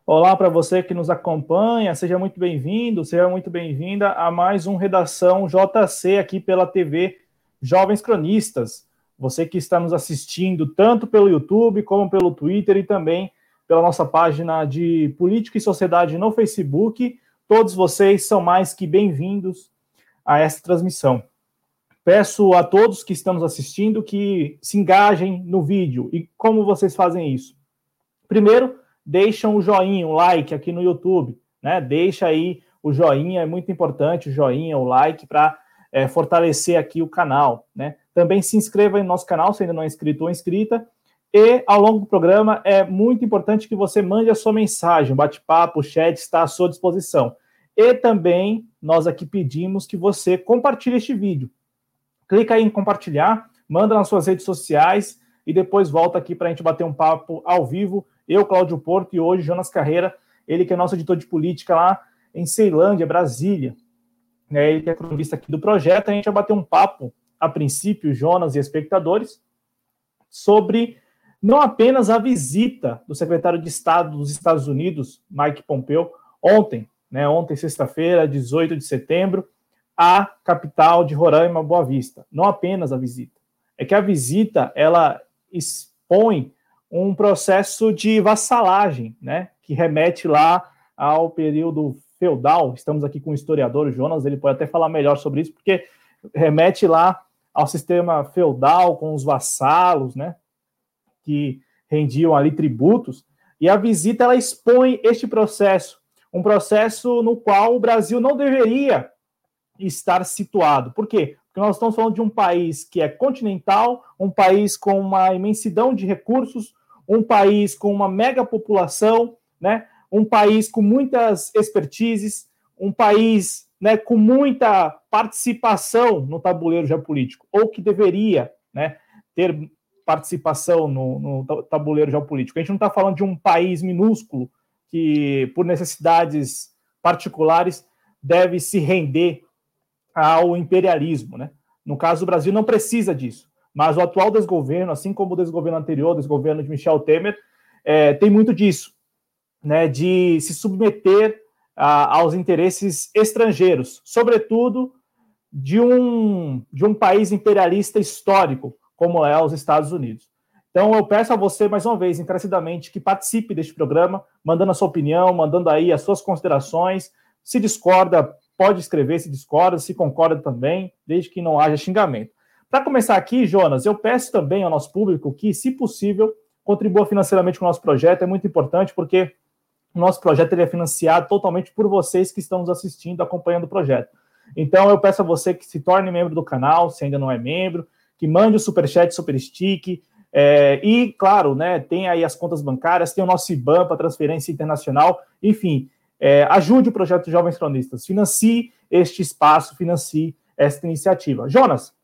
Olá para você que nos acompanha, seja muito bem-vindo, seja muito bem-vinda a mais um Redação JC aqui pela TV Jovens Cronistas. Você que está nos assistindo tanto pelo YouTube como pelo Twitter e também pela nossa página de Política e Sociedade no Facebook, todos vocês são mais que bem-vindos a essa transmissão. Peço a todos que estão nos assistindo que se engajem no vídeo. E como vocês fazem isso? Primeiro, deixam o joinha, o like aqui no YouTube, né? Deixa aí o joinha, é muito importante o joinha, o like para fortalecer aqui o canal, né? Também se inscreva no nosso canal, se ainda não é inscrito ou inscrita. E ao longo do programa é muito importante que você mande a sua mensagem, o bate-papo, o chat está à sua disposição. E também nós aqui pedimos que você compartilhe este vídeo. Clica aí em compartilhar, manda nas suas redes sociais e depois volta aqui para a gente bater um papo ao vivo. Eu, Cláudio Porto, e hoje Jonas Carreira, ele que é nosso editor de política lá em Ceilândia, Brasília. Ele que é cronista aqui do projeto. A gente vai bater um papo, a princípio, Jonas e espectadores, sobre não apenas a visita do secretário de Estado dos Estados Unidos, Mike Pompeo, ontem, sexta-feira, 18 de setembro, à capital de Roraima, Boa Vista. Não apenas a visita. É que a visita, ela expõe um processo de vassalagem, né, que remete lá ao período feudal. Estamos aqui com o historiador Jonas, ele pode até falar melhor sobre isso, porque remete lá ao sistema feudal, com os vassalos, né, que rendiam ali tributos, e a visita, ela expõe este processo, um processo no qual o Brasil não deveria estar situado. Por quê? Porque nós estamos falando de um país que é continental, um país com uma imensidão de recursos, um país com uma mega população, né? Um país com muitas expertises, um país, né, com muita participação no tabuleiro geopolítico, ou que deveria, né, ter participação no tabuleiro geopolítico. A gente não está falando de um país minúsculo que, por necessidades particulares, deve se render ao imperialismo, né? No caso, o Brasil não precisa disso, mas o atual desgoverno, assim como o desgoverno anterior, o desgoverno de Michel Temer, tem muito disso, né, de se submeter aos interesses estrangeiros, sobretudo de um país imperialista histórico, como é os Estados Unidos. Então, eu peço a você, mais uma vez, encarecidamente, que participe deste programa, mandando a sua opinião, mandando aí as suas considerações. Se discorda, pode escrever, se discorda, se concorda também, desde que não haja xingamento. Para começar aqui, Jonas, eu peço também ao nosso público que, se possível, contribua financeiramente com o nosso projeto. É muito importante porque o nosso projeto ele é financiado totalmente por vocês que estão nos assistindo, acompanhando o projeto. Então, eu peço a você que se torne membro do canal, se ainda não é membro, que mande o superchat, superstick, e, claro, né, tem aí as contas bancárias, tem o nosso IBAN para transferência internacional, enfim, ajude o projeto Jovens Cronistas, financie este espaço, financie esta iniciativa. Jonas,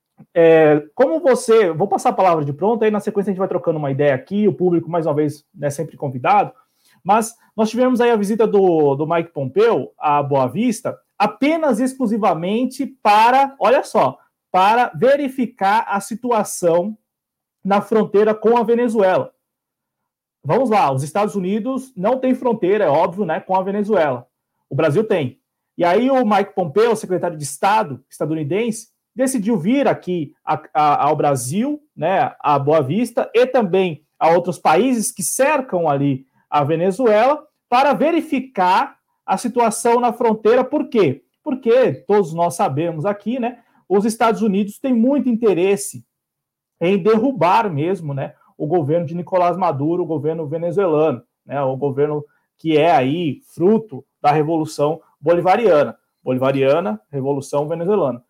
como você... Vou passar a palavra de pronto, aí na sequência a gente vai trocando uma ideia aqui, o público, mais uma vez, é sempre convidado, mas nós tivemos aí a visita do Mike Pompeo à Boa Vista, apenas exclusivamente para, olha só, para verificar a situação na fronteira com a Venezuela. Vamos lá, os Estados Unidos não têm fronteira, é óbvio, né, com a Venezuela. O Brasil tem. E aí o Mike Pompeo, secretário de Estado estadunidense, decidiu vir aqui ao Brasil, né, a Boa Vista, e também a outros países que cercam ali a Venezuela, para verificar a situação na fronteira. Por quê? Porque todos nós sabemos aqui, né, os Estados Unidos têm muito interesse em derrubar mesmo, né, o governo de Nicolás Maduro, o governo venezuelano, né, o governo que é aí fruto da Revolução Bolivariana, Revolução Venezuelana.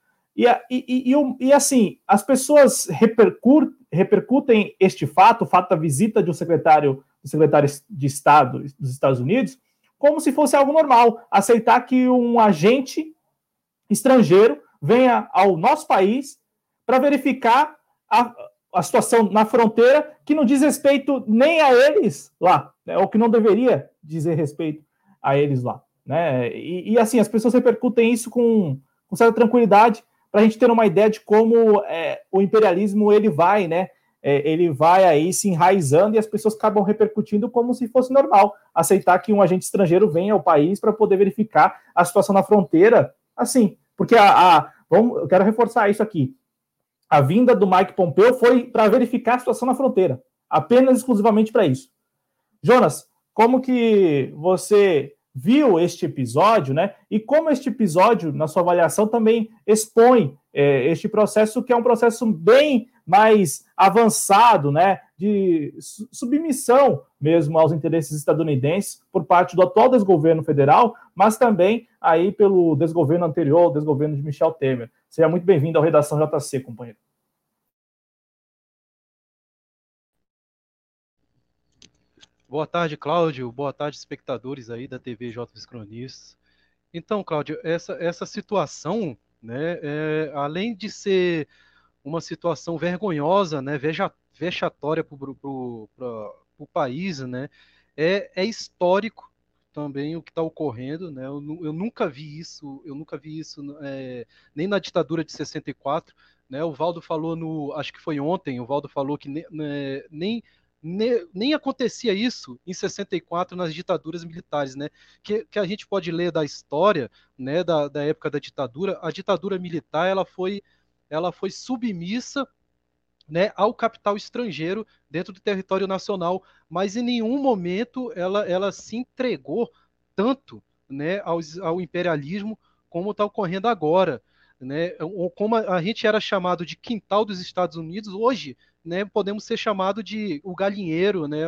E assim, as pessoas repercutem este fato, o fato da visita de um secretário de Estado dos Estados Unidos, como se fosse algo normal, aceitar que um agente estrangeiro venha ao nosso país para verificar a situação na fronteira que não diz respeito nem a eles lá, né, ou que não deveria dizer respeito a eles lá, né? E assim, as pessoas repercutem isso com certa tranquilidade, para a gente ter uma ideia de como o imperialismo ele vai, né, ele vai aí se enraizando e as pessoas acabam repercutindo como se fosse normal aceitar que um agente estrangeiro venha ao país para poder verificar a situação na fronteira, assim, porque eu quero reforçar isso aqui. A vinda do Mike Pompeo foi para verificar a situação na fronteira, apenas exclusivamente para isso. Jonas, como que você viu este episódio, né? E como este episódio, na sua avaliação, também expõe este processo, que é um processo bem mais avançado, né? De submissão mesmo aos interesses estadunidenses por parte do atual desgoverno federal, mas também aí pelo desgoverno anterior, o desgoverno de Michel Temer. Seja muito bem-vindo ao Redação JC, companheiro. Boa tarde, Cláudio. Boa tarde, espectadores aí da TV Jovens Cronistas. Então, Cláudio, essa situação, né, além de ser uma situação vergonhosa, né, vexatória para o país, né, é histórico também o que está ocorrendo, né? Eu nunca vi isso, nem na ditadura de 64, né? O Valdo falou acho que foi ontem, o Valdo falou que nem acontecia isso em 64 nas ditaduras militares, né? Que a gente pode ler da história, né, da época da ditadura. A ditadura militar ela foi submissa, né, ao capital estrangeiro dentro do território nacional, mas em nenhum momento ela se entregou tanto, né, ao imperialismo como está ocorrendo agora. Né? Como a gente era chamado de quintal dos Estados Unidos, hoje, né, podemos ser chamado de o galinheiro, né,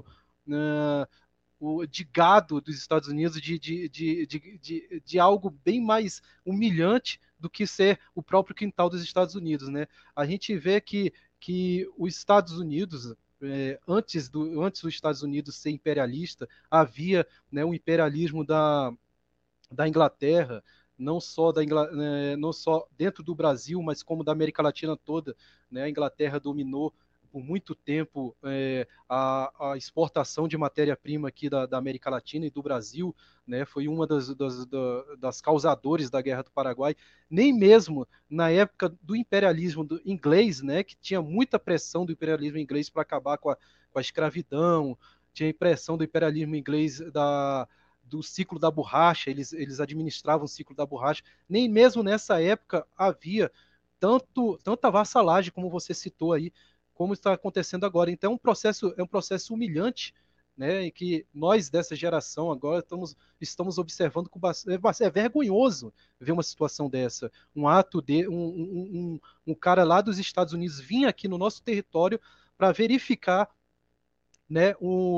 de gado dos Estados Unidos, de algo bem mais humilhante do que ser o próprio quintal dos Estados Unidos. Né? A gente vê que os Estados Unidos, antes dos Estados Unidos ser imperialista, havia, né, um imperialismo da Inglaterra, não só dentro do Brasil, mas como da América Latina toda. Né? A Inglaterra dominou por muito tempo a exportação de matéria-prima aqui da América Latina e do Brasil. Né? Foi uma das causadores da Guerra do Paraguai. Nem mesmo na época do imperialismo inglês, né, que tinha muita pressão do imperialismo inglês para acabar com a escravidão, tinha pressão do imperialismo inglês do ciclo da borracha, eles administravam o ciclo da borracha. Nem mesmo nessa época havia tanta vassalagem como você citou aí, como está acontecendo agora. Então é um processo humilhante, né, em que nós dessa geração agora estamos observando com bastante. É vergonhoso ver uma situação dessa, um ato de um cara lá dos Estados Unidos vir aqui no nosso território para verificar, né,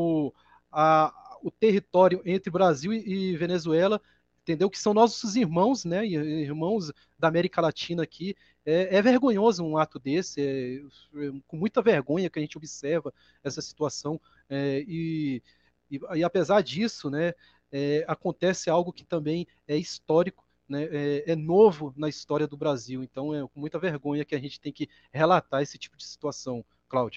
o território entre Brasil e Venezuela, entendeu? Que são nossos irmãos, né? Irmãos da América Latina aqui. É vergonhoso um ato desse, com muita vergonha que a gente observa essa situação. E apesar disso, né, acontece algo que também é histórico, né, é novo na história do Brasil. Então é com muita vergonha que a gente tem que relatar esse tipo de situação, Cláudio.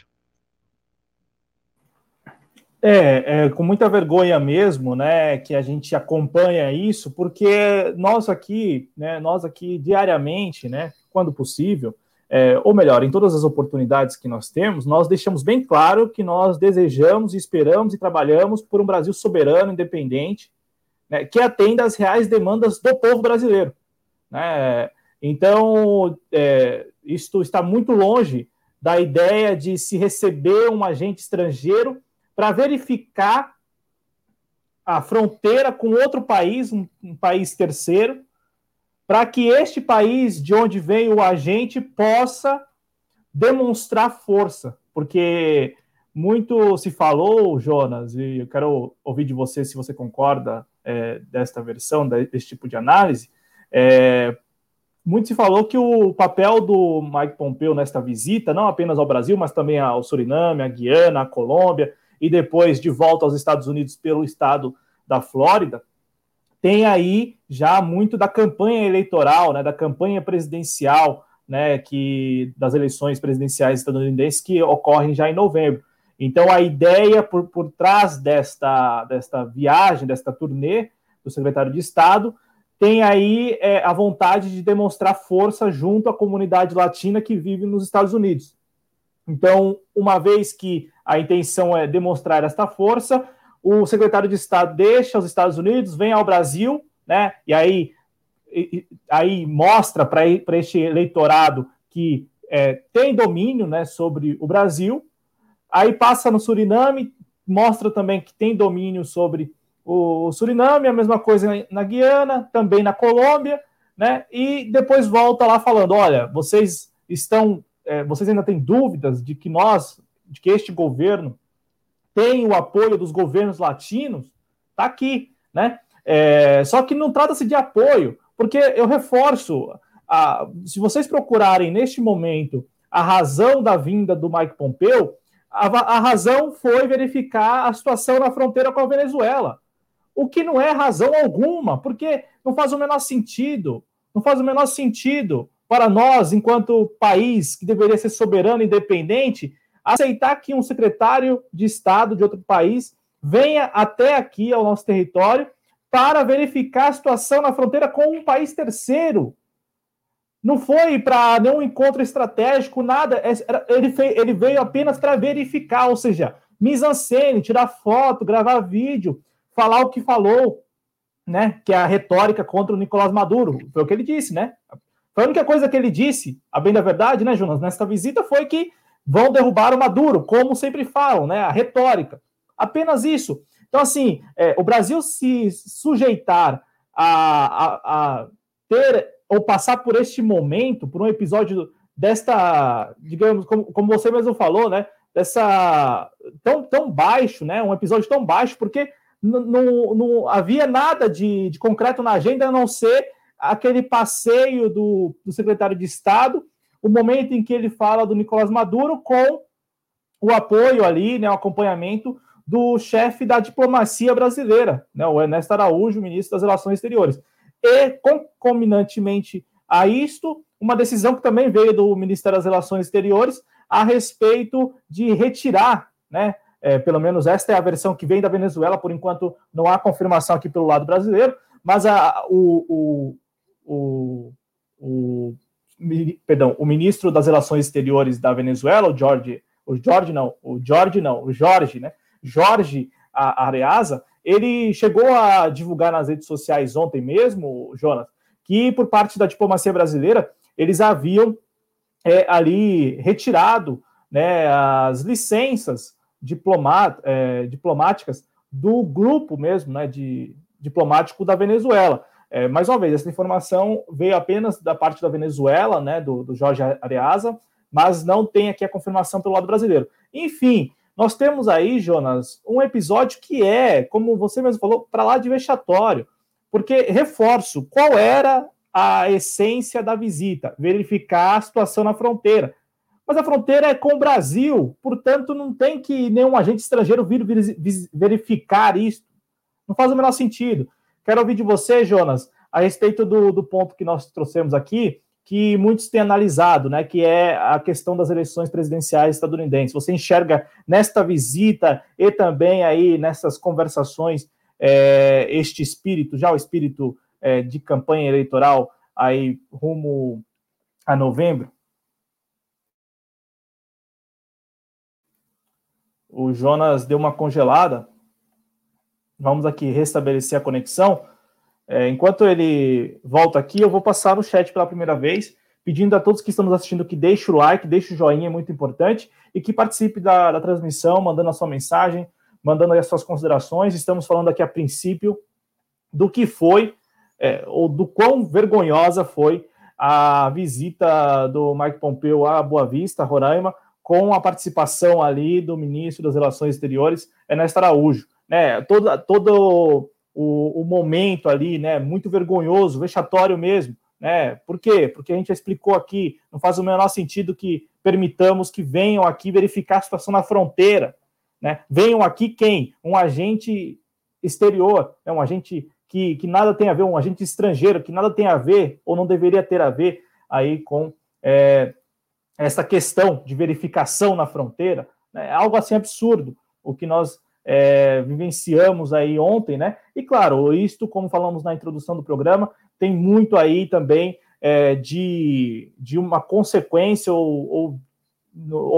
Com muita vergonha mesmo, né, que a gente acompanha isso, porque nós aqui diariamente, né, quando possível, ou melhor, em todas as oportunidades que nós temos, nós deixamos bem claro que nós desejamos, esperamos e trabalhamos por um Brasil soberano, independente, né, que atenda às reais demandas do povo brasileiro. Né? Então, isto está muito longe da ideia de se receber um agente estrangeiro para verificar a fronteira com outro país, um país terceiro, para que este país de onde vem o agente possa demonstrar força. Porque muito se falou, Jonas, e eu quero ouvir de você se você concorda desta versão, desse tipo de análise, muito se falou que o papel do Mike Pompeo nesta visita, não apenas ao Brasil, mas também ao Suriname, à Guiana, à Colômbia, e depois de volta aos Estados Unidos pelo estado da Flórida, tem aí já muito da campanha eleitoral, né, da campanha presidencial, né, das eleições presidenciais estadunidenses que ocorrem já em novembro. Então, a ideia por trás desta viagem, desta turnê do secretário de Estado, tem aí a vontade de demonstrar força junto à comunidade latina que vive nos Estados Unidos. Então, uma vez que a intenção é demonstrar esta força, o secretário de Estado deixa os Estados Unidos, vem ao Brasil, né? E aí mostra para este eleitorado que tem domínio, né, sobre o Brasil. Aí passa no Suriname, mostra também que tem domínio sobre o Suriname, a mesma coisa na Guiana, também na Colômbia, né? E depois volta lá falando: olha, vocês ainda têm dúvidas de que este governo tem o apoio dos governos latinos? Tá aqui, né? Só que não trata-se de apoio, porque eu reforço, se vocês procurarem neste momento a razão da vinda do Mike Pompeo, a razão foi verificar a situação na fronteira com a Venezuela, o que não é razão alguma, porque não faz o menor sentido, para nós, enquanto país que deveria ser soberano e independente, aceitar que um secretário de Estado de outro país venha até aqui ao nosso território para verificar a situação na fronteira com um país terceiro. Não foi para nenhum encontro estratégico, nada. Ele veio apenas para verificar, ou seja, mise-en-scène, tirar foto, gravar vídeo, falar o que falou, né? Que é a retórica contra o Nicolás Maduro. Foi o que ele disse, né? Foi a única coisa que ele disse, a bem da verdade, né, Jonas, nesta visita, foi que vão derrubar o Maduro, como sempre falam, né? A retórica. Apenas isso. Então, assim, o Brasil se sujeitar a ter ou passar por este momento, por um episódio desta, digamos, como você mesmo falou, né? Dessa tão baixo, né? Um episódio tão baixo, porque não havia nada de concreto na agenda, a não ser aquele passeio do secretário de Estado, o momento em que ele fala do Nicolás Maduro, com o apoio ali, né, o acompanhamento do chefe da diplomacia brasileira, né, o Ernesto Araújo, ministro das Relações Exteriores. E, concomitantemente a isto, uma decisão que também veio do Ministério das Relações Exteriores a respeito de retirar, né, pelo menos esta é a versão que vem da Venezuela, por enquanto não há confirmação aqui pelo lado brasileiro, mas o ministro das Relações Exteriores da Venezuela, Jorge Arreaza, ele chegou a divulgar nas redes sociais ontem mesmo, Jonas, que por parte da diplomacia brasileira, eles haviam ali retirado, né, as licenças diplomáticas do grupo mesmo, né, diplomático da Venezuela. Mais uma vez, essa informação veio apenas da parte da Venezuela, né, do Jorge Arreaza, mas não tem aqui a confirmação pelo lado brasileiro. Enfim, nós temos aí, Jonas, um episódio que como você mesmo falou, para lá de vexatório, porque, reforço, qual era a essência da visita? Verificar a situação na fronteira. Mas a fronteira é com o Brasil, portanto, não tem que nenhum agente estrangeiro vir verificar isso. Não faz o menor sentido. Quero ouvir de você, Jonas, a respeito do ponto que nós trouxemos aqui, que muitos têm analisado, né, que é a questão das eleições presidenciais estadunidenses. Você enxerga nesta visita e também aí nessas conversações este espírito, já o espírito de campanha eleitoral aí rumo a novembro? O Jonas deu uma congelada. Vamos aqui restabelecer a conexão. Enquanto ele volta aqui, eu vou passar no chat pela primeira vez, pedindo a todos que estão nos assistindo que deixem o like, deixem o joinha, é muito importante, e que participe da transmissão, mandando a sua mensagem, mandando aí as suas considerações. Estamos falando aqui a princípio do que foi, ou do quão vergonhosa foi a visita do Mike Pompeo a Boa Vista, Roraima, com a participação ali do ministro das Relações Exteriores, Ernesto Araújo. Né, todo o momento ali, né, muito vergonhoso, vexatório mesmo, né? Por quê? Porque a gente já explicou aqui, não faz o menor sentido que permitamos que venham aqui verificar a situação na fronteira, né? Venham aqui quem? Um agente exterior, né? Um agente que nada tem a ver, um agente estrangeiro que nada tem a ver, ou não deveria ter a ver aí com essa questão de verificação na fronteira, né? É algo assim absurdo, o que nós vivenciamos aí ontem, né? E claro, isto, como falamos na introdução do programa, tem muito aí também de uma consequência ou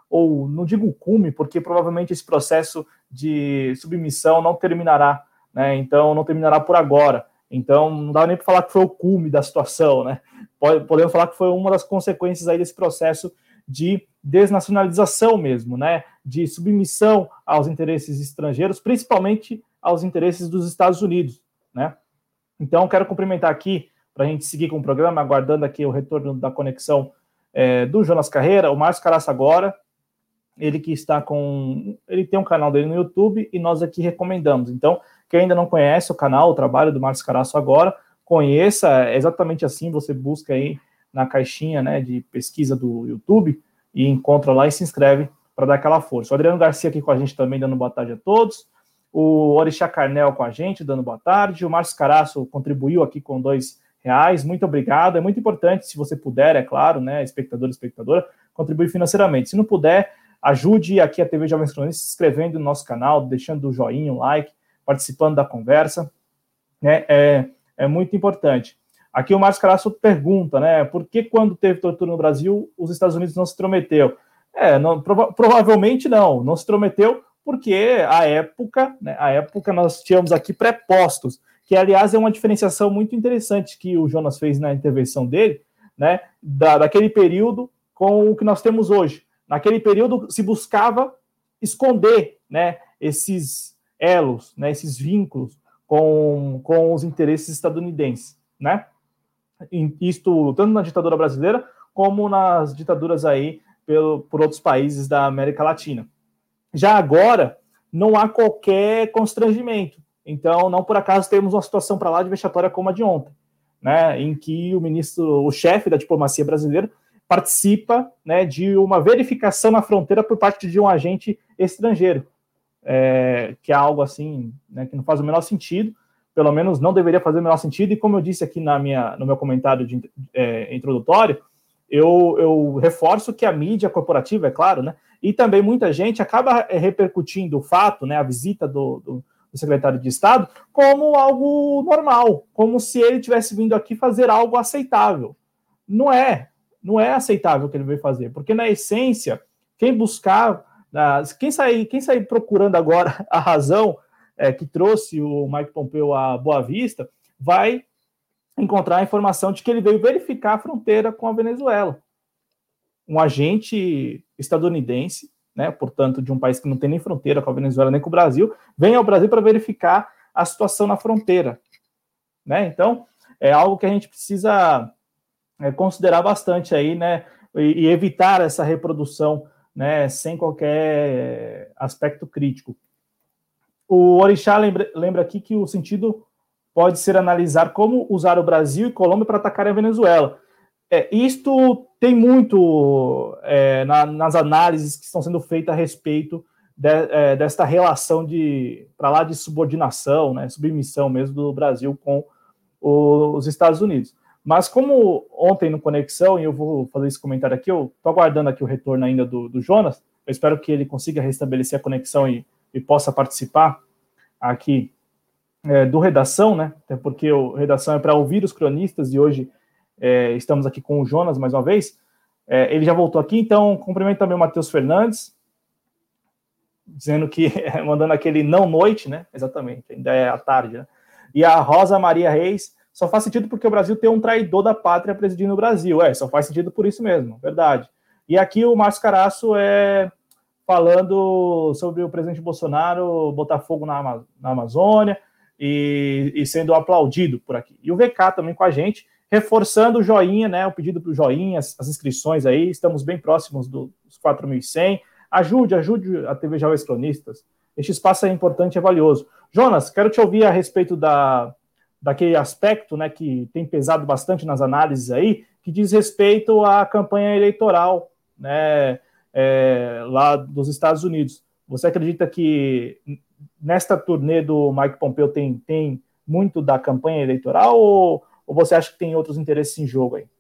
ou não digo cume, porque provavelmente esse processo de submissão não terminará, né? Então, não terminará por agora. Então, não dá nem para falar que foi o cume da situação, né? Podemos falar que foi uma das consequências aí desse processo de desnacionalização mesmo, né? De submissão aos interesses estrangeiros, principalmente aos interesses dos Estados Unidos, né? Então, quero cumprimentar aqui, para a gente seguir com o programa, aguardando aqui o retorno da conexão do Jonas Carreira, o Márcio Caraça agora, ele que está com... Ele tem um canal dele no YouTube e nós aqui recomendamos. Então, quem ainda não conhece o canal, o trabalho do Márcio Caraço agora, conheça, é exatamente assim, você busca aí na caixinha, né, de pesquisa do YouTube e encontra lá e se inscreve para dar aquela força. O Adriano Garcia aqui com a gente também, dando boa tarde a todos. O Orixá Carnel com a gente, dando boa tarde. O Márcio Caraço contribuiu aqui com R$2. Muito obrigado. É muito importante, se você puder, é claro, né, espectador, espectadora, contribuir financeiramente. Se não puder, ajude aqui a TV Jovens Cronistas se inscrevendo no nosso canal, deixando o joinha, o like, participando da conversa, né? É muito importante. Aqui o Márcio Caraço pergunta, né? Por que quando teve tortura no Brasil, os Estados Unidos não se intrometeu? Provavelmente não se intrometeu porque a época nós tínhamos aqui prepostos, que aliás é uma diferenciação muito interessante que o Jonas fez na intervenção dele, né? Daquele período com o que nós temos hoje. Naquele período se buscava esconder, né, esses elos, né, esses vínculos com os interesses estadunidenses, né? Isto tanto na ditadura brasileira como nas ditaduras aí por outros países da América Latina. Já agora, não há qualquer constrangimento. Então, não por acaso temos uma situação para lá de vexatória como a de ontem, né, em que o chefe da diplomacia brasileira participa, né, de uma verificação na fronteira por parte de um agente estrangeiro, que é algo assim, né, que não faz o menor sentido, pelo menos não deveria fazer o menor sentido, e como eu disse aqui no meu comentário introdutório, eu reforço que a mídia corporativa, é claro, né, e também muita gente acaba repercutindo o fato, né, a visita do secretário de Estado, como algo normal, como se ele tivesse vindo aqui fazer algo aceitável. Não é aceitável o que ele veio fazer, porque na essência, quem sair procurando agora a razão que trouxe o Mike Pompeo à Boa Vista, vai encontrar a informação de que ele veio verificar a fronteira com a Venezuela. Um agente estadunidense, né, portanto, de um país que não tem nem fronteira com a Venezuela nem com o Brasil, vem ao Brasil para verificar a situação na fronteira, né? Então, é algo que a gente precisa considerar bastante aí, né, e evitar essa reprodução, né, sem qualquer aspecto crítico. O Orixá lembra aqui que o sentido pode ser analisar como usar o Brasil e Colômbia para atacar a Venezuela. Isto tem muito nas análises que estão sendo feitas a respeito desta relação para lá de subordinação, né, submissão mesmo do Brasil com os Estados Unidos. Mas como ontem no Conexão, e eu vou fazer esse comentário aqui, eu estou aguardando aqui o retorno ainda do Jonas, eu espero que ele consiga restabelecer a conexão e possa participar aqui do Redação, né? Até porque o Redação é para ouvir os cronistas e hoje estamos aqui com o Jonas mais uma vez. Ele já voltou aqui, então cumprimento também o Matheus Fernandes, dizendo que, mandando aquele não noite, né? Exatamente, ainda é à tarde, né? E a Rosa Maria Reis, só faz sentido porque o Brasil tem um traidor da pátria presidindo o Brasil. Só faz sentido por isso mesmo, verdade. E aqui o Márcio Caraço falando sobre o presidente Bolsonaro botar fogo na Amazônia e sendo aplaudido por aqui. E o VK também com a gente, reforçando o joinha, né? O pedido para o joinha, as inscrições aí, estamos bem próximos dos 4.100. Ajude a TV Jovens Cronistas. Este espaço é importante e é valioso. Jonas, quero te ouvir a respeito daquele aspecto, né, que tem pesado bastante nas análises aí, que diz respeito à campanha eleitoral, né, lá dos Estados Unidos. Você acredita que nesta turnê do Mike Pompeo tem muito da campanha eleitoral ou você acha que tem outros interesses em jogo aí?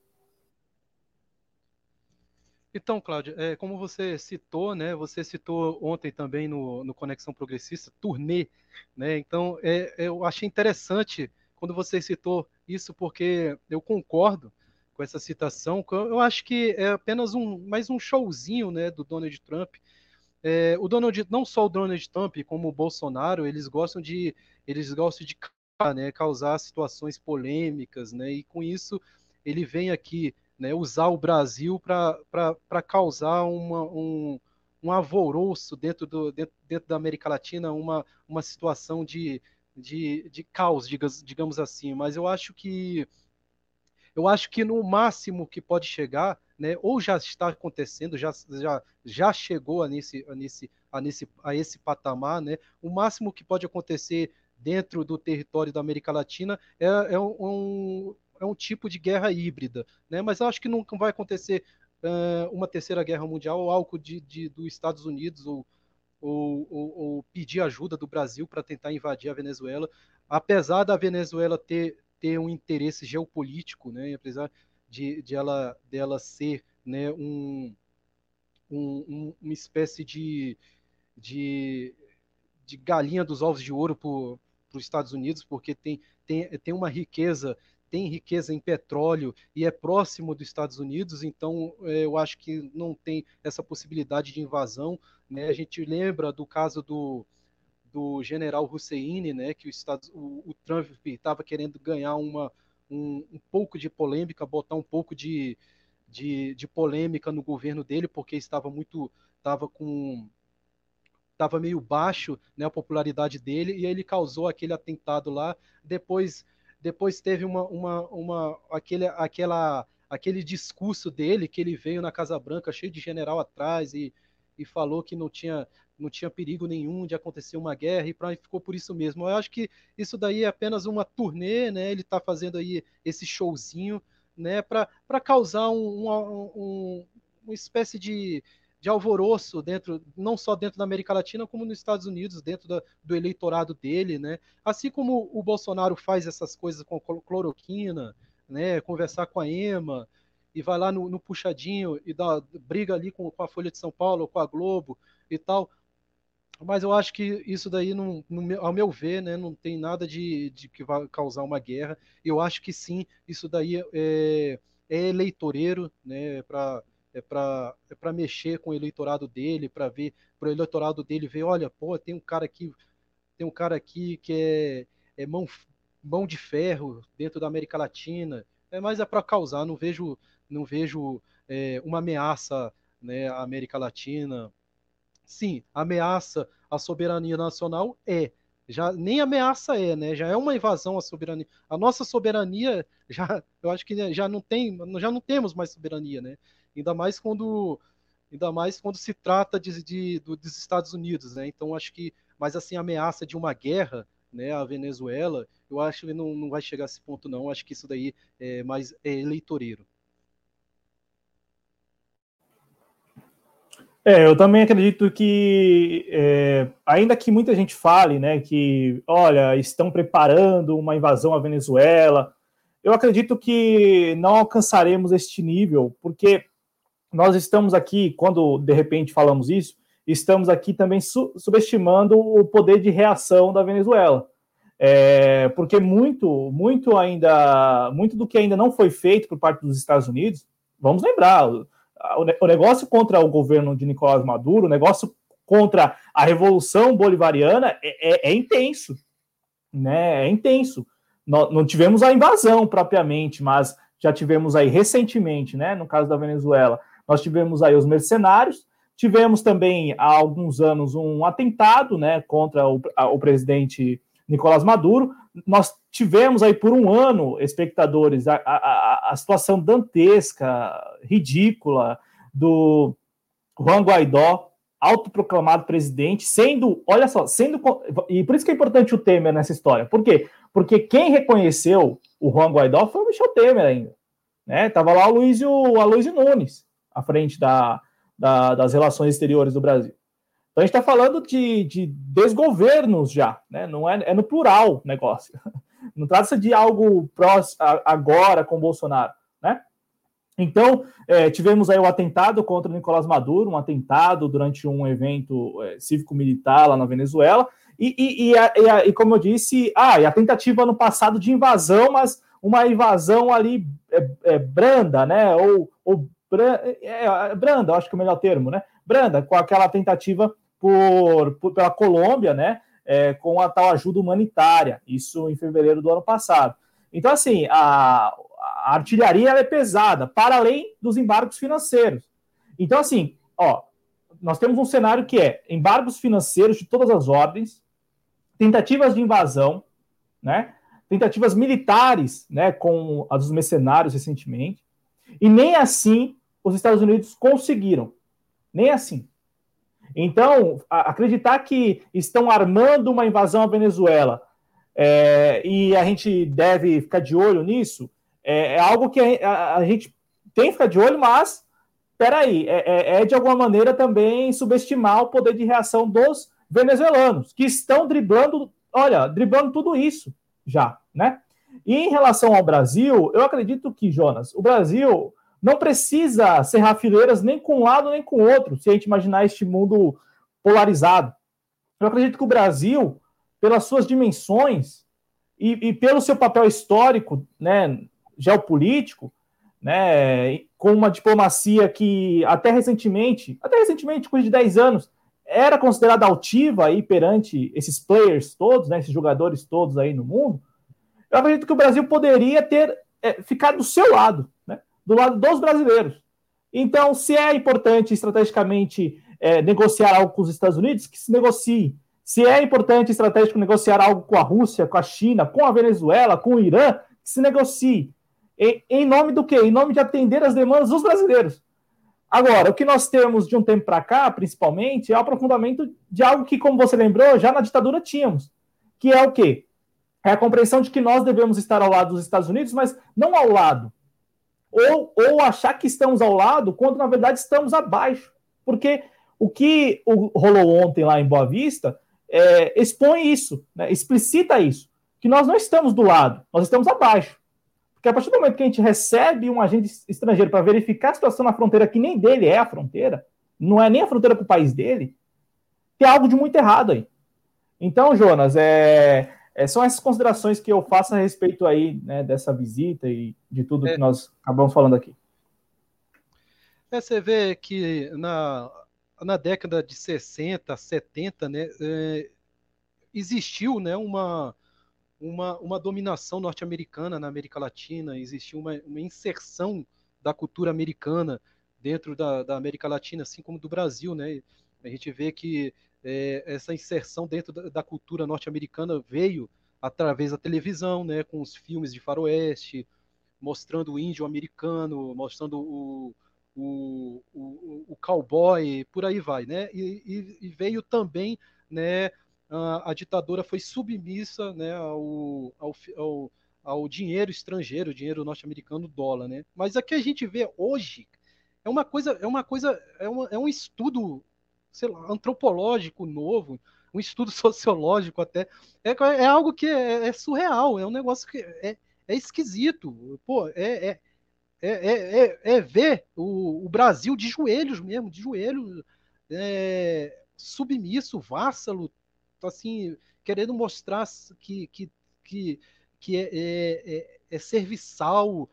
Então, Cláudio, como você citou, né? Você citou ontem também no Conexão Progressista, turnê, né? Então, eu achei interessante quando você citou isso, porque eu concordo, com essa citação. Eu acho que é apenas mais um showzinho, né, do Donald Trump. Não só o Donald Trump, como o Bolsonaro, eles gostam de né, causar situações polêmicas, né, e com isso ele vem aqui, né, usar o Brasil para causar um alvoroço dentro da América Latina, uma situação de caos, digamos assim. Mas eu acho que no máximo que pode chegar, né, ou já está acontecendo, já chegou a esse patamar, né, o máximo que pode acontecer dentro do território da América Latina é um tipo de guerra híbrida, né, mas eu acho que nunca vai acontecer uma terceira guerra mundial ou algo dos Estados Unidos ou pedir ajuda do Brasil para tentar invadir a Venezuela, apesar da Venezuela ter um interesse geopolítico, né, apesar dela ser, né, uma espécie de, de galinha dos ovos de ouro para os Estados Unidos, porque tem uma riqueza, tem riqueza em petróleo e é próximo dos Estados Unidos, então eu acho que não tem essa possibilidade de invasão, né? A gente lembra do caso do general Hussein, né, que o Trump estava querendo ganhar um pouco de polêmica, botar um pouco de polêmica no governo dele, porque estava meio baixo, né, a popularidade dele, e ele causou aquele atentado lá. Depois teve aquele discurso dele, que ele veio na Casa Branca cheio de general atrás e falou que não tinha perigo nenhum de acontecer uma guerra, e ficou por isso mesmo. Eu acho que isso daí é apenas uma turnê, né? Ele está fazendo aí esse showzinho, né, para causar uma espécie de alvoroço não só dentro da América Latina, como nos Estados Unidos, dentro do eleitorado dele, né? Assim como o Bolsonaro faz essas coisas com cloroquina, né? Conversar com a EMA, e vai lá no puxadinho e briga ali com a Folha de São Paulo, com a Globo e tal. Mas eu acho que isso daí, ao meu ver, né, não tem nada de que vai causar uma guerra. Eu acho que sim, isso daí é eleitoreiro, né, para mexer com o eleitorado dele, para o eleitorado dele ver, olha, pô, tem um cara aqui que é mão de ferro dentro da América Latina. Mas é para causar, não vejo uma ameaça, né, à América Latina. Sim, ameaça à soberania nacional já nem ameaça né? Já é uma invasão à soberania. A nossa soberania eu acho que já não temos mais soberania, né? Ainda mais quando se trata dos Estados Unidos, né? Então acho que, mas assim, a ameaça de uma guerra, né, à Venezuela, eu acho que não vai chegar a esse ponto, não. Eu acho que isso daí é eleitoreiro. Eu também acredito que, ainda que muita gente fale, né, que, olha, estão preparando uma invasão à Venezuela, eu acredito que não alcançaremos este nível, porque nós estamos aqui, quando de repente falamos isso, estamos aqui também subestimando o poder de reação da Venezuela. Porque muito do que ainda não foi feito por parte dos Estados Unidos, vamos lembrar, o negócio contra o governo de Nicolás Maduro, o negócio contra a Revolução Bolivariana é intenso, né? É intenso. Não tivemos a invasão propriamente, mas já tivemos aí recentemente, né? No caso da Venezuela, nós tivemos aí os mercenários, tivemos também há alguns anos um atentado, né, contra o presidente Nicolás Maduro. Nós tivemos aí por um ano, espectadores, a situação dantesca, ridícula do Juan Guaidó, autoproclamado presidente, olha só, e por isso que é importante o Temer nessa história. Por quê? Porque quem reconheceu o Juan Guaidó foi o Michel Temer ainda, né? Tava lá o Aloysio Nunes à frente das relações exteriores do Brasil. Então a gente está falando de desgovernos já, né? Não é no plural o negócio. Não trata-se de algo próximo agora com o Bolsonaro, né? Então, tivemos aí o atentado contra o Nicolás Maduro, um atentado durante um evento cívico-militar lá na Venezuela, E como eu disse, e a tentativa no passado de invasão, mas uma invasão ali branda, né? Branda, eu acho que é o melhor termo, né? Branda, com aquela tentativa pela Colômbia, né? Com a tal ajuda humanitária, isso em fevereiro do ano passado. Então, assim, a artilharia é pesada, para além dos embargos financeiros. Então, assim, nós temos um cenário que é embargos financeiros de todas as ordens, tentativas de invasão, né? Tentativas militares, né, com a dos mercenários recentemente, e nem assim os Estados Unidos conseguiram, nem assim. Então, acreditar que estão armando uma invasão à Venezuela e a gente deve ficar de olho nisso, é algo que a gente tem que ficar de olho, mas peraí, de alguma maneira também subestimar o poder de reação dos venezuelanos, que estão driblando tudo isso já, né? E em relação ao Brasil, eu acredito que, Jonas, o Brasil não precisa serrar fileiras nem com um lado nem com o outro, se a gente imaginar este mundo polarizado. Eu acredito que o Brasil, pelas suas dimensões e pelo seu papel histórico, né, geopolítico, né, com uma diplomacia que até recentemente, coisa de 10 anos, era considerada altiva aí perante esses players todos, né, esses jogadores todos aí no mundo, eu acredito que o Brasil poderia ter ficado do seu lado, né, do lado dos brasileiros. Então, se é importante estrategicamente negociar algo com os Estados Unidos, que se negocie. Se é importante estratégico negociar algo com a Rússia, com a China, com a Venezuela, com o Irã, que se negocie. Em nome do quê? Em nome de atender as demandas dos brasileiros. Agora, o que nós temos de um tempo para cá, principalmente, é o aprofundamento de algo que, como você lembrou, já na ditadura tínhamos, que é o quê? É a compreensão de que nós devemos estar ao lado dos Estados Unidos, mas não ao lado. Ou achar que estamos ao lado, quando na verdade estamos abaixo. Porque o que rolou ontem lá em Boa Vista expõe isso, né? Explicita isso, que nós não estamos do lado, nós estamos abaixo. Porque a partir do momento que a gente recebe um agente estrangeiro para verificar a situação na fronteira, que nem dele é a fronteira, não é nem a fronteira com o país dele, tem algo de muito errado aí. Então, Jonas, são essas considerações que eu faço a respeito aí, né, dessa visita e de tudo que nós acabamos falando aqui. Você vê que na década de 60, 70, né, existiu, né, uma dominação norte-americana na América Latina, existiu uma inserção da cultura americana dentro da América Latina, assim como do Brasil, né? A gente vê que essa inserção dentro da cultura norte-americana veio através da televisão, né, com os filmes de faroeste, mostrando o índio americano, mostrando o cowboy, por aí vai, né? E veio também, né, a ditadura foi submissa, né, ao dinheiro estrangeiro, o dinheiro norte-americano, dólar, né? Mas aqui a gente vê hoje é um estudo, sei lá, antropológico novo, um estudo sociológico até, é algo que é surreal, é um negócio que é esquisito, pô, ver o Brasil de joelhos mesmo, de joelhos, submisso, vassalo, assim, querendo mostrar que é serviçal,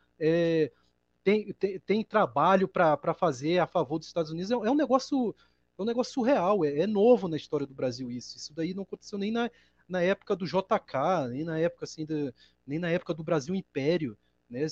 tem trabalho para fazer a favor dos Estados Unidos. É um negócio surreal, é novo na história do Brasil isso. Isso daí não aconteceu nem na época do JK, nem na época assim, nem na época do Brasil Império, né?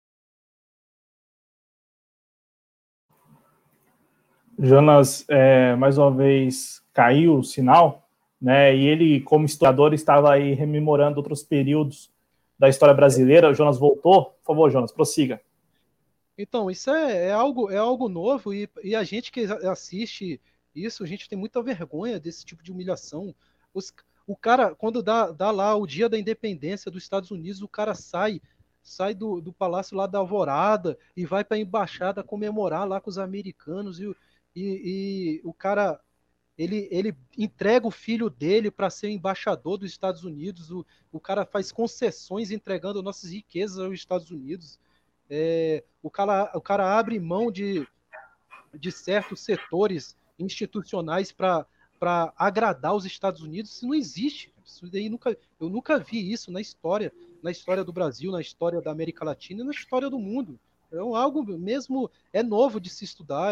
Jonas, mais uma vez, caiu o sinal, né? E ele, como historiador, estava aí rememorando outros períodos da história brasileira. O Jonas voltou. Por favor, Jonas, prossiga. Então, isso é algo novo e a gente que assiste isso, a gente tem muita vergonha desse tipo de humilhação. O cara, quando dá lá o dia da independência dos Estados Unidos, o cara sai do palácio lá da Alvorada e vai para a embaixada comemorar lá com os americanos e o cara ele entrega o filho dele para ser embaixador dos Estados Unidos, o cara faz concessões entregando nossas riquezas aos Estados Unidos. O cara abre mão de certos setores institucionais para para agradar os Estados Unidos, isso não existe. Isso daí eu nunca vi isso na história do Brasil, na história da América Latina e na história do mundo. É algo mesmo, é novo de se estudar,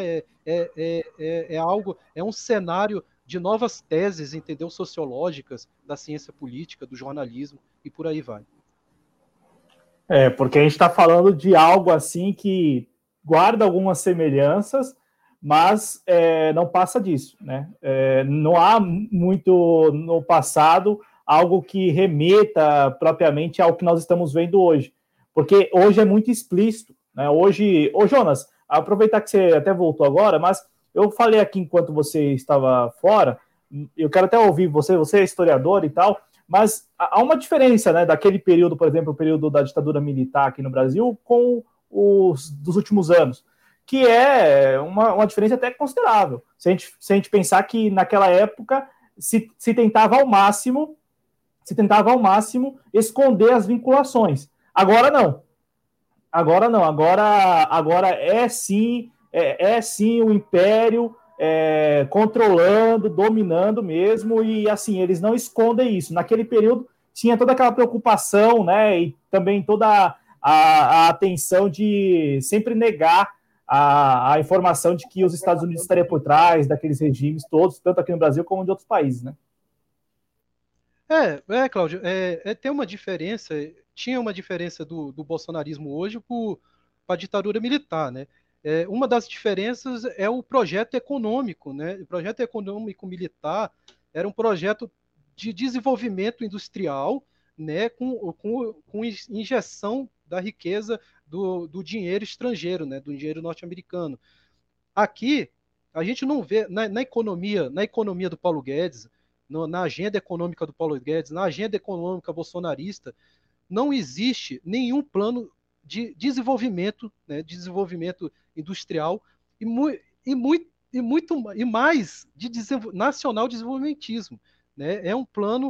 é um cenário de novas teses, entendeu? Sociológicas, da ciência política, do jornalismo e por aí vai. Porque a gente está falando de algo assim que guarda algumas semelhanças, mas não passa disso, né? Não há muito no passado algo que remeta propriamente ao que nós estamos vendo hoje, porque hoje é muito explícito, né? Hoje, Jonas, aproveitar que você até voltou agora, mas eu falei aqui enquanto você estava fora, eu quero até ouvir você é historiador e tal, mas há uma diferença, né, daquele período, por exemplo, o período da ditadura militar aqui no Brasil, com os dos últimos anos, que é uma diferença até considerável. Se a gente pensar que naquela época se tentava ao máximo esconder as vinculações. Agora não. Agora é sim o império controlando, dominando mesmo, e assim, eles não escondem isso. Naquele período tinha toda aquela preocupação, né, e também toda a atenção de sempre negar a informação de que os Estados Unidos estariam por trás daqueles regimes todos, tanto aqui no Brasil como em outros países, né? Cláudio, tem uma diferença, tinha uma diferença do bolsonarismo hoje para a ditadura militar, né? Uma das diferenças é o projeto econômico, né? O projeto econômico militar era um projeto de desenvolvimento industrial, né? Com injeção da riqueza do dinheiro estrangeiro, né? Do dinheiro norte-americano. Aqui, a gente não vê, na economia do Paulo Guedes, na agenda econômica do Paulo Guedes, na agenda econômica bolsonarista, não existe nenhum plano de desenvolvimento, né, desenvolvimento industrial e mais de nacional desenvolvimentismo, né? É um plano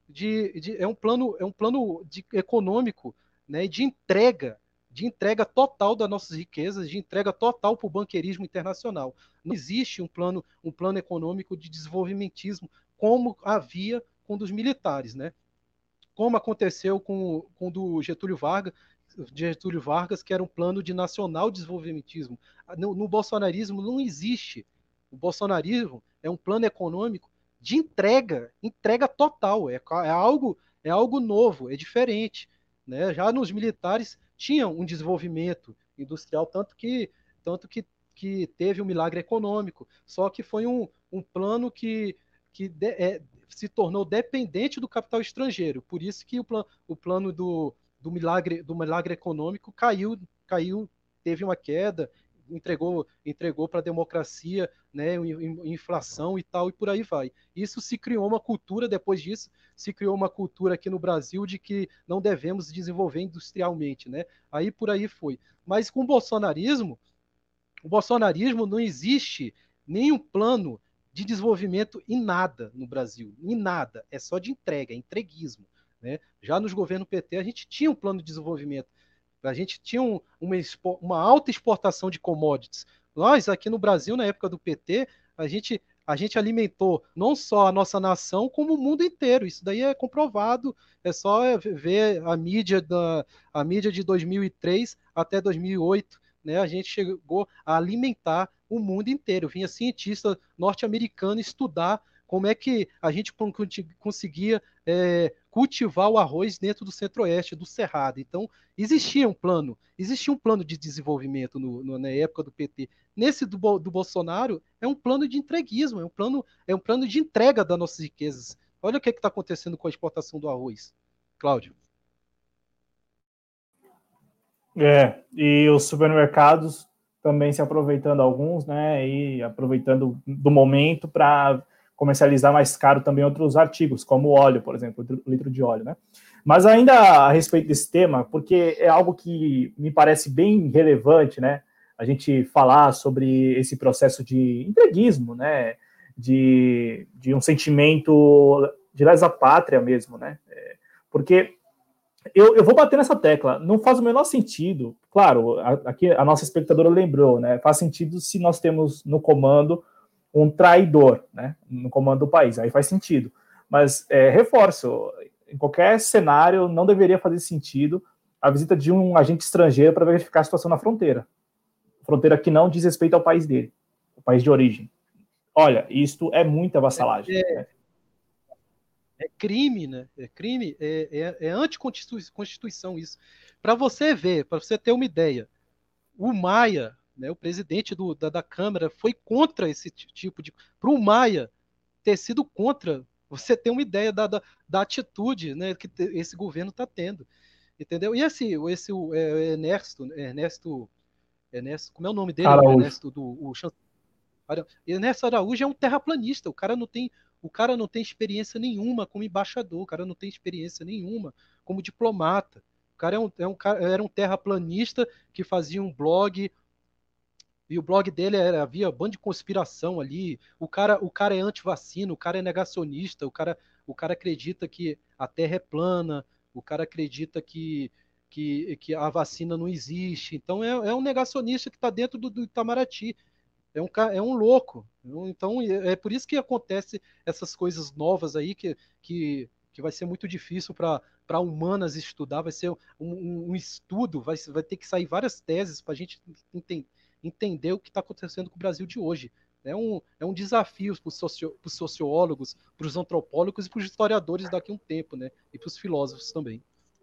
econômico, né, de entrega total das nossas riquezas, de entrega total para o banqueirismo internacional. Não existe um plano econômico de desenvolvimentismo como havia com dos militares, né? Como aconteceu com do Getúlio Vargas, que era um plano de nacional desenvolvimentismo. No bolsonarismo não existe. O bolsonarismo é um plano econômico de entrega total. É algo novo, é diferente, né? Já nos militares tinha um desenvolvimento industrial, tanto que teve um milagre econômico. Só que foi um plano que se tornou dependente do capital estrangeiro. Por isso que o plano do milagre econômico caiu, teve uma queda, entregou para a democracia, né, inflação e tal, e por aí vai. Isso se criou uma cultura, depois disso, se criou uma cultura aqui no Brasil de que não devemos desenvolver industrialmente, né? Aí por aí foi. Mas com o bolsonarismo não existe nenhum plano de desenvolvimento em nada no Brasil, em nada, é só de entrega, é entreguismo, né? Já nos governos PT a gente tinha um plano de desenvolvimento, a gente tinha uma alta exportação de commodities. Nós aqui no Brasil, na época do PT, a gente alimentou não só a nossa nação, como o mundo inteiro. Isso daí é comprovado, é só ver a mídia de 2003 até 2008, né? A gente chegou a alimentar o mundo inteiro. Vinha cientista norte-americano estudar como é que a gente conseguia cultivar o arroz dentro do centro-oeste, do Cerrado. Então, existia um plano de desenvolvimento na época do PT. Nesse do Bolsonaro, é um plano de entreguismo, é um plano de entrega das nossas riquezas. Olha o que está acontecendo com a exportação do arroz, Cláudio. E os supermercados também se aproveitando alguns, né, e aproveitando do momento para comercializar mais caro também outros artigos, como óleo, por exemplo, o litro de óleo, né? Mas ainda a respeito desse tema, porque é algo que me parece bem relevante, né, a gente falar sobre esse processo de entreguismo, né, de um sentimento de lesa-pátria mesmo, né, porque eu vou bater nessa tecla, não faz o menor sentido, claro, aqui a nossa espectadora lembrou, né, faz sentido se nós temos no comando um traidor, né, no comando do país. Aí faz sentido. Mas, reforço, em qualquer cenário não deveria fazer sentido a visita de um agente estrangeiro para verificar a situação na fronteira. Fronteira que não diz respeito ao país dele, o país de origem. Olha, isto é muita vassalagem. É crime, né? É crime, é anticonstituição isso. Para você ver, para você ter uma ideia, o Maia, né, o presidente da Câmara, foi contra esse tipo de. Para o Maia ter sido contra, você tem uma ideia da atitude, né, que esse governo está tendo. Entendeu? E assim, o Ernesto, como é o nome dele? Araújo. O Ernesto Ernesto Araújo é um terraplanista. O cara não tem experiência nenhuma como embaixador, o cara não tem experiência nenhuma como diplomata. O cara era um terraplanista que fazia um blog, e o blog dele havia bando de conspiração ali. O cara é anti-vacina, o cara é negacionista, o cara acredita que a Terra é plana, o cara acredita que a vacina não existe. Então é um negacionista que está dentro do Itamaraty. É um louco. Então é por isso que acontece essas coisas novas aí que vai ser muito difícil para humanas estudar. Vai ser um estudo, vai ter que sair várias teses para a gente entender o que está acontecendo com o Brasil de hoje. É um desafio para os sociólogos, para os antropólogos e para os historiadores daqui a um tempo, né? E para os filósofos também.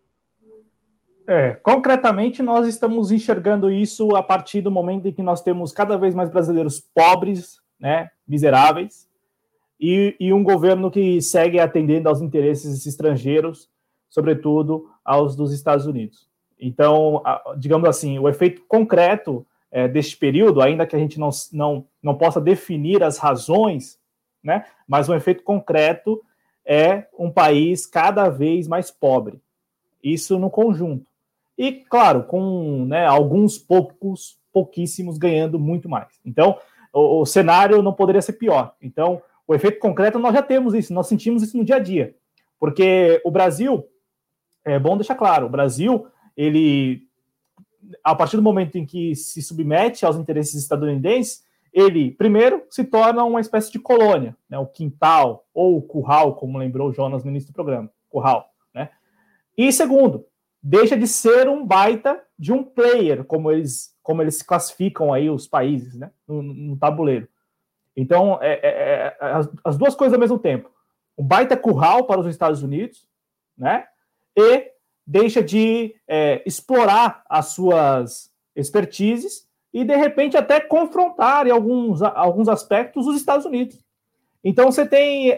Concretamente, nós estamos enxergando isso a partir do momento em que nós temos cada vez mais brasileiros pobres, né, miseráveis, e um governo que segue atendendo aos interesses estrangeiros, sobretudo aos dos Estados Unidos. Então, digamos assim, o efeito concreto deste período, ainda que a gente não possa definir as razões, né, mas o efeito concreto é um país cada vez mais pobre. Isso no conjunto. E, claro, com, né, alguns pouquíssimos ganhando muito mais. Então, o cenário não poderia ser pior. Então, o efeito concreto, nós já temos isso, nós sentimos isso no dia a dia. Porque o Brasil, é bom deixar claro, o Brasil, ele, a partir do momento em que se submete aos interesses estadunidenses, ele, primeiro, se torna uma espécie de colônia, né, o quintal, ou o curral, como lembrou o Jonas no início do programa, curral, né? E, segundo, deixa de ser um baita de um player, como eles classificam aí os países, né, no tabuleiro. Então, as duas coisas ao mesmo tempo. Um baita curral para os Estados Unidos, né, e deixa de explorar as suas expertises e, de repente, até confrontar em alguns aspectos os Estados Unidos. Então, você tem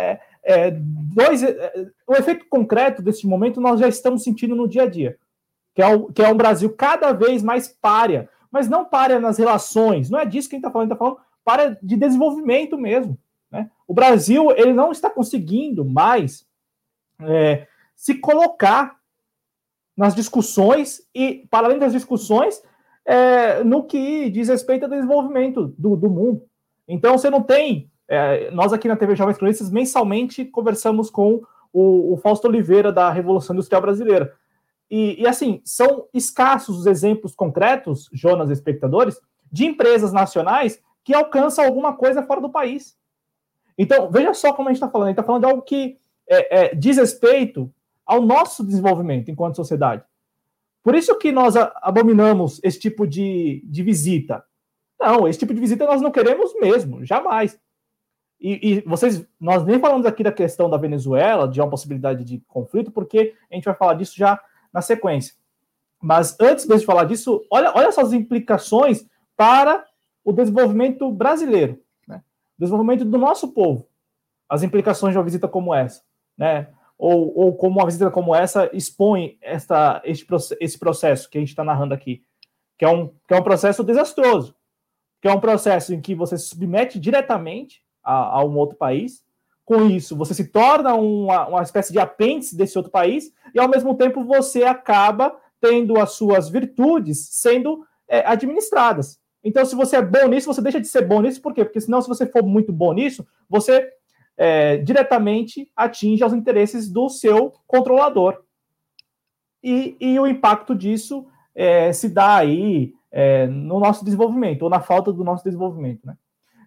o efeito concreto desse momento nós já estamos sentindo no dia a dia, que é um Brasil cada vez mais pária, mas não pária nas relações, não é disso que a gente está falando pária de desenvolvimento mesmo, né? O Brasil, ele não está conseguindo mais se colocar nas discussões e, para além das discussões, no que diz respeito ao desenvolvimento do mundo. Então, você não tem... nós aqui na TV Jovens Cronistas mensalmente conversamos com o Fausto Oliveira da Revolução Industrial Brasileira. E assim, são escassos os exemplos concretos, Jonas e espectadores, de empresas nacionais que alcançam alguma coisa fora do país. Então, veja só como a gente está falando. A gente está falando de algo que diz respeito ao nosso desenvolvimento enquanto sociedade. Por isso que nós abominamos esse tipo de visita. Não, esse tipo de visita nós não queremos mesmo, jamais. E nós nem falamos aqui da questão da Venezuela, de uma possibilidade de conflito, porque a gente vai falar disso já na sequência. Mas antes de falar disso, olha essas implicações para o desenvolvimento brasileiro, né? O desenvolvimento do nosso povo. As implicações de uma visita como essa, né? Ou como uma visita como essa expõe esse processo que a gente está narrando aqui, que é um processo desastroso, que é um processo em que você se submete diretamente a um outro país. Com isso, você se torna uma espécie de apêndice desse outro país e, ao mesmo tempo, você acaba tendo as suas virtudes sendo administradas. Então, se você é bom nisso, você deixa de ser bom nisso. Por quê? Porque, senão, se você for muito bom nisso, você diretamente atinge aos interesses do seu controlador. E o impacto disso se dá aí no nosso desenvolvimento, ou na falta do nosso desenvolvimento, né?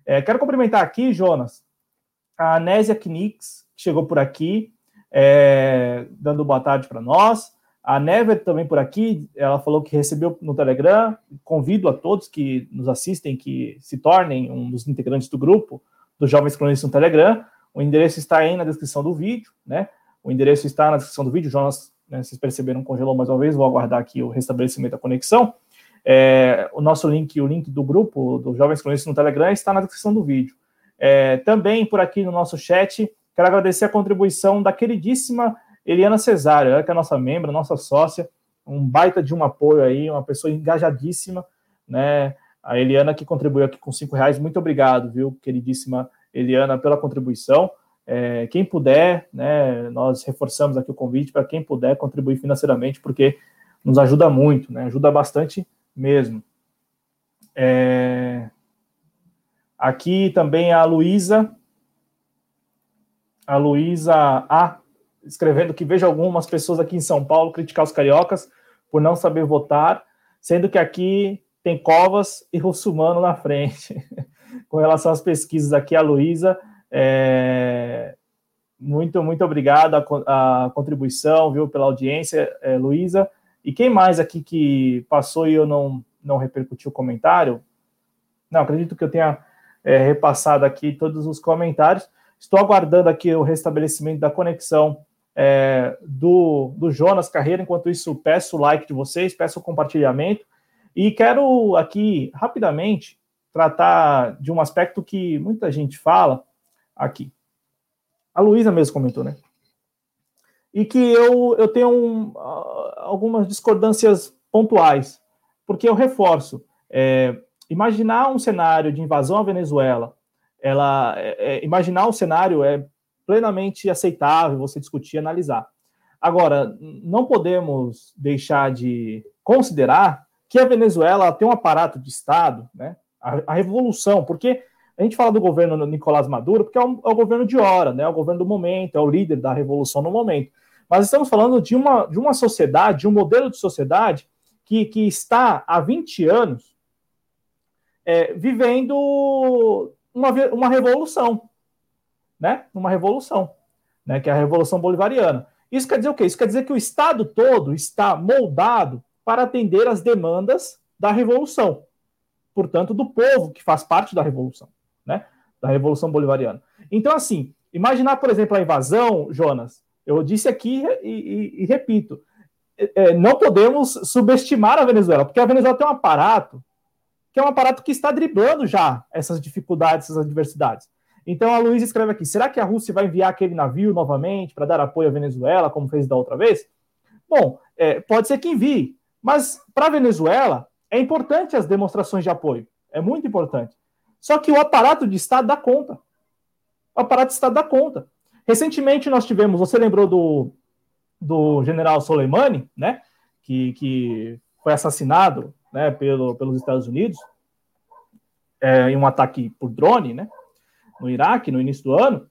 Quero cumprimentar aqui, Jonas, a Anésia Knix, que chegou por aqui, dando boa tarde para nós. A Never também por aqui, ela falou que recebeu no Telegram. Convido a todos que nos assistem que se tornem um dos integrantes do grupo dos Jovens Cronistas no Telegram. O endereço está aí na descrição do vídeo, né? O endereço está na descrição do vídeo. O Jonas, né, vocês perceberam, congelou mais uma vez. Vou aguardar aqui o restabelecimento da conexão. O nosso link, o link do grupo dos Jovens Cronistas no Telegram está na descrição do vídeo. Também por aqui no nosso chat, quero agradecer a contribuição da queridíssima Eliana Cesário, ela que é a nossa membro, nossa sócia, um baita de um apoio aí, uma pessoa engajadíssima, né? A Eliana que contribuiu aqui com R$5, muito obrigado, viu, queridíssima Eliana, pela contribuição. Quem puder, né, nós reforçamos aqui o convite para quem puder contribuir financeiramente, porque nos ajuda muito, né? Ajuda bastante mesmo. Aqui também a Luísa A, escrevendo que vejo algumas pessoas aqui em São Paulo criticar os cariocas por não saber votar, sendo que aqui tem Covas e Russumano na frente. Com relação às pesquisas aqui, a Luísa, muito obrigado a contribuição, viu, pela audiência, Luísa. E quem mais aqui que passou e eu não repercuti o comentário? Não, acredito que eu tenha repassado aqui todos os comentários. Estou aguardando aqui o restabelecimento da conexão do Jonas Carreira. Enquanto isso, peço o like de vocês, peço o compartilhamento. E quero aqui, rapidamente, tratar de um aspecto que muita gente fala aqui. A Luísa mesmo comentou, né? E que eu tenho algumas discordâncias pontuais, porque eu reforço, imaginar um cenário de invasão à Venezuela, imaginar um cenário é plenamente aceitável você discutir e analisar. Agora, não podemos deixar de considerar que a Venezuela tem um aparato de Estado, né? A revolução, porque a gente fala do governo Nicolás Maduro, porque é o governo de hora, né? É o governo do momento, é o líder da revolução no momento. Mas estamos falando de uma sociedade, de um modelo de sociedade que está há 20 anos vivendo uma revolução, né? Uma revolução, né? Que é a Revolução Bolivariana. Isso quer dizer o quê? Isso quer dizer que o Estado todo está moldado para atender às demandas da revolução, portanto, do povo que faz parte da revolução, né? Da Revolução Bolivariana. Então, assim, imaginar, por exemplo, a invasão, Jonas, eu disse aqui e repito, não podemos subestimar a Venezuela, porque a Venezuela tem um aparato que é um aparato que está driblando já essas dificuldades, essas adversidades. Então, a Luísa escreve aqui, será que a Rússia vai enviar aquele navio novamente para dar apoio à Venezuela, como fez da outra vez? Bom, pode ser que envie, mas para a Venezuela é importante as demonstrações de apoio, é muito importante. Só que o aparato de Estado dá conta. O aparato de Estado dá conta. Recentemente nós tivemos, você lembrou do general Soleimani, né, que foi assassinado, né, pelos Estados Unidos, em um ataque por drone, né, no Iraque, no início do ano.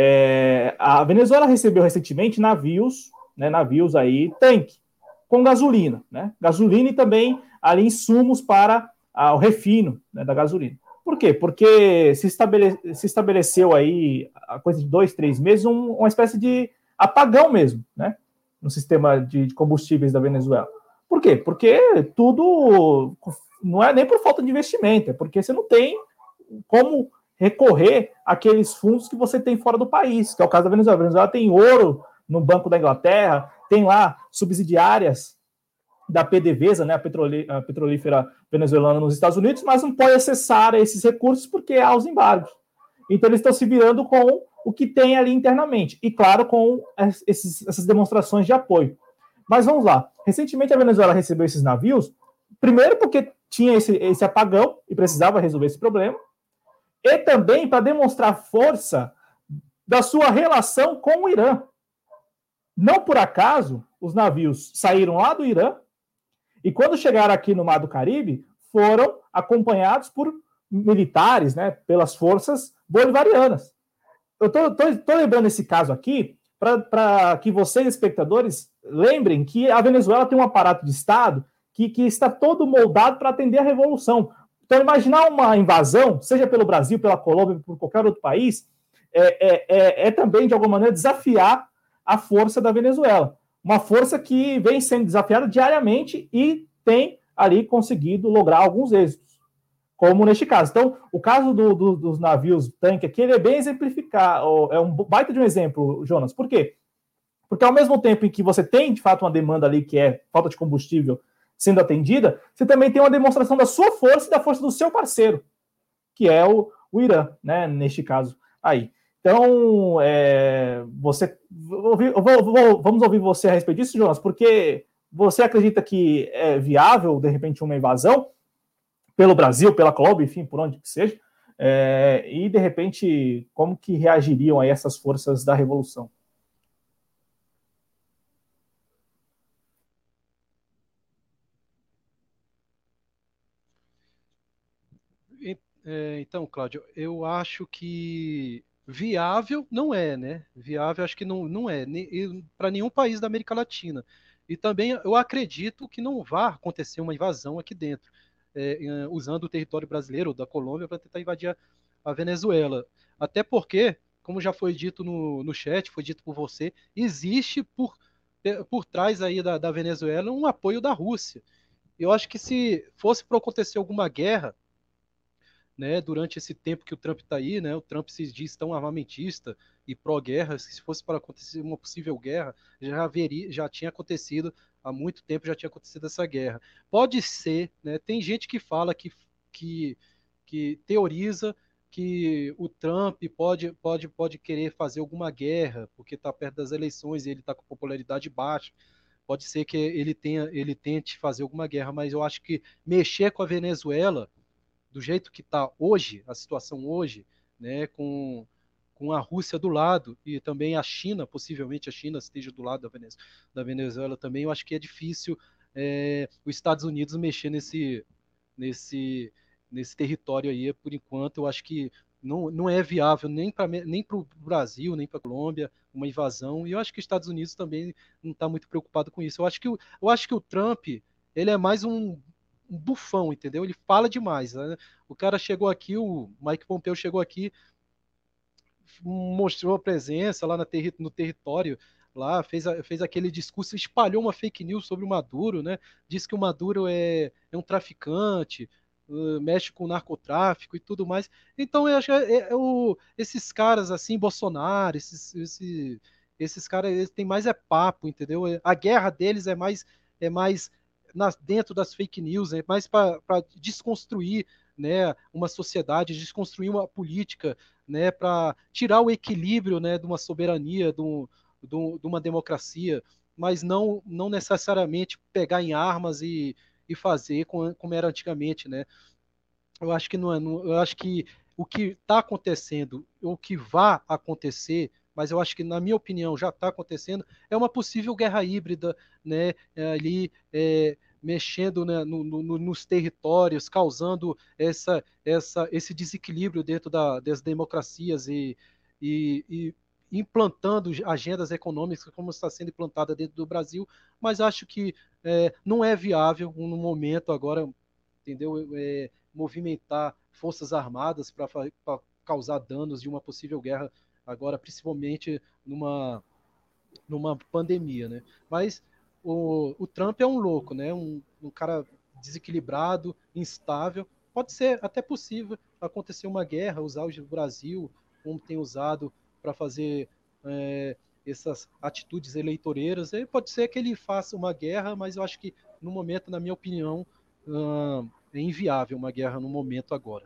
A Venezuela recebeu recentemente navios aí, tanque, com gasolina, né, gasolina e também ali insumos para o refino, né, da gasolina. Por quê? Porque se estabeleceu aí, a coisa de 2, 3 meses, uma espécie de apagão mesmo, né, no sistema de combustíveis da Venezuela. Por quê? Porque tudo não é nem por falta de investimento, é porque você não tem como recorrer àqueles fundos que você tem fora do país, que é o caso da Venezuela. A Venezuela tem ouro no Banco da Inglaterra, tem lá subsidiárias da PDVSA, né, a petrolífera venezuelana nos Estados Unidos, mas não pode acessar esses recursos porque há os embargos. Então eles estão se virando com o que tem ali internamente, e claro, com essas demonstrações de apoio. Mas vamos lá, recentemente a Venezuela recebeu esses navios, primeiro porque tinha esse apagão e precisava resolver esse problema, e também para demonstrar força da sua relação com o Irã. Não por acaso, os navios saíram lá do Irã, e quando chegaram aqui no Mar do Caribe, foram acompanhados por militares, né, pelas forças bolivarianas. Eu estou lembrando esse caso aqui para que vocês, espectadores, lembrem que a Venezuela tem um aparato de Estado que está todo moldado para atender a revolução. Então, imaginar uma invasão, seja pelo Brasil, pela Colômbia, por qualquer outro país, é também, de alguma maneira, desafiar a força da Venezuela. Uma força que vem sendo desafiada diariamente e tem ali conseguido lograr alguns êxitos, como neste caso. Então, o caso dos navios tanque aqui, ele é bem exemplificado, é um baita de um exemplo, Jonas. Por quê? Porque ao mesmo tempo em que você tem, de fato, uma demanda ali que é falta de combustível sendo atendida, você também tem uma demonstração da sua força e da força do seu parceiro, que é o Irã, né, neste caso aí. Então, vamos ouvir você a respeito disso, Jonas, porque você acredita que é viável, de repente, uma invasão pelo Brasil, pela Colômbia, enfim, por onde que seja, e, de repente, como que reagiriam a essas forças da revolução? Então, Cláudio, eu acho que viável não é, né? Viável acho que não é, para nenhum país da América Latina. E também eu acredito que não vá acontecer uma invasão aqui dentro, usando o território brasileiro ou da Colômbia para tentar invadir a Venezuela. Até porque, como já foi dito no chat, foi dito por você, existe por trás aí da Venezuela um apoio da Rússia. Eu acho que se fosse para acontecer alguma guerra, né, durante esse tempo que o Trump está aí, né, o Trump se diz tão armamentista e pró-guerra, se fosse para acontecer uma possível guerra, já tinha acontecido, há muito tempo já tinha acontecido essa guerra. Pode ser, né, tem gente que fala que, que teoriza que o Trump pode querer fazer alguma guerra, porque está perto das eleições e ele está com popularidade baixa. Pode ser que ele tente fazer alguma guerra, mas eu acho que mexer com a Venezuela do jeito que está hoje, a situação hoje, né, com a Rússia do lado e também a China, possivelmente a China esteja do lado da Venezuela também, eu acho que é difícil os Estados Unidos mexer nesse, nesse território aí, por enquanto, eu acho que não é viável nem para o Brasil, nem para a Colômbia, uma invasão, e eu acho que os Estados Unidos também não está muito preocupado com isso. Eu acho que o Trump, ele é mais um bufão, entendeu? Ele fala demais. Né? O cara chegou aqui, o Mike Pompeo chegou aqui, mostrou a presença lá no território, lá fez aquele discurso, espalhou uma fake news sobre o Maduro, né? Disse que o Maduro é um traficante, mexe com narcotráfico e tudo mais. Então eu acho que esses caras assim, Bolsonaro, esses caras, eles têm mais papo, entendeu? A guerra deles é mais dentro das fake news, é mais para desconstruir, né, uma sociedade, desconstruir uma política, né, para tirar o equilíbrio, né, de uma soberania, de uma democracia, mas não necessariamente pegar em armas e fazer como era antigamente, né? Eu acho que não é, eu acho que o que está acontecendo, o que vai acontecer, mas eu acho que, na minha opinião, já está acontecendo, é uma possível guerra híbrida, né, ali mexendo, né, nos territórios, causando esse desequilíbrio dentro das democracias e implantando agendas econômicas como está sendo implantada dentro do Brasil, mas acho que não é viável no momento agora, entendeu? Movimentar forças armadas para causar danos de uma possível guerra agora, principalmente numa pandemia, né? Mas o Trump é um louco, né? Um cara desequilibrado, instável. Pode ser até possível acontecer uma guerra, usar o Brasil como tem usado para fazer essas atitudes eleitoreiras. E pode ser que ele faça uma guerra, mas eu acho que no momento, na minha opinião, é inviável uma guerra no momento agora.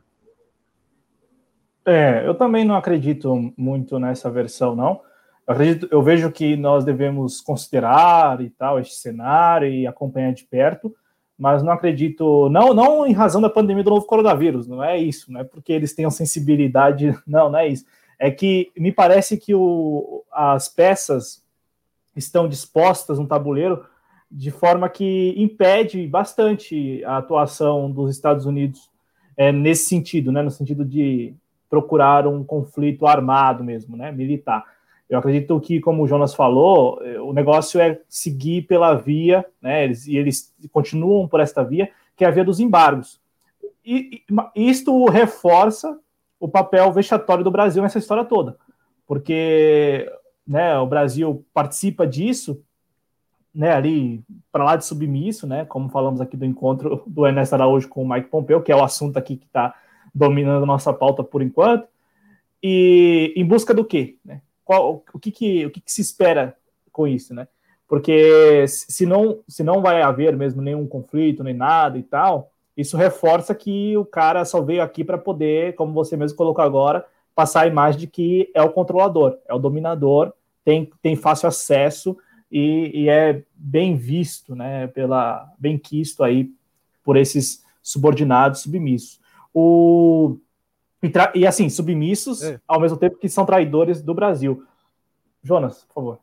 Eu também não acredito muito nessa versão, não. Eu vejo que nós devemos considerar e tal este cenário e acompanhar de perto, mas não acredito, não em razão da pandemia do novo coronavírus, não é isso, não é porque eles tenham sensibilidade, não é isso. É que me parece que as peças estão dispostas no tabuleiro de forma que impede bastante a atuação dos Estados Unidos nesse sentido, né, no sentido de procurar um conflito armado mesmo, né, militar. Eu acredito que, como o Jonas falou, o negócio é seguir pela via, né, eles continuam por esta via, que é a via dos embargos. isto reforça o papel vexatório do Brasil nessa história toda, porque, né, o Brasil participa disso, né, ali para lá de submisso, né, como falamos aqui do encontro do Ernesto Araújo com o Mike Pompeo, que é o assunto aqui que está dominando a nossa pauta por enquanto, e em busca do quê? Né? O que se espera com isso, né? Porque se não vai haver mesmo nenhum conflito, nem nada e tal, isso reforça que o cara só veio aqui para poder, como você mesmo colocou agora, passar a imagem de que é o controlador, é o dominador, tem fácil acesso e é bem visto, né, bem quisto aí por esses subordinados submissos. E assim, submissos ao mesmo tempo que são traidores do Brasil. Jonas, por favor.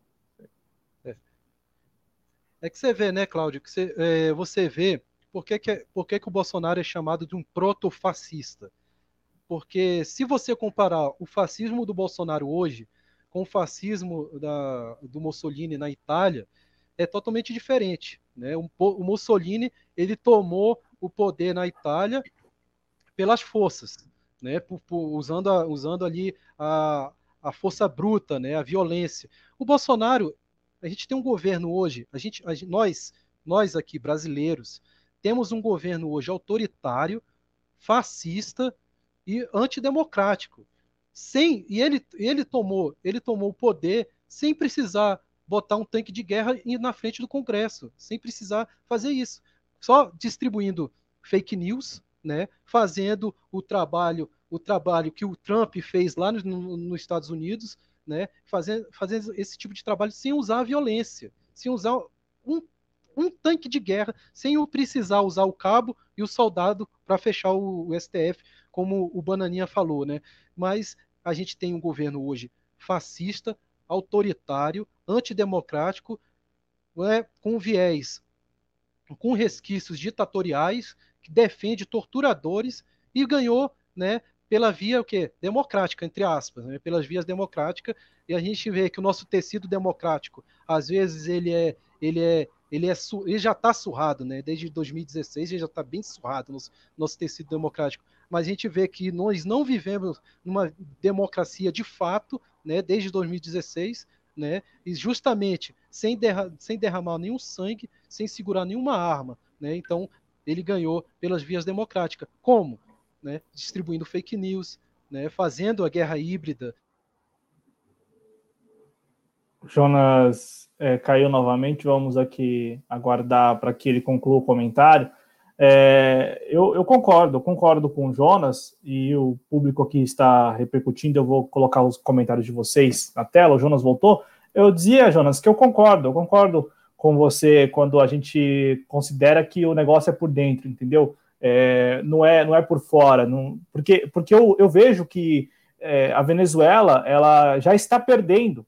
É que você vê, né, Cláudio, que você vê por que o Bolsonaro é chamado de um proto-fascista. Porque se você comparar o fascismo do Bolsonaro hoje com o fascismo do Mussolini na Itália, é totalmente diferente. Né? O Mussolini ele tomou o poder na Itália pelas forças, né? Usando ali a força bruta, né? A violência. O Bolsonaro, a gente tem um governo hoje, nós aqui brasileiros, temos um governo hoje autoritário, fascista e antidemocrático. Ele tomou o poder sem precisar botar um tanque de guerra na frente do Congresso, sem precisar fazer isso. Só distribuindo fake news, né, fazendo o trabalho que o Trump fez lá nos Estados Unidos, né, fazendo esse tipo de trabalho sem usar a violência, sem usar um tanque de guerra, sem precisar usar o cabo e o soldado para fechar o STF, como o Bananinha falou, né? Mas a gente tem um governo hoje fascista, autoritário, antidemocrático, né, com viés, com resquícios ditatoriais, que defende torturadores e ganhou, né, pela via o quê? Democrática, entre aspas, né? Pelas vias democráticas, e a gente vê que o nosso tecido democrático, às vezes ele já está surrado, né? Desde 2016 ele já está bem surrado no nosso tecido democrático. Mas a gente vê que nós não vivemos numa democracia de fato, né? Desde 2016, né? E justamente sem derramar nenhum sangue, sem segurar nenhuma arma, né? Então ele ganhou pelas vias democráticas. Como? Né? Distribuindo fake news, né? Fazendo a guerra híbrida. Jonas caiu novamente, vamos aqui aguardar para que ele conclua o comentário. Eu concordo com o Jonas, e o público aqui está repercutindo, eu vou colocar os comentários de vocês na tela. O Jonas voltou. Eu dizia, Jonas, que eu concordo com você quando a gente considera que o negócio é por dentro, entendeu? Não é por fora, porque eu vejo que a Venezuela ela já está perdendo,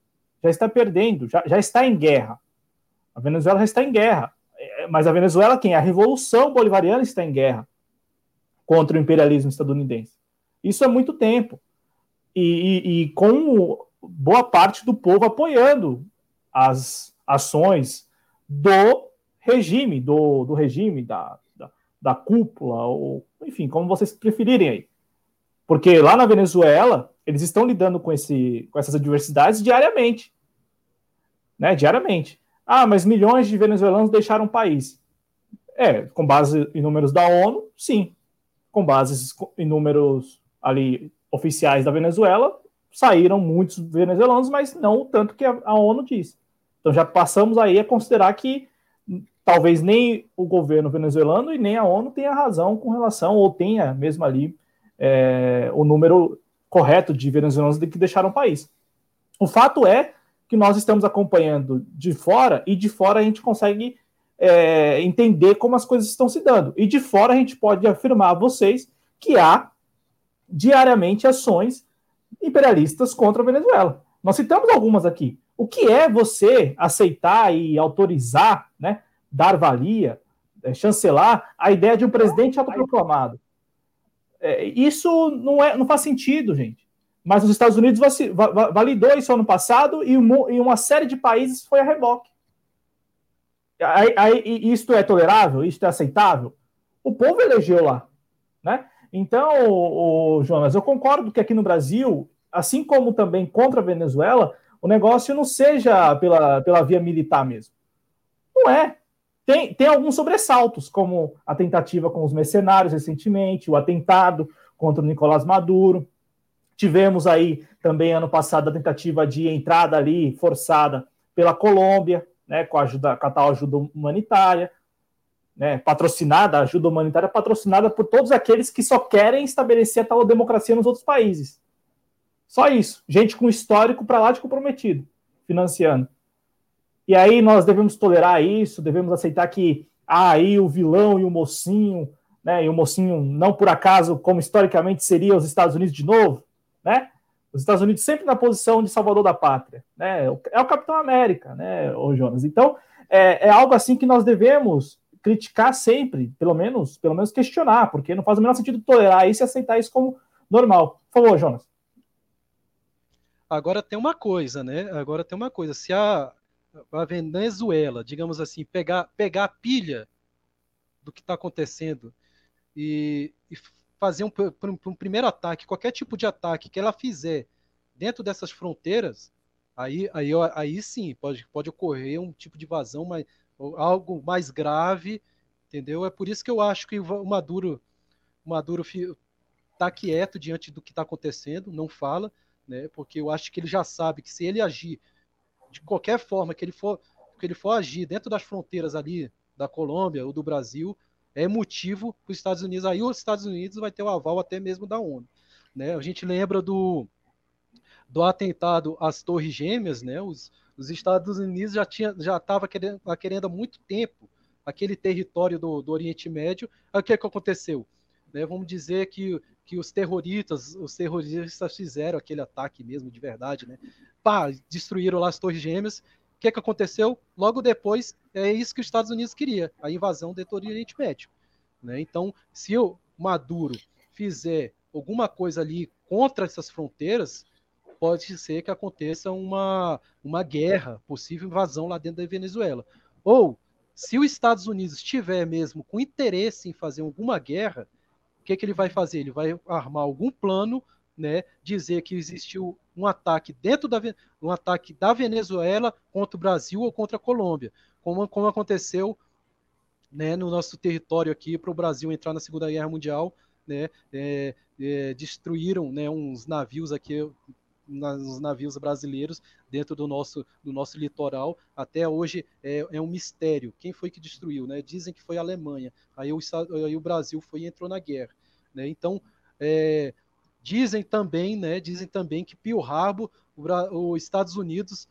já está em guerra. A Venezuela já está em guerra. Mas a Venezuela, quem? A Revolução Bolivariana está em guerra contra o imperialismo estadunidense. Isso há muito tempo. E com boa parte do povo apoiando as ações do regime, do regime, da cúpula, ou enfim, como vocês preferirem aí. Porque lá na Venezuela, eles estão lidando com essas adversidades diariamente. Né? Diariamente. Ah, mas milhões de venezuelanos deixaram o país. Com base em números da ONU, sim. Com base em números ali oficiais da Venezuela, saíram muitos venezuelanos, mas não o tanto que a ONU diz. Então já passamos aí a considerar que talvez nem o governo venezuelano e nem a ONU tenha razão com relação, ou tenha mesmo ali o número correto de venezuelanos que deixaram o país. O fato é que nós estamos acompanhando de fora, e de fora a gente consegue entender como as coisas estão se dando. E de fora a gente pode afirmar a vocês que há diariamente ações imperialistas contra a Venezuela. Nós citamos algumas aqui. O que é você aceitar e autorizar, né, dar valia, chancelar a ideia de um presidente autoproclamado? Isso não faz sentido, gente. Mas os Estados Unidos validou isso ano passado e uma série de países foi a reboque. Isto é tolerável? Isto é aceitável? O povo elegeu lá. né? Então, Jonas, eu concordo que aqui no Brasil, assim como também contra a Venezuela, o negócio não seja pela via militar mesmo. Não é. Tem alguns sobressaltos, como a tentativa com os mercenários recentemente, o atentado contra o Nicolás Maduro. Tivemos aí também ano passado a tentativa de entrada ali forçada pela Colômbia, né, com a tal ajuda humanitária, né, patrocinada, a ajuda humanitária patrocinada por todos aqueles que só querem estabelecer a tal democracia nos outros países. Só isso. Gente com histórico para lá de comprometido, financiando. E aí nós devemos tolerar isso, devemos aceitar que aí o vilão e o mocinho, né, e o mocinho não por acaso, como historicamente seria os Estados Unidos de novo, né? Os Estados Unidos sempre na posição de salvador da pátria, né? É o Capitão América, né, ô Jonas? Então, é algo assim que nós devemos criticar sempre, pelo menos questionar, porque não faz o menor sentido tolerar isso e aceitar isso como normal. Por favor, Jonas. Agora tem uma coisa, né? Agora tem uma coisa. Se a Venezuela, digamos assim, pegar a pilha do que está acontecendo e fazer um primeiro ataque, qualquer tipo de ataque que ela fizer dentro dessas fronteiras, aí sim pode ocorrer um tipo de invasão, algo mais grave, entendeu? É por isso que eu acho que o Maduro está quieto diante do que está acontecendo, não fala, né? Porque eu acho que ele já sabe que se ele agir de qualquer forma que ele for agir dentro das fronteiras ali da Colômbia ou do Brasil, é motivo para os Estados Unidos. Aí os Estados Unidos vai ter o aval até mesmo da ONU. Né? A gente lembra do atentado às Torres Gêmeas, né? Os Estados Unidos já estava querendo há muito tempo aquele território do Oriente Médio. Aí o que aconteceu? Né? Vamos dizer que os terroristas fizeram aquele ataque mesmo de verdade, né? Pá, destruíram lá as Torres Gêmeas. O que aconteceu? Logo depois, é isso que os Estados Unidos queria, a invasão do Oriente Médio. Né? Então, se o Maduro fizer alguma coisa ali contra essas fronteiras, pode ser que aconteça uma guerra, possível invasão lá dentro da Venezuela. Ou, se os Estados Unidos estiver mesmo com interesse em fazer alguma guerra, o que ele vai fazer? Ele vai armar algum plano, né, dizer que existiu um ataque um ataque da Venezuela contra o Brasil ou contra a Colômbia, como aconteceu, né, no nosso território aqui para o Brasil entrar na Segunda Guerra Mundial, né, destruíram, né, uns navios aqui, os navios brasileiros dentro do nosso litoral. Até hoje é um mistério. Quem foi que destruiu? Né? Dizem que foi a Alemanha. Aí o Brasil foi e entrou na guerra. Né? Então, dizem também que Pearl Harbor, os Estados Unidos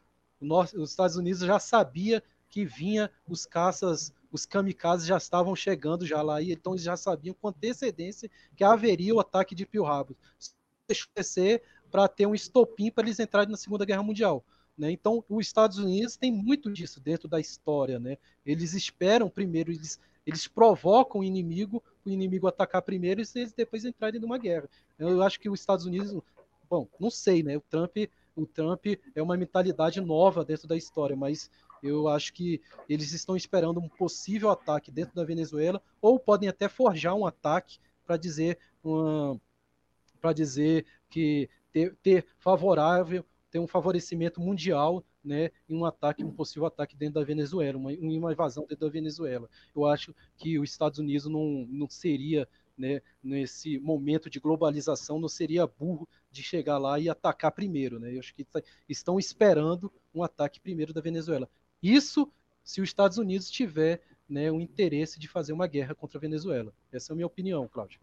já sabia que vinha os caças, os kamikazes já estavam chegando já lá, e então eles já sabiam com antecedência que haveria o ataque de Pearl Harbor. Deixou de ser para ter um estopim para eles entrarem na Segunda Guerra Mundial. Né? Então, os Estados Unidos tem muito disso dentro da história. Né? Eles esperam primeiro, eles provocam o inimigo atacar primeiro e eles depois entrarem numa guerra. Eu acho que os Estados Unidos, bom, não sei, né? O Trump é uma mentalidade nova dentro da história, mas eu acho que eles estão esperando um possível ataque dentro da Venezuela, ou podem até forjar um ataque para dizer que ter um favorecimento mundial, né, em um possível ataque dentro da Venezuela, uma invasão dentro da Venezuela. Eu acho que os Estados Unidos não seria, né, nesse momento de globalização, não seria burro de chegar lá e atacar primeiro. Né? Eu acho que estão esperando um ataque primeiro da Venezuela. Isso se os Estados Unidos tiver, né, o interesse de fazer uma guerra contra a Venezuela. Essa é a minha opinião, Cláudio.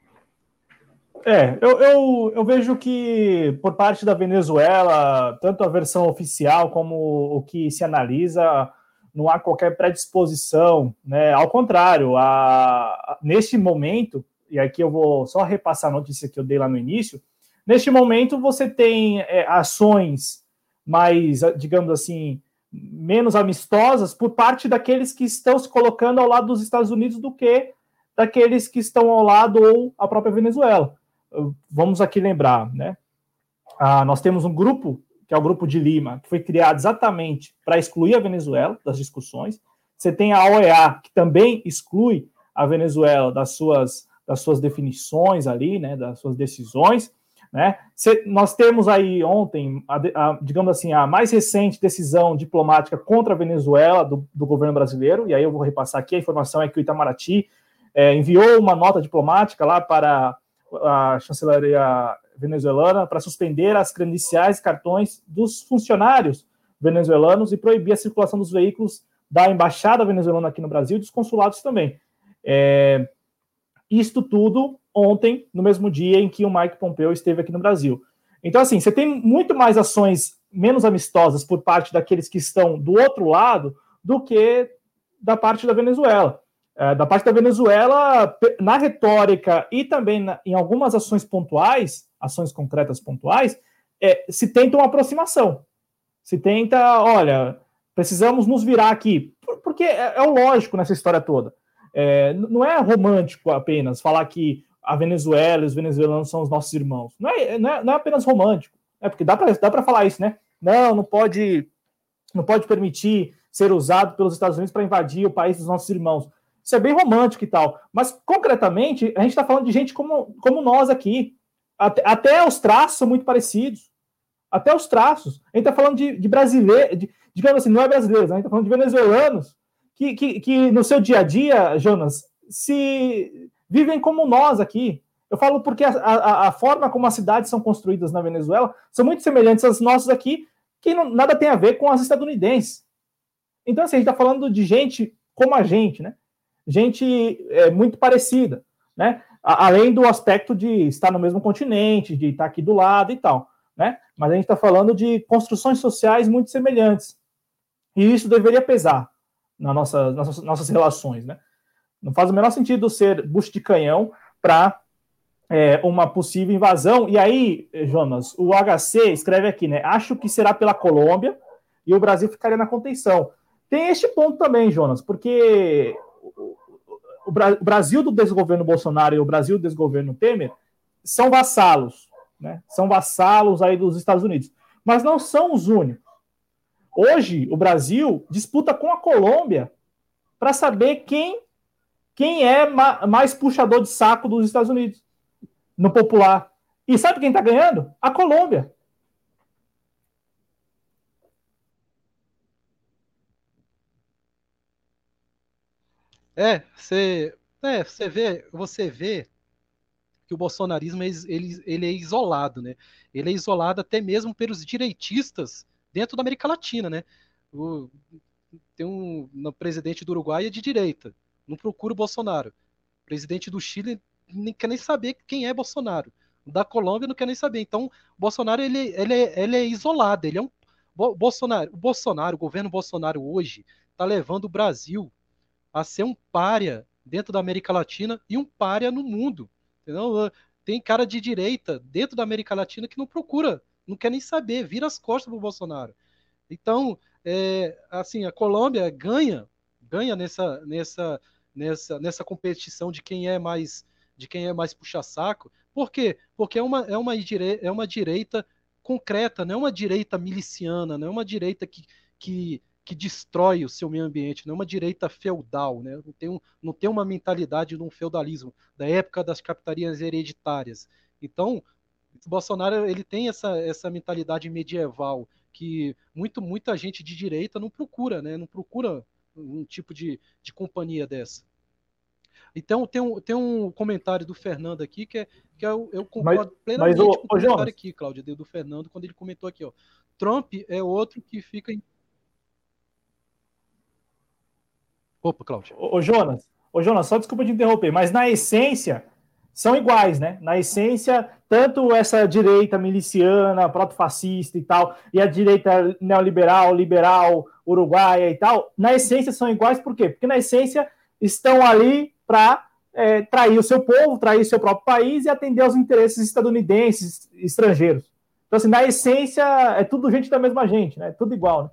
Eu vejo que, por parte da Venezuela, tanto a versão oficial como o que se analisa, não há qualquer predisposição, né? Ao contrário, neste momento, e aqui eu vou só repassar a notícia que eu dei lá no início, neste momento você tem ações mais, digamos assim, menos amistosas por parte daqueles que estão se colocando ao lado dos Estados Unidos do que daqueles que estão ao lado ou a própria Venezuela. Vamos aqui lembrar, né? Nós temos um grupo, que é o Grupo de Lima, que foi criado exatamente para excluir a Venezuela das discussões. Você tem a OEA, que também exclui a Venezuela das suas das suas definições ali, né, das suas decisões, né? Nós temos aí ontem, digamos assim, a mais recente decisão diplomática contra a Venezuela do governo brasileiro, e aí eu vou repassar aqui, a informação é que o Itamaraty enviou uma nota diplomática lá para a chancelaria venezuelana para suspender as credenciais e cartões dos funcionários venezuelanos e proibir a circulação dos veículos da embaixada venezuelana aqui no Brasil e dos consulados também. Isto tudo ontem, no mesmo dia em que o Mike Pompeo esteve aqui no Brasil. Então, assim, você tem muito mais ações menos amistosas por parte daqueles que estão do outro lado do que da parte da Venezuela. Da parte da Venezuela, na retórica e também em algumas ações pontuais, ações concretas pontuais, se tenta uma aproximação. Se tenta, olha, precisamos nos virar aqui. Porque é o lógico nessa história toda. Não é romântico apenas falar que a Venezuela e os venezuelanos são os nossos irmãos. Não é apenas romântico. Porque dá para falar isso, né? Não pode permitir ser usado pelos Estados Unidos para invadir o país dos nossos irmãos. Isso é bem romântico e tal. Mas, concretamente, a gente está falando de gente como nós aqui. Até os traços são muito parecidos. Até os traços. A gente está falando de brasileiros, digamos assim, não é brasileiros, a gente está falando de venezuelanos que no seu dia a dia, Jonas, se vivem como nós aqui. Eu falo porque a forma como as cidades são construídas na Venezuela são muito semelhantes às nossas aqui, que nada tem a ver com as estadunidenses. Então, assim, a gente está falando de gente como a gente, né? Gente muito parecida, né? Além do aspecto de estar no mesmo continente, de estar aqui do lado e tal, né? Mas a gente está falando de construções sociais muito semelhantes. E isso deveria pesar nas nossas relações, né? Não faz o menor sentido ser bucho de canhão para uma possível invasão. E aí, Jonas, o HC escreve aqui, né? Acho que será pela Colômbia e o Brasil ficaria na contenção. Tem este ponto também, Jonas, porque o Brasil do desgoverno Bolsonaro e o Brasil do desgoverno Temer são vassalos, né? São vassalos aí dos Estados Unidos, mas não são os únicos. Hoje, o Brasil disputa com a Colômbia para saber quem é mais puxador de saco dos Estados Unidos no popular. E sabe quem está ganhando? A Colômbia. Você vê que o bolsonarismo ele é isolado, né? Ele é isolado até mesmo pelos direitistas dentro da América Latina, né? Tem um presidente do Uruguai é de direita, não procura o Bolsonaro. O presidente do Chile nem quer nem saber quem é Bolsonaro. O da Colômbia não quer nem saber. Então, o Bolsonaro ele é isolado. Ele é o Bolsonaro, o governo Bolsonaro hoje está levando o Brasil a ser um pária dentro da América Latina e um pária no mundo. Entendeu? Tem cara de direita dentro da América Latina que não procura, não quer nem saber, vira as costas para o Bolsonaro. Então, assim, a Colômbia ganha nessa competição de quem é mais puxa-saco. Por quê? Porque é uma direita concreta, não é uma direita miliciana, não é uma direita que destrói o seu meio ambiente, não é uma direita feudal, né? Não tem uma mentalidade de um feudalismo, da época das capitanias hereditárias. Então, o Bolsonaro ele tem essa mentalidade medieval que muita gente de direita não procura, né? Não procura um tipo de companhia dessa. Então, tem um comentário do Fernando aqui eu concordo plenamente com o comentário Jonas, aqui, Cláudio, do Fernando, quando ele comentou aqui, ó. Trump é outro que fica em... Opa, Cláudio. Jonas, só desculpa te interromper, mas na essência são iguais, né? Na essência, tanto essa direita miliciana, proto-fascista e tal, e a direita neoliberal, liberal, uruguaia e tal, na essência são iguais, por quê? Porque na essência estão ali para trair o seu povo, trair seu próprio país e atender aos interesses estadunidenses, estrangeiros. Então, assim, na essência, é tudo gente da mesma gente, né? Tudo igual, né?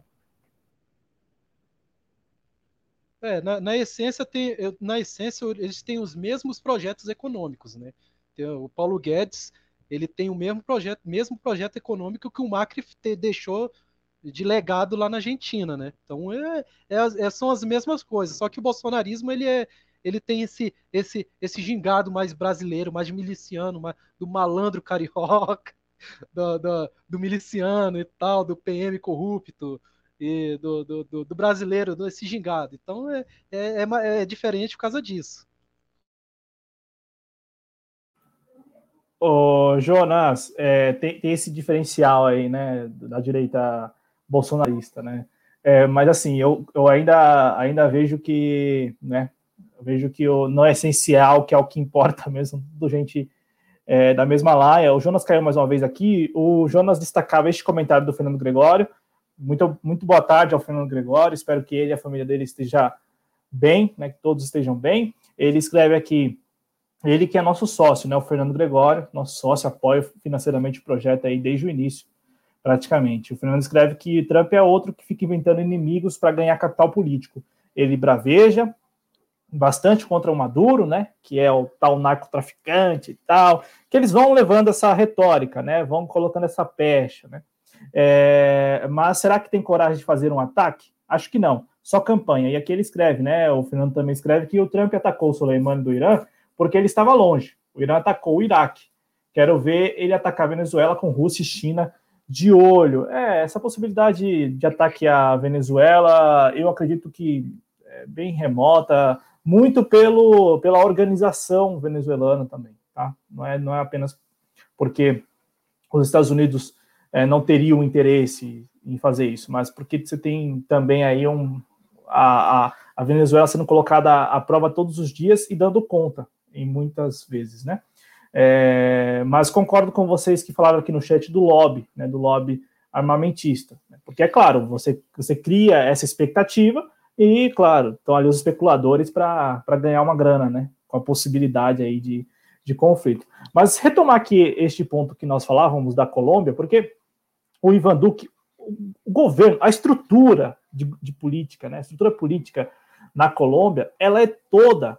Na essência, eles têm os mesmos projetos econômicos, né? O Paulo Guedes, ele tem o mesmo projeto econômico que o Macri deixou de legado lá na Argentina, né? Então, são as mesmas coisas, só que o bolsonarismo, ele tem esse gingado mais brasileiro, mais miliciano, do malandro carioca, do miliciano e tal, do PM corrupto, e do brasileiro, desse gingado. Então é diferente por causa disso. Ô, Jonas, tem esse diferencial aí, né, da direita bolsonarista, né? Mas assim, eu ainda vejo que, né, vejo que não é essencial, que é o que importa mesmo, do gente da mesma laia. O Jonas caiu mais uma vez aqui. O Jonas destacava este comentário do Fernando Gregório. Muito boa tarde ao Fernando Gregório. Espero que ele e a família dele esteja bem, né, que todos estejam bem. Ele escreve aqui. Ele que é nosso sócio, né, o Fernando Gregório, nosso sócio, apoia financeiramente o projeto aí desde o início, praticamente. O Fernando escreve que Trump é outro que fica inventando inimigos para ganhar capital político. Ele braveja bastante contra o Maduro, né, que é o tal narcotraficante e tal, que eles vão levando essa retórica, né, vão colocando essa pecha, né. Mas será que tem coragem de fazer um ataque? Acho que não, só campanha. E aqui ele escreve, né, o Fernando também escreve que o Trump atacou o Soleimani do Irã porque ele estava longe. O Irã atacou o Iraque. Quero ver ele atacar a Venezuela com Rússia e China de olho. Essa possibilidade de ataque à Venezuela, eu acredito que é bem remota, muito pela organização venezuelana também, tá? Não é apenas porque os Estados Unidos não teriam interesse em fazer isso, mas porque você tem também aí a Venezuela sendo colocada à prova todos os dias e dando conta, em muitas vezes, né? Mas concordo com vocês que falaram aqui no chat do lobby, né, do lobby armamentista, né? Porque é claro, você cria essa expectativa e, claro, estão ali os especuladores para ganhar uma grana, né, com a possibilidade aí de conflito. Mas retomar aqui este ponto que nós falávamos da Colômbia, porque o Ivan Duque, o governo, a estrutura de política, né, a estrutura política na Colômbia, ela é toda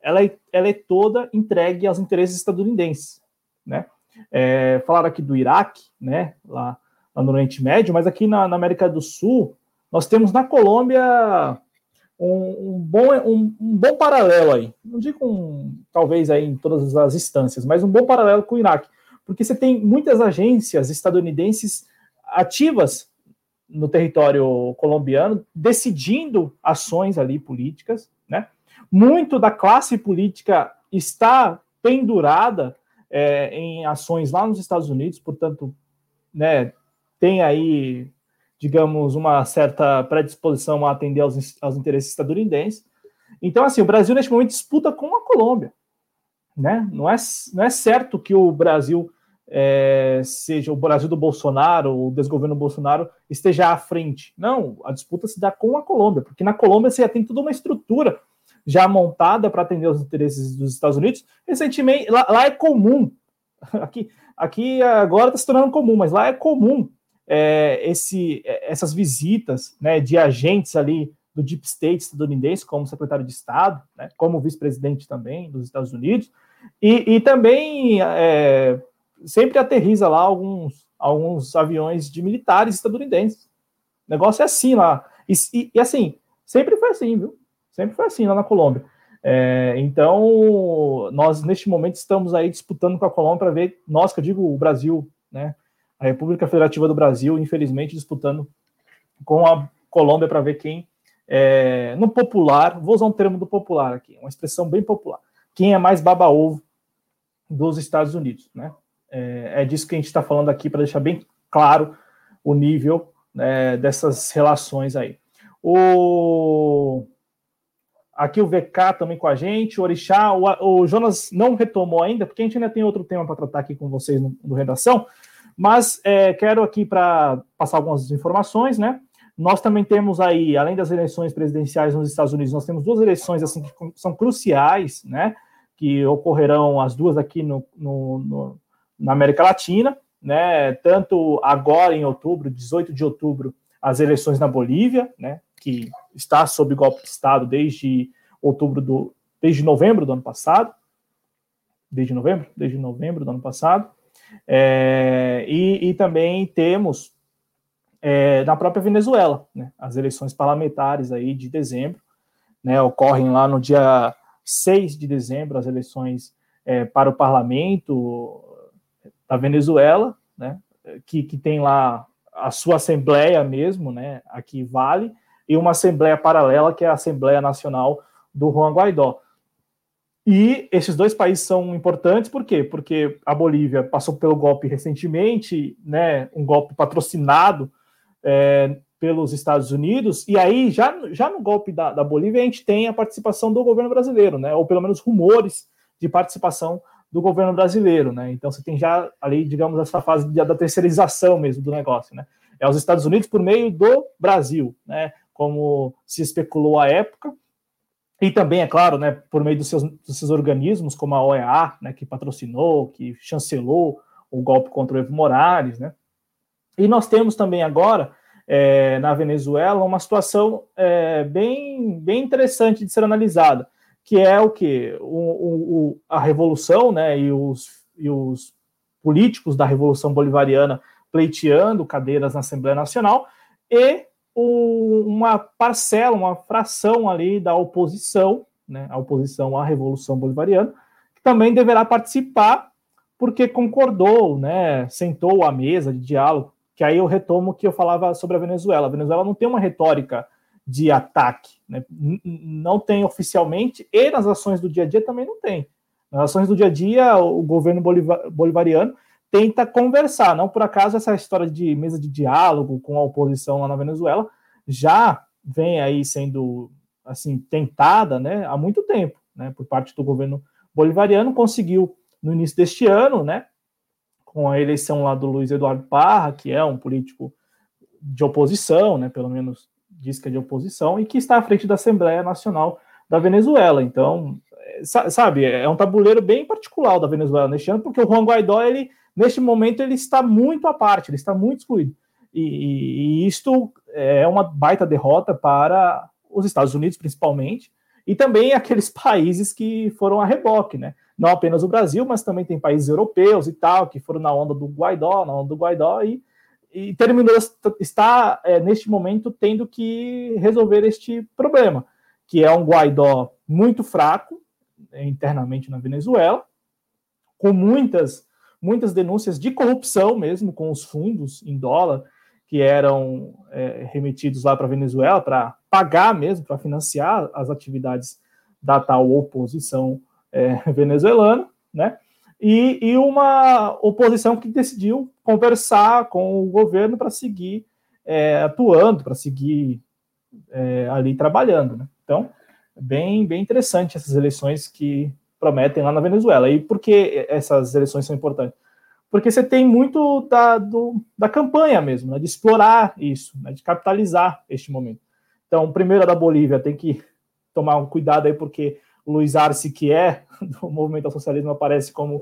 entregue aos interesses estadunidenses, né? Falaram aqui do Iraque, né, lá no Oriente Médio, mas aqui na América do Sul, nós temos na Colômbia um bom paralelo aí. Não digo talvez aí em todas as instâncias, mas um bom paralelo com o Iraque, porque você tem muitas agências estadunidenses ativas no território colombiano, decidindo ações ali políticas, né? Muito da classe política está pendurada em ações lá nos Estados Unidos, portanto, né, tem aí, digamos, uma certa predisposição a atender aos interesses estadunidenses. Então, assim, o Brasil, neste momento, disputa com a Colômbia, né? Não é certo que o Brasil seja o Brasil do Bolsonaro, o desgoverno Bolsonaro, esteja à frente. Não, a disputa se dá com a Colômbia, porque na Colômbia você já tem toda uma estrutura já montada para atender os interesses dos Estados Unidos. Recentemente, lá é comum, aqui agora está se tornando comum, mas lá é comum essas visitas, né, de agentes ali do Deep State estadunidense, como secretário de Estado, né, como vice-presidente também dos Estados Unidos, e também sempre aterriza lá alguns aviões de militares estadunidenses. O negócio é assim lá. E assim, sempre foi assim, viu? Sempre foi assim lá na Colômbia. Então, nós, neste momento, estamos aí disputando com a Colômbia para ver, nós, que eu digo o Brasil, né? A República Federativa do Brasil, infelizmente, disputando com a Colômbia para ver quem, no popular, vou usar um termo do popular aqui, uma expressão bem popular, quem é mais baba-ovo dos Estados Unidos, né? É disso que a gente está falando aqui, para deixar bem claro o nível dessas relações aí. Aqui o VK também com a gente, o Orixá, o Jonas não retomou ainda, porque a gente ainda tem outro tema para tratar aqui com vocês no Redação, mas quero aqui para passar algumas informações, né? Nós também temos aí, além das eleições presidenciais nos Estados Unidos, nós temos duas eleições assim que são cruciais, né? Que ocorrerão as duas aqui na América Latina, né? Tanto agora em outubro, 18 de outubro, as eleições na Bolívia, né? Que está sob golpe de Estado desde novembro do ano passado, desde novembro do ano passado, e também temos na própria Venezuela, né? As eleições parlamentares aí de dezembro, né? Ocorrem lá no dia 6 de dezembro, as eleições para o parlamento da Venezuela, né, que tem lá a sua assembleia mesmo, né, aqui vale, e uma assembleia paralela, que é a Assembleia Nacional do Juan Guaidó. E esses dois países são importantes, por quê? Porque a Bolívia passou pelo golpe recentemente, né, um golpe patrocinado pelos Estados Unidos, e aí já no golpe da Bolívia a gente tem a participação do governo brasileiro, né, ou pelo menos rumores de participação do governo brasileiro, né? Então você tem já ali, digamos, essa fase da terceirização mesmo do negócio, né? É os Estados Unidos por meio do Brasil, né? Como se especulou à época, e também, é claro, né, por meio dos seus organismos, como a OEA, né, que patrocinou, que chancelou o golpe contra o Evo Morales, né? E nós temos também agora, na Venezuela, uma situação bem interessante de ser analisada, que é o quê? A revolução, né, e os políticos da Revolução Bolivariana pleiteando cadeiras na Assembleia Nacional, e uma parcela, uma fração ali da oposição, né, a oposição à Revolução Bolivariana, que também deverá participar, porque concordou, né, sentou à mesa de diálogo, que aí eu retomo o que eu falava sobre a Venezuela. A Venezuela não tem uma retórica de ataque, né, não tem oficialmente, e nas ações do dia a dia também não tem. Nas ações do dia a dia, o governo bolivariano tenta conversar. Não por acaso essa história de mesa de diálogo com a oposição lá na Venezuela já vem aí sendo assim tentada, né, há muito tempo, né, por parte do governo bolivariano. Conseguiu no início deste ano, né, com a eleição lá do Luiz Eduardo Parra, que é um político de oposição, né, pelo menos diz que é de oposição, e que está à frente da Assembleia Nacional da Venezuela. Então, sabe, é um tabuleiro bem particular da Venezuela neste ano, porque o Juan Guaidó, neste momento, ele está muito à parte, ele está muito excluído. E isto é uma baita derrota para os Estados Unidos, principalmente, e também aqueles países que foram a reboque, né? Não apenas o Brasil, mas também tem países europeus e tal, que foram na onda do Guaidó, e terminou, está neste momento tendo que resolver este problema, que é um Guaidó muito fraco internamente na Venezuela, com muitas denúncias de corrupção mesmo, com os fundos em dólar que eram remetidos lá para a Venezuela, para pagar mesmo, para financiar as atividades da tal oposição venezuelana, né? E uma oposição que decidiu conversar com o governo para seguir atuando, para seguir ali trabalhando, né? Então, bem interessante essas eleições que prometem lá na Venezuela. E por que essas eleições são importantes? Porque você tem muito da campanha mesmo, né, de explorar isso, né, de capitalizar este momento. Então, primeiro a da Bolívia tem que tomar um cuidado aí, porque o Luiz Arce, que é do movimento ao socialismo, aparece como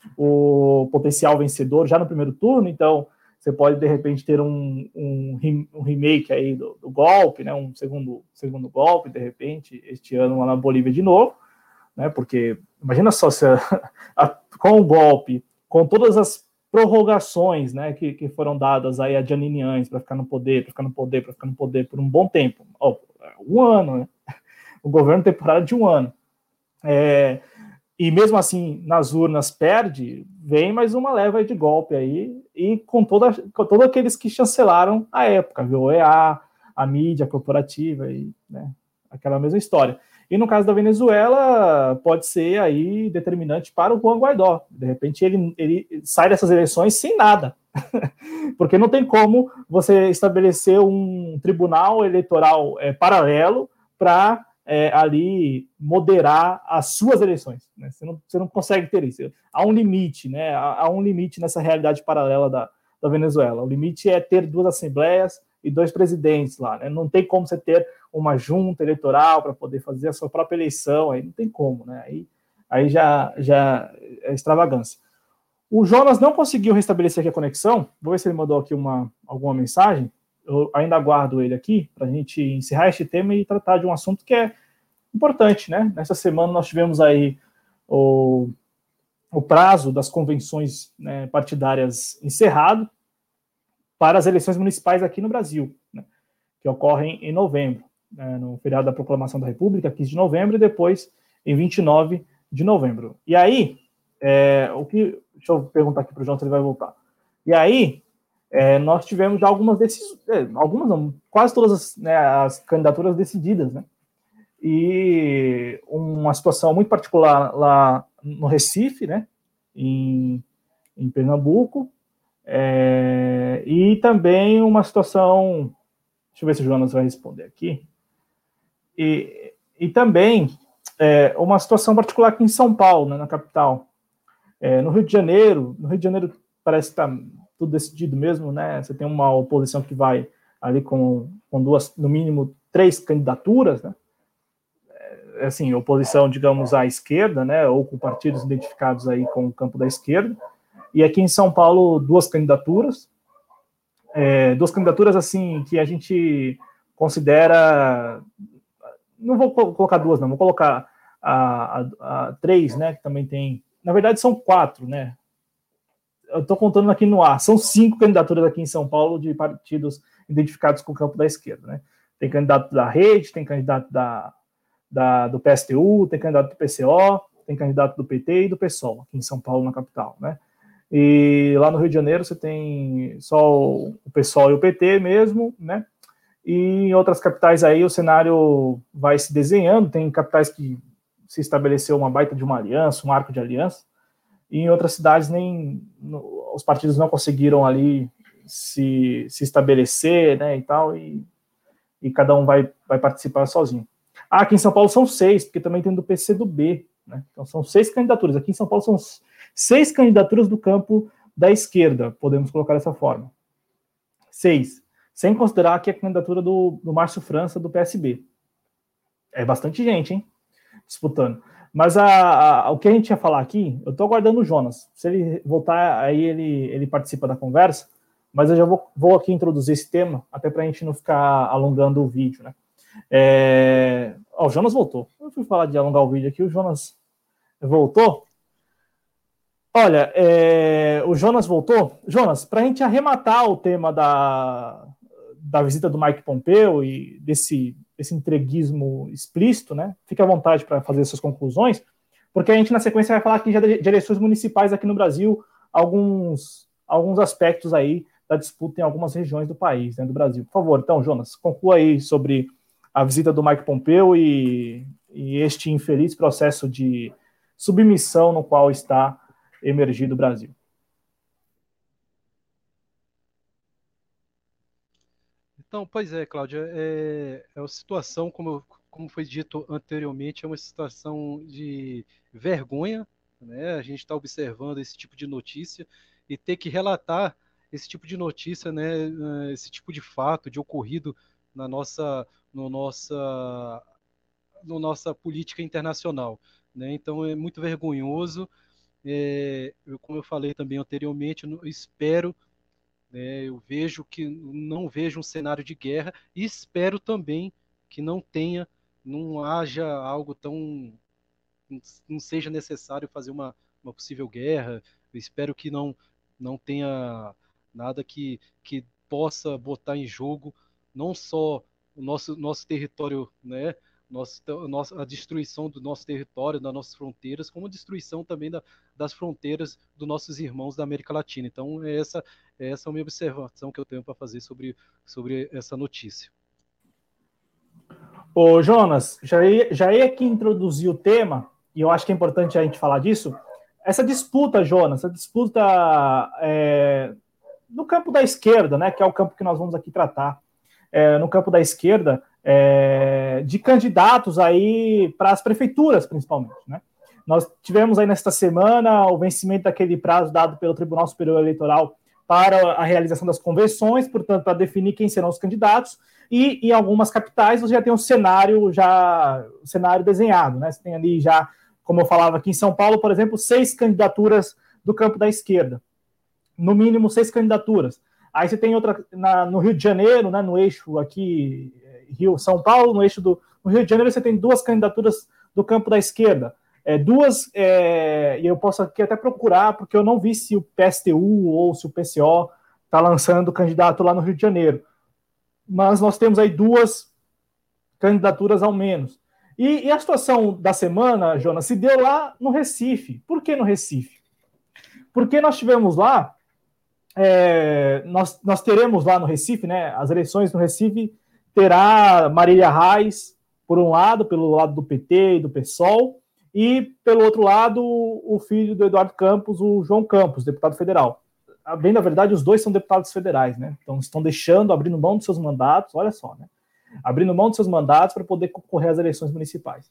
o potencial vencedor já no primeiro turno. Então, você pode, de repente, ter um remake aí do golpe, né, um segundo golpe, de repente, este ano lá na Bolívia de novo, né, porque imagina só se com o golpe, com todas as prorrogações, né, que foram dadas aí a Janine para ficar no poder por um bom tempo, um ano, né, o governo temporário de um ano, e mesmo assim nas urnas perde, vem mais uma leva de golpe aí, e com todos aqueles que chancelaram a época, viu? OEA, a mídia corporativa, e, né, aquela mesma história. E no caso da Venezuela, pode ser aí determinante para o Juan Guaidó. De repente ele sai dessas eleições sem nada. Porque não tem como você estabelecer um tribunal eleitoral paralelo para ali moderar as suas eleições. Né? Você não consegue ter isso. Há um limite, né? Há um limite nessa realidade paralela da Venezuela. O limite é ter 2 assembleias e 2 presidentes lá, né? Não tem como você ter uma junta eleitoral para poder fazer a sua própria eleição, aí não tem como, né? Aí já é extravagância. O Jonas não conseguiu restabelecer aqui a conexão, vou ver se ele mandou aqui alguma mensagem, eu ainda aguardo ele aqui para a gente encerrar este tema e tratar de um assunto que é importante, né? Nessa semana nós tivemos aí o prazo das convenções, né, partidárias encerrado para as eleições municipais aqui no Brasil, né, que ocorrem em novembro, né, no feriado da Proclamação da República, 15 de novembro, e depois em 29 de novembro. E aí, deixa eu perguntar aqui para o João se ele vai voltar. E aí, nós tivemos já algumas decisões, algumas não, quase todas as candidaturas decididas, né? E uma situação muito particular lá no Recife, né? Em Pernambuco, e também uma situação, deixa eu ver se o Jonas vai responder aqui, e também uma situação particular aqui em São Paulo, né, na capital. No Rio de Janeiro parece que está tudo decidido mesmo, né? Você tem uma oposição que vai ali com duas, no mínimo, 3 candidaturas, né? Assim, oposição, digamos, à esquerda, né? Ou com partidos identificados aí com o campo da esquerda. E aqui em São Paulo, 2 candidaturas. 2 candidaturas, assim, que a gente considera... Não vou colocar 2, não. Vou colocar a 3, né? Que também tem... Na verdade, são 4, né? Eu estou contando aqui no ar. São 5 candidaturas aqui em São Paulo de partidos identificados com o campo da esquerda, né? Tem candidato da Rede, tem candidato do PSTU, tem candidato do PCO, tem candidato do PT e do PSOL, aqui em São Paulo, na capital, né? E lá no Rio de Janeiro você tem só o PSOL e o PT mesmo, né? E em outras capitais aí o cenário vai se desenhando, tem capitais que se estabeleceu uma baita de uma aliança, um arco de aliança, e em outras cidades os partidos não conseguiram ali se estabelecer, né, e tal, e cada um vai participar sozinho. Aqui em São Paulo são 6, porque também tem do PCdoB, né? Então são 6 candidaturas. Aqui em São Paulo são 6 candidaturas do campo da esquerda, podemos colocar dessa forma. 6. Sem considerar aqui a candidatura do Márcio França, do PSB. É bastante gente, hein? Disputando. Mas o que a gente ia falar aqui, eu estou aguardando o Jonas. Se ele voltar, aí ele participa da conversa, mas eu já vou aqui introduzir esse tema, até para a gente não ficar alongando o vídeo, né? O Jonas voltou. Eu fui falar de alongar o vídeo aqui, o Jonas voltou. Olha, o Jonas voltou. Jonas, para a gente arrematar o tema da visita do Mike Pompeo e desse entreguismo explícito, né? Fique à vontade para fazer suas conclusões, porque a gente, na sequência, vai falar aqui já de eleições municipais aqui no Brasil, alguns aspectos aí da disputa em algumas regiões do país, né, do Brasil. Por favor, então, Jonas, conclua aí sobre a visita do Mike Pompeo e este infeliz processo de submissão no qual está emergido o Brasil. Então, pois é, Cláudia, é uma situação, como foi dito anteriormente, é uma situação de vergonha, né? A gente está observando esse tipo de notícia e ter que relatar esse tipo de notícia, né? Esse tipo de fato, de ocorrido na nossa política internacional, né? Então é muito vergonhoso. Como eu falei também anteriormente, eu espero, eu não vejo um cenário de guerra e espero também que não haja algo não seja necessário fazer uma possível guerra. Eu espero que não tenha nada que possa botar em jogo não só o nosso território, né? A destruição do nosso território, das nossas fronteiras, como a destruição também das fronteiras dos nossos irmãos da América Latina. Então, essa é a minha observação que eu tenho para fazer sobre essa notícia. Ô, Jonas, já ia aqui introduzir o tema, e eu acho que é importante a gente falar disso. Essa disputa, Jonas, no campo da esquerda, né, que é o campo que nós vamos aqui tratar, no campo da esquerda, de candidatos aí para as prefeituras, principalmente, né? Nós tivemos aí nesta semana o vencimento daquele prazo dado pelo Tribunal Superior Eleitoral para a realização das convenções, portanto, para definir quem serão os candidatos, e em algumas capitais você já tem um cenário desenhado, né? Você tem ali já, como eu falava aqui em São Paulo, por exemplo, 6 candidaturas do campo da esquerda, no mínimo 6 candidaturas. Aí você tem outra no Rio de Janeiro, né, no eixo aqui, Rio-São Paulo, no Rio de Janeiro você tem 2 candidaturas do campo da esquerda. E eu posso aqui até procurar, porque eu não vi se o PSTU ou se o PCO está lançando candidato lá no Rio de Janeiro. Mas nós temos aí 2 candidaturas ao menos. E a situação da semana, Jonas, se deu lá no Recife. Por que no Recife? Porque nós tivemos lá, nós teremos lá no Recife, né, as eleições no Recife, terá Marília Reis, por um lado, pelo lado do PT e do PSOL, e pelo outro lado, o filho do Eduardo Campos, o João Campos, deputado federal. Bem, na verdade, os dois são deputados federais, né? Então estão abrindo mão dos seus mandatos, olha só, né? Abrindo mão dos seus mandatos para poder concorrer às eleições municipais.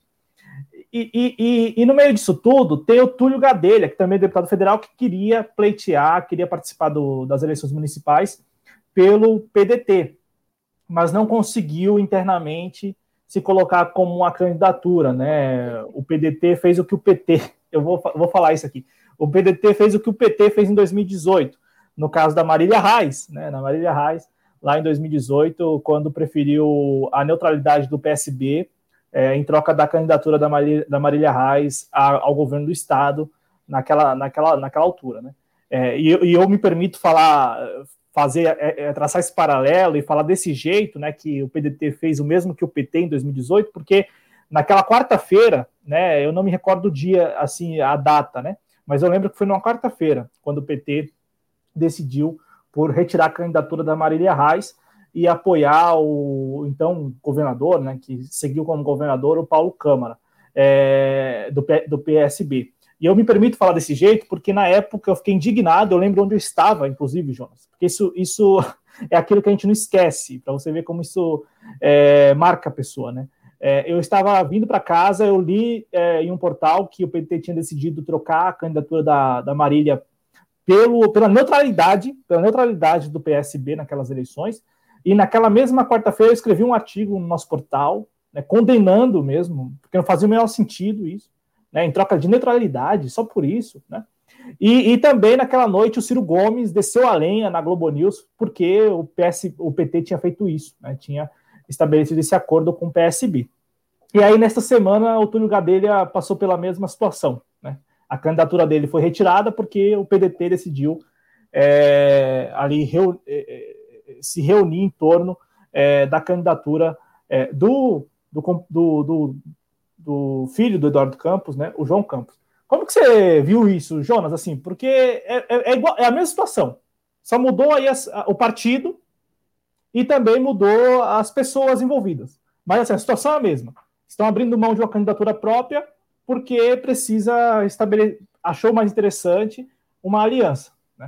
E no meio disso tudo, tem o Túlio Gadelha, que também é deputado federal, que queria pleitear, queria participar das eleições municipais pelo PDT, mas não conseguiu internamente se colocar como uma candidatura, né? O PDT fez o que o PT, eu vou falar isso aqui, o PDT fez o que o PT fez em 2018, no caso da Marília Reis, né? Na Marília Reis, lá em 2018, quando preferiu a neutralidade do PSB, em troca da candidatura da Marília Reis ao governo do Estado naquela altura, né? E eu me permito traçar esse paralelo e falar desse jeito, né, que o PDT fez o mesmo que o PT em 2018, porque naquela quarta-feira, né, eu não me recordo o dia, assim, a data, né, mas eu lembro que foi numa quarta-feira, quando o PT decidiu por retirar a candidatura da Marília Reis e apoiar o então governador, né, que seguiu como governador, o Paulo Câmara, do PSB. E eu me permito falar desse jeito porque na época eu fiquei indignado, eu lembro onde eu estava, inclusive, Jonas, porque isso é aquilo que a gente não esquece, para você ver como isso marca a pessoa, né? Eu estava vindo para casa, eu li em um portal que o PT tinha decidido trocar a candidatura da Marília pela neutralidade do PSB naquelas eleições, e naquela mesma quarta-feira eu escrevi um artigo no nosso portal, né, condenando mesmo, porque não fazia o menor sentido isso, né, em troca de neutralidade, só por isso, né? E também naquela noite o Ciro Gomes desceu a lenha na Globo News, porque o PT tinha feito isso, né, tinha estabelecido esse acordo com o PSB. E aí, nesta semana, o Túlio Gadelha passou pela mesma situação, né? A candidatura dele foi retirada porque o PDT decidiu ali se reunir em torno da candidatura do filho do Eduardo Campos, né, o João Campos. Como que você viu isso, Jonas? Assim, porque é a mesma situação, só mudou aí o partido e também mudou as pessoas envolvidas. Mas assim, a situação é a mesma. Estão abrindo mão de uma candidatura própria porque precisa achou mais interessante uma aliança, né?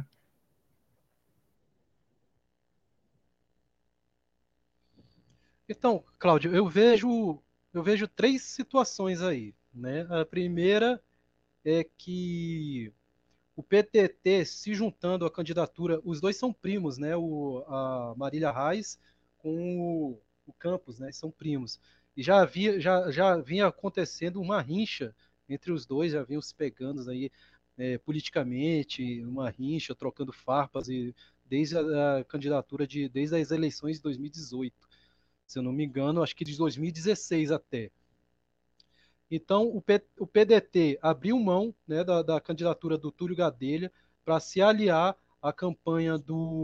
Então, Cláudio, eu vejo três situações aí, né? A primeira é que o PTT se juntando à candidatura, os dois são primos, né? A Marília Reis com o Campos, né? São primos. E já vinha acontecendo uma rincha entre os dois, já vinham se pegando aí politicamente, uma rincha, trocando farpas, e desde a candidatura desde as eleições de 2018. Se eu não me engano, acho que de 2016 até. Então, o PDT abriu mão, né, da candidatura do Túlio Gadelha para se aliar à campanha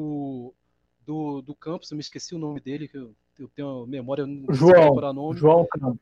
do Campos, eu me esqueci o nome dele, que eu tenho uma memória, eu não consigo decorar nome. João Campos.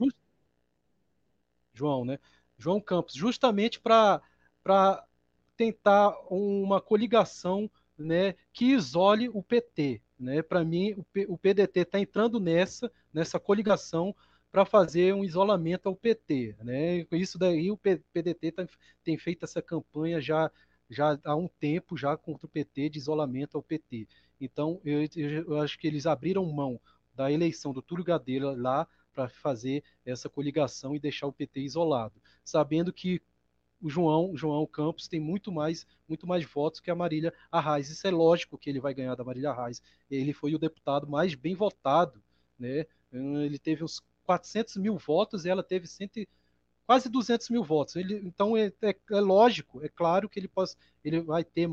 João, né? João Campos, justamente para tentar uma coligação, né, que isole o PT. Né? Para mim, o PDT está entrando nessa coligação para fazer um isolamento ao PT. Né? Isso daí o PDT tem feito essa campanha já há um tempo já contra o PT, de isolamento ao PT. Então, eu acho que eles abriram mão da eleição do Túlio Gadelha lá para fazer essa coligação e deixar o PT isolado, sabendo que o João Campos tem muito mais votos que a Marília Arraes. Isso é lógico que ele vai ganhar da Marília Arraes. Ele foi o deputado mais bem votado, né? Ele teve uns 400 mil votos e ela teve quase 200 mil votos. Então é lógico, é claro que ele vai ter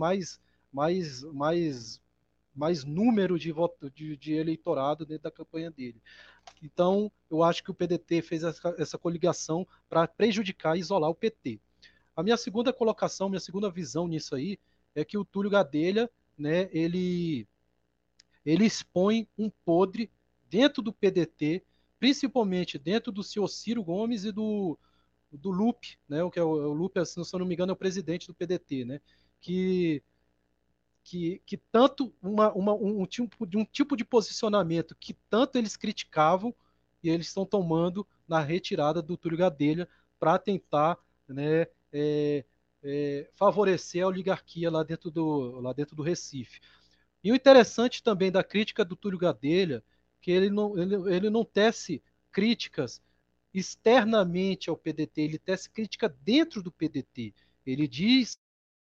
mais número de voto de eleitorado dentro da campanha dele. Então, eu acho que o PDT fez essa coligação para prejudicar e isolar o PT. A minha segunda colocação, minha segunda visão nisso aí, é que o Túlio Gadelha, né, ele expõe um podre dentro do PDT principalmente dentro do senhor Ciro Gomes e do Lupe, né? O que é o Lupe, se eu não me engano, é o presidente do PDT, né? Que tanto um tipo de posicionamento que tanto eles criticavam e eles estão tomando na retirada do Túlio Gadelha para tentar, né, favorecer a oligarquia lá dentro do Recife. E o interessante também da crítica do Túlio Gadelha, que ele não tece críticas externamente ao PDT, ele tece crítica dentro do PDT. Ele diz.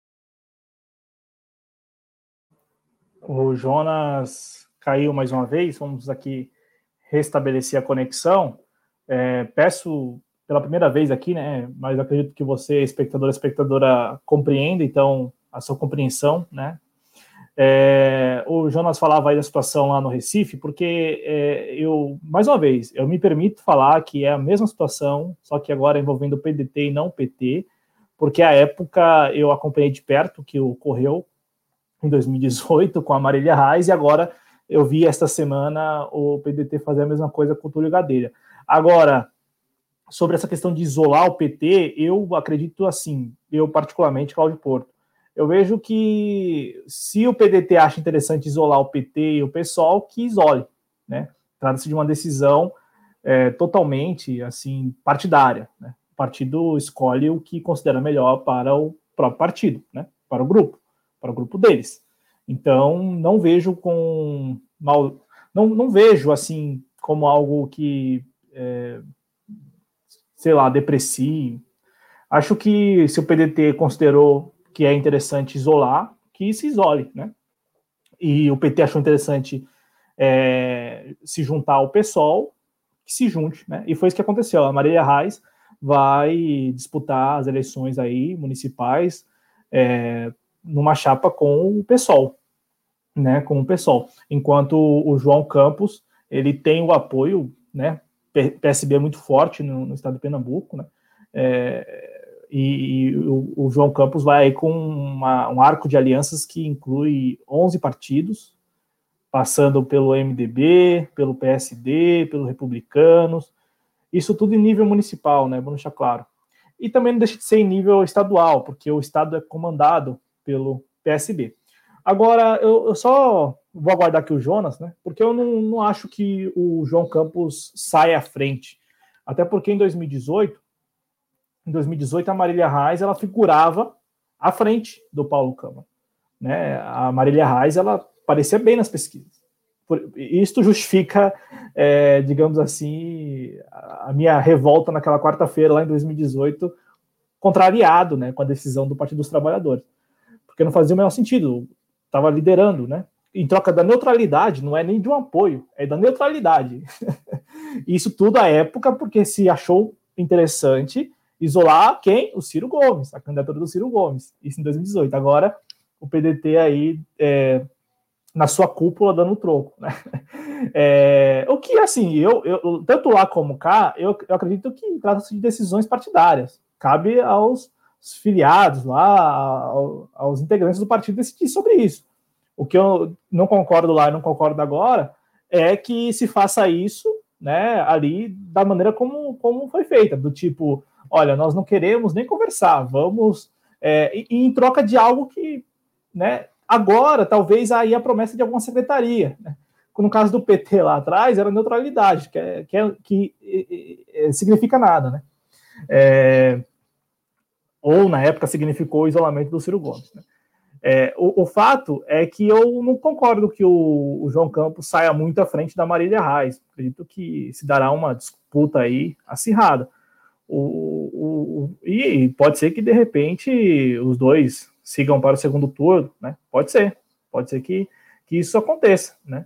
O Jonas caiu mais uma vez, vamos aqui restabelecer a conexão. Peço pela primeira vez aqui, né? Mas acredito que você, espectadora, compreenda, então, a sua compreensão, né? O Jonas falava aí da situação lá no Recife, porque mais uma vez, eu me permito falar que é a mesma situação, só que agora envolvendo o PDT e não o PT, porque à época eu acompanhei de perto o que ocorreu em 2018 com a Marília Reis, e agora eu vi esta semana o PDT fazer a mesma coisa com o Túlio Gadelha. Agora, sobre essa questão de isolar o PT, eu acredito assim, eu particularmente, Cláudio Porto, eu vejo que se o PDT acha interessante isolar o PT e o PSOL, que isole, né? Trata-se de uma decisão totalmente assim partidária, né? O partido escolhe o que considera melhor para o próprio partido, né? Para o grupo deles. Então, não vejo não vejo assim como algo que sei lá, deprecie. Acho que se o PDT considerou que é interessante isolar, que se isole, né? E o PT achou interessante se juntar ao PSOL, que se junte, né? E foi isso que aconteceu. A Marília Reis vai disputar as eleições aí municipais numa chapa com o PSOL, né? Com o PSOL. Enquanto o João Campos, ele tem o apoio, né? PSB é muito forte no estado de Pernambuco, né? E o João Campos vai aí com um arco de alianças que inclui 11 partidos, passando pelo MDB, pelo PSD, pelo Republicanos, isso tudo em nível municipal, né? Vamos deixar claro. E também não deixa de ser em nível estadual, porque o estado é comandado pelo PSB. Agora, eu só vou aguardar aqui o Jonas, né? Porque eu não acho que o João Campos saia à frente. Até porque em 2018 a Marília Reis ela figurava à frente do Paulo Câmara, né? A Marília Reis ela aparecia bem nas pesquisas. Isto justifica, digamos assim, a minha revolta naquela quarta-feira lá em 2018, contrariado, né, com a decisão do Partido dos Trabalhadores, porque não fazia o menor sentido. Estava liderando, né? Em troca da neutralidade, não é nem de um apoio, é da neutralidade. Isso tudo à época, porque se achou interessante isolar quem? O Ciro Gomes, a candidatura do Ciro Gomes. Isso em 2018. Agora, o PDT aí, na sua cúpula, dando troco, né? O que, assim, eu tanto lá como cá, eu acredito que trata-se de decisões partidárias. Cabe aos filiados lá, aos integrantes do partido decidir sobre isso. O que eu não concordo lá e não concordo agora é que se faça isso, né, ali da maneira como foi feita, do tipo, olha, nós não queremos nem conversar, vamos e em troca de algo que, né, agora talvez aí a promessa de alguma secretaria, né? No caso do PT lá atrás era neutralidade, que significa nada, né? Ou na época significou o isolamento do Ciro Gomes, né? O fato é que eu não concordo que o João Campos saia muito à frente da Marília Reis. Acredito que se dará uma disputa aí acirrada. E pode ser que, de repente, os dois sigam para o segundo turno, né? Pode ser que isso aconteça, né?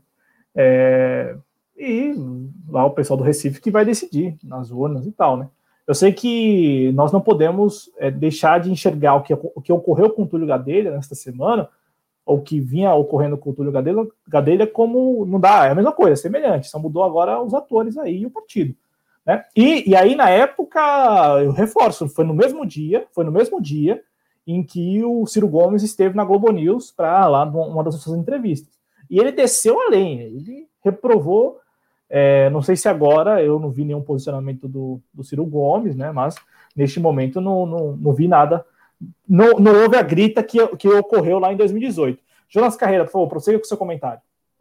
E lá o pessoal do Recife que vai decidir nas urnas e tal, né? Eu sei que nós não podemos deixar de enxergar o que ocorreu com o Túlio Gadelha nesta semana, ou que vinha ocorrendo com o Túlio Gadelha como não dá, é a mesma coisa, semelhante, só mudou agora os atores aí e o partido, né? E aí, na época, eu reforço, foi no mesmo dia em que o Ciro Gomes esteve na Globo News para lá uma das suas entrevistas. E ele desceu além, ele reprovou Não sei se agora, eu não vi nenhum posicionamento do Ciro Gomes, né? Mas neste momento não vi nada. Não houve a grita que ocorreu lá em 2018. Jonas Carreira, por favor, prossiga com o seu comentário.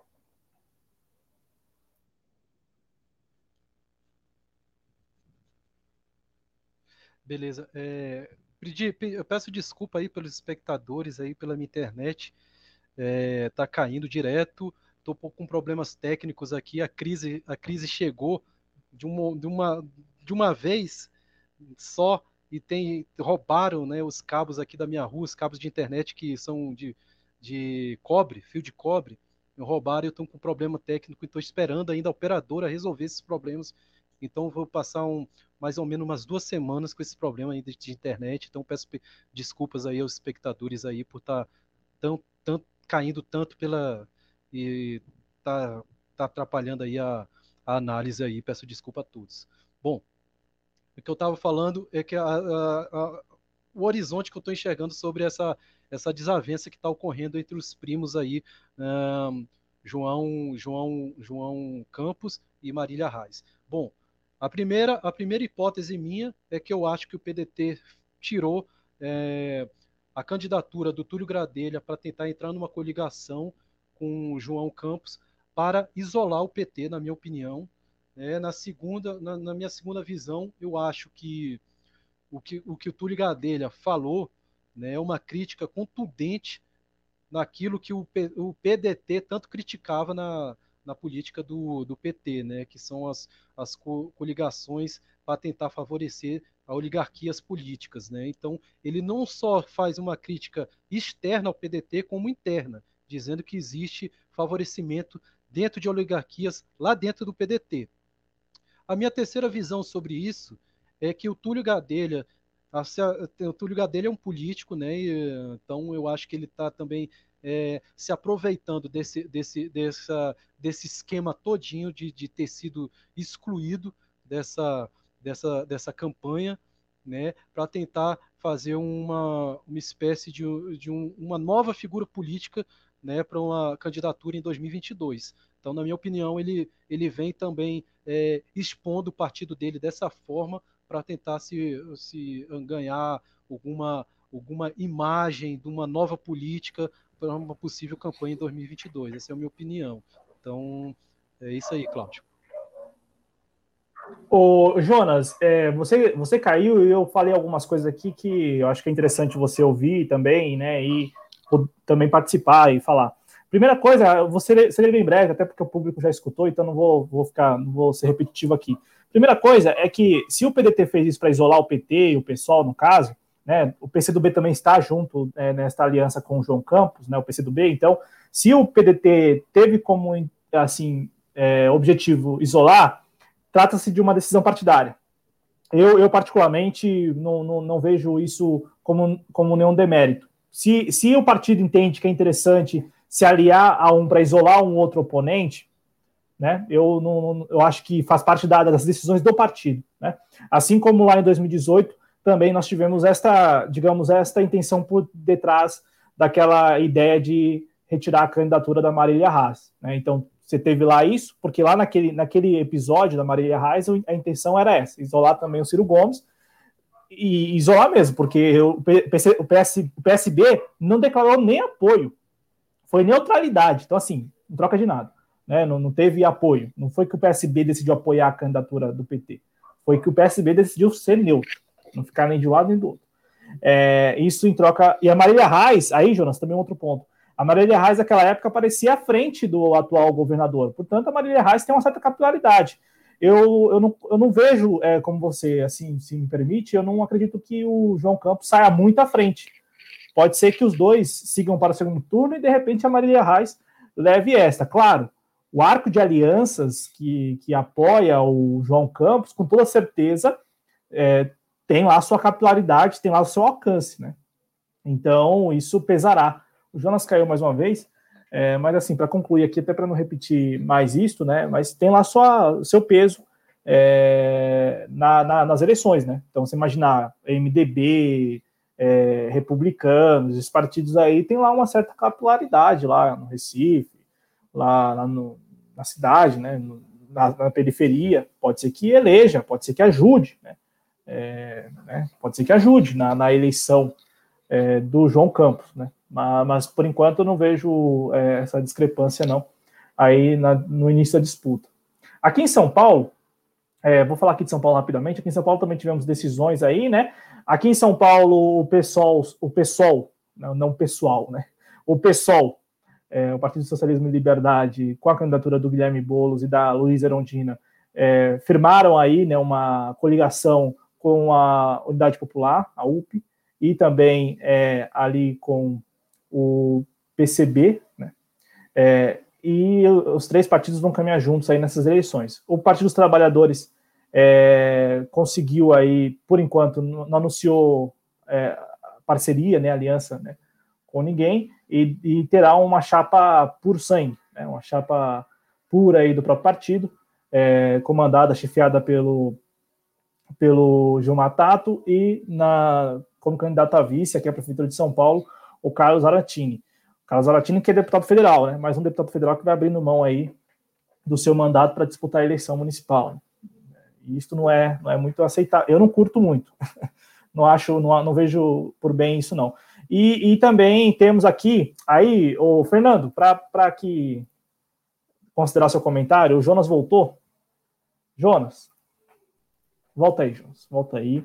Beleza. Eu peço desculpa aí pelos espectadores aí pela minha internet. Tá caindo direto. Estou com problemas técnicos aqui. A crise chegou de uma vez só e roubaram, né, os cabos aqui da minha rua, os cabos de internet que são de cobre, fio de cobre. Roubaram e eu estou com problema técnico e estou esperando ainda a operadora resolver esses problemas. Então vou passar mais ou menos umas 2 semanas com esse problema aí de internet. Então peço desculpas aí aos espectadores aí por estar caindo tanto e tá atrapalhando aí a análise aí. Peço desculpa a todos. Bom, o que eu estava falando é que o horizonte que eu estou enxergando sobre essa desavença que está ocorrendo entre os primos aí, João Campos e Marília Reis. Bom, a primeira hipótese minha é que eu acho que o PDT tirou a candidatura do Túlio Gadelha para tentar entrar numa coligação com o João Campos para isolar o PT, na minha opinião. Na minha segunda visão, eu acho que o que o Túlio Gadelha falou, né, é uma crítica contundente naquilo que o PDT tanto criticava na política do PT, né, que são as coligações para tentar favorecer a oligarquias políticas. Né? Então, ele não só faz uma crítica externa ao PDT, como interna, dizendo que existe favorecimento dentro de oligarquias lá dentro do PDT. A minha terceira visão sobre isso é que o Túlio Gadelha é um político, né? Então eu acho que ele está também se aproveitando desse esquema todinho de ter sido excluído dessa campanha, né? Para tentar fazer uma espécie de uma nova figura política, né? Para uma candidatura em 2022. Então, na minha opinião, ele vem também expondo o partido dele dessa forma para tentar se ganhar alguma imagem de uma nova política para uma possível campanha em 2022. Essa é a minha opinião. Então, é isso aí, Cláudio. Ô, Jonas, você caiu e eu falei algumas coisas aqui que eu acho que é interessante você ouvir também, né? E também participar e falar. Primeira coisa, você bem breve, até porque o público já escutou, então não vou ser repetitivo aqui. Primeira coisa é que se o PDT fez isso para isolar o PT e o PSOL, no caso, né, o PCdoB também está junto nesta aliança com o João Campos, né, o PCdoB, então, se o PDT teve como assim, objetivo isolar, trata-se de uma decisão partidária. Eu particularmente, não vejo isso como nenhum demérito. Se o partido entende que é interessante se aliar a um para isolar um outro oponente, né, eu acho que faz parte das decisões do partido. Né? Assim como lá em 2018, também nós tivemos esta intenção por detrás daquela ideia de retirar a candidatura da Marília Reis. Né? Então, você teve lá isso, porque lá naquele episódio da Marília Reis, a intenção era essa, isolar também o Ciro Gomes, e isolar mesmo, porque o PSB não declarou nem apoio, foi neutralidade, então assim, não troca de nada, né? Não teve apoio, não foi que o PSB decidiu apoiar a candidatura do PT, foi que o PSB decidiu ser neutro, não ficar nem de um lado nem do outro. Isso em troca, e a Marília Reis, aí, Jonas, também outro ponto, a Marília Reis naquela época aparecia à frente do atual governador, portanto a Marília Reis tem uma certa capilaridade. Eu não vejo, como você assim se me permite, eu não acredito que o João Campos saia muito à frente. Pode ser que os dois sigam para o segundo turno e de repente a Marília Reis leve esta. Claro, o arco de alianças que apoia o João Campos, com toda certeza, tem lá a sua capilaridade, tem lá o seu alcance, né? Então isso pesará. O Jonas caiu mais uma vez, mas assim, para concluir aqui, até para não repetir mais isto, né? Mas tem lá seu peso nas eleições, né? Então, você imaginar MDB, republicanos, esses partidos aí tem lá uma certa capilaridade lá no Recife, lá na cidade, né? na periferia, pode ser que eleja, pode ser que ajude, né? Pode ser que ajude na eleição do João Campos, né? Mas por enquanto eu não vejo essa discrepância não aí no início da disputa. Aqui em São Paulo, vou falar aqui de São Paulo rapidamente. Aqui em São Paulo também tivemos decisões aí, né? Aqui em São Paulo o PSOL, não o pessoal, né? O PSOL, o Partido Socialismo e Liberdade, com a candidatura do Guilherme Boulos e da Luísa Erundina, firmaram aí, né, uma coligação com a Unidade Popular, a UP, e também ali com o PCB, né? E os três partidos vão caminhar juntos aí nessas eleições. O Partido dos Trabalhadores conseguiu aí, por enquanto, não anunciou parceria, né, aliança, né, com ninguém, e terá uma chapa por sangue, né, uma chapa pura aí do próprio partido, comandada, chefiada pelo Gilmar Tato, e como candidato a vice aqui à Prefeitura de São Paulo, o Carlos Aratini. Carlos Aratini, que é deputado federal, né? Mais um deputado federal que vai abrindo mão aí do seu mandato para disputar a eleição municipal. Né? E isso não é muito aceitável. Eu não curto muito. Não vejo por bem isso, não. E também temos aqui, aí, o Fernando, para que considerar seu comentário, o Jonas voltou. Jonas, volta aí, Jonas. Volta aí.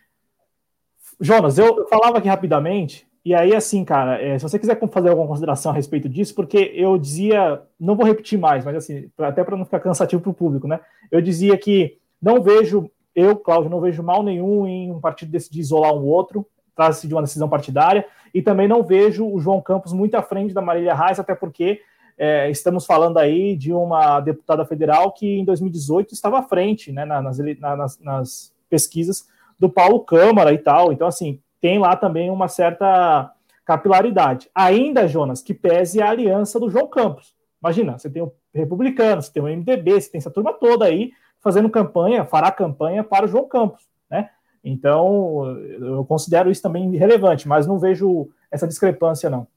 Jonas, eu falava aqui rapidamente. E aí, assim, cara, se você quiser fazer alguma consideração a respeito disso, porque eu dizia, não vou repetir mais, mas assim, até para não ficar cansativo para o público, né? Eu dizia que Cláudio, não vejo mal nenhum em um partido decidir isolar um outro, trata-se de uma decisão partidária, e também não vejo o João Campos muito à frente da Marília Reis, até porque estamos falando aí de uma deputada federal que em 2018 estava à frente, né, nas pesquisas do Paulo Câmara e tal, então assim, tem lá também uma certa capilaridade. Ainda, Jonas, que pese a aliança do João Campos. Imagina, você tem o Republicano, você tem o MDB, você tem essa turma toda aí fazendo fará campanha para o João Campos, né? Então, eu considero isso também relevante, mas não vejo essa discrepância, não.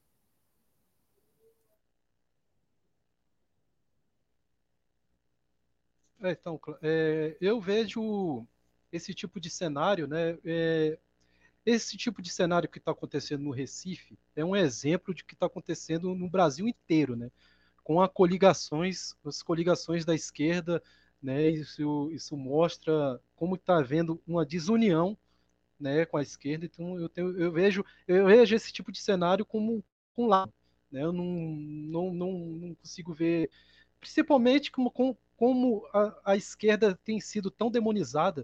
Então, eu vejo esse tipo de cenário, né? Esse tipo de cenário que está acontecendo no Recife é um exemplo de que está acontecendo no Brasil inteiro, né? Com as coligações da esquerda, né? Isso mostra como está havendo uma desunião, né, com a esquerda. Então eu vejo esse tipo de cenário como um lado, né? Eu não consigo ver, principalmente como a esquerda tem sido tão demonizada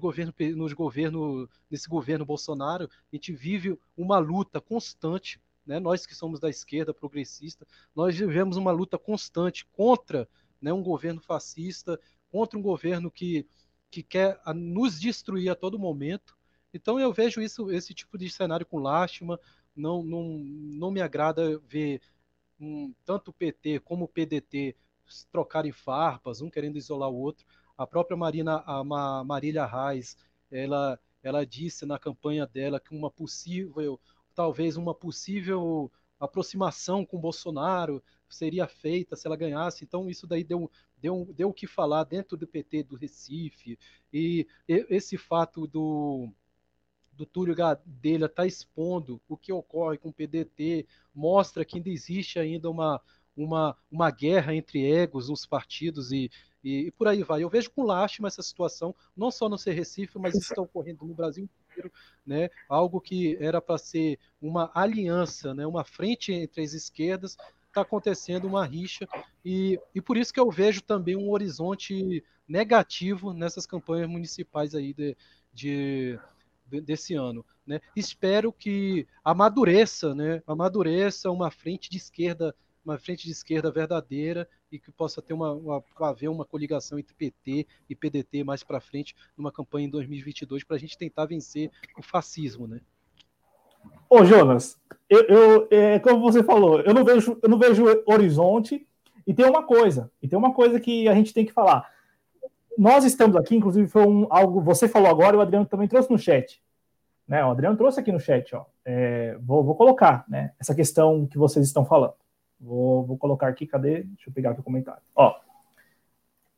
nesse governo Bolsonaro. A gente vive uma luta constante, né? Nós que somos da esquerda progressista, nós vivemos uma luta constante contra, né, um governo fascista, contra um governo que quer nos destruir a todo momento. Então eu vejo esse tipo de cenário com lástima. Não me agrada ver tanto o PT como o PDT trocarem farpas, um querendo isolar o outro. A própria Marília Reis, ela disse na campanha dela que talvez uma possível aproximação com Bolsonaro seria feita se ela ganhasse. Então isso daí deu o que falar dentro do PT do Recife. E esse fato do Túlio Gadelha está expondo o que ocorre com o PDT, mostra que ainda existe ainda uma guerra entre egos nos partidos e por aí vai. Eu vejo com lástima essa situação, não só no Recife, mas isso está ocorrendo no Brasil inteiro, né? Algo que era para ser uma aliança, né? Uma frente entre as esquerdas, está acontecendo uma rixa, e por isso que eu vejo também um horizonte negativo nessas campanhas municipais aí desse ano, né? Espero que amadureça, né? Amadureça uma frente de esquerda verdadeira, e que possa ter haver uma coligação entre PT e PDT mais para frente numa campanha em 2022 para a gente tentar vencer o fascismo, né? Ô, Jonas, como você falou, eu não vejo horizonte, e tem uma coisa que a gente tem que falar. Nós estamos aqui, inclusive foi algo você falou agora, e o Adriano também trouxe no chat. Né? O Adriano trouxe aqui no chat, ó. Vou colocar, né, essa questão que vocês estão falando. Vou colocar aqui, cadê? Deixa eu pegar aqui o comentário. Ó,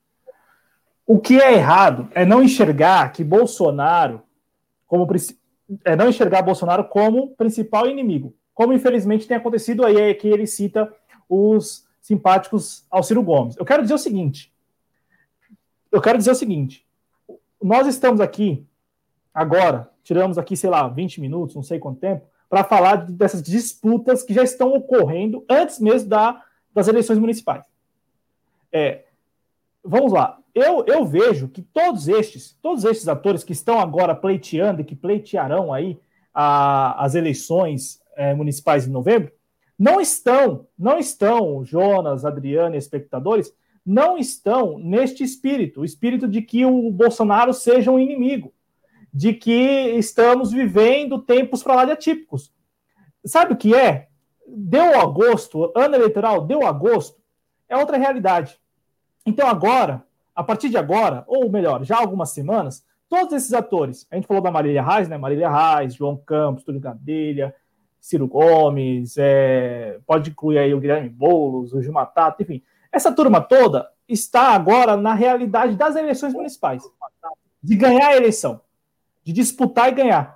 O que é errado é não enxergar que Bolsonaro não enxergar Bolsonaro como principal inimigo, como infelizmente tem acontecido aí, é que ele cita os simpáticos ao Ciro Gomes. Eu quero dizer o seguinte, nós estamos aqui agora, tiramos aqui, sei lá, 20 minutos, não sei quanto tempo, para falar dessas disputas que já estão ocorrendo antes mesmo das eleições municipais. Vamos lá. Eu vejo que todos estes atores que estão agora pleiteando e que pleitearão aí as eleições municipais em novembro, não estão, Jonas, Adriano e espectadores, não estão neste espírito, o espírito de que o Bolsonaro seja um inimigo, de que estamos vivendo tempos para lá de atípicos. Sabe o que é? Deu agosto, ano eleitoral, deu agosto, é outra realidade. Então agora, a partir de agora, ou melhor, já há algumas semanas, todos esses atores, a gente falou da Marília Reis, né? Marília Reis, João Campos, Túlio Gadelha, Ciro Gomes, pode incluir aí o Guilherme Boulos, o Gil Matato, enfim. Essa turma toda está agora na realidade das eleições municipais, de ganhar a eleição, de disputar e ganhar.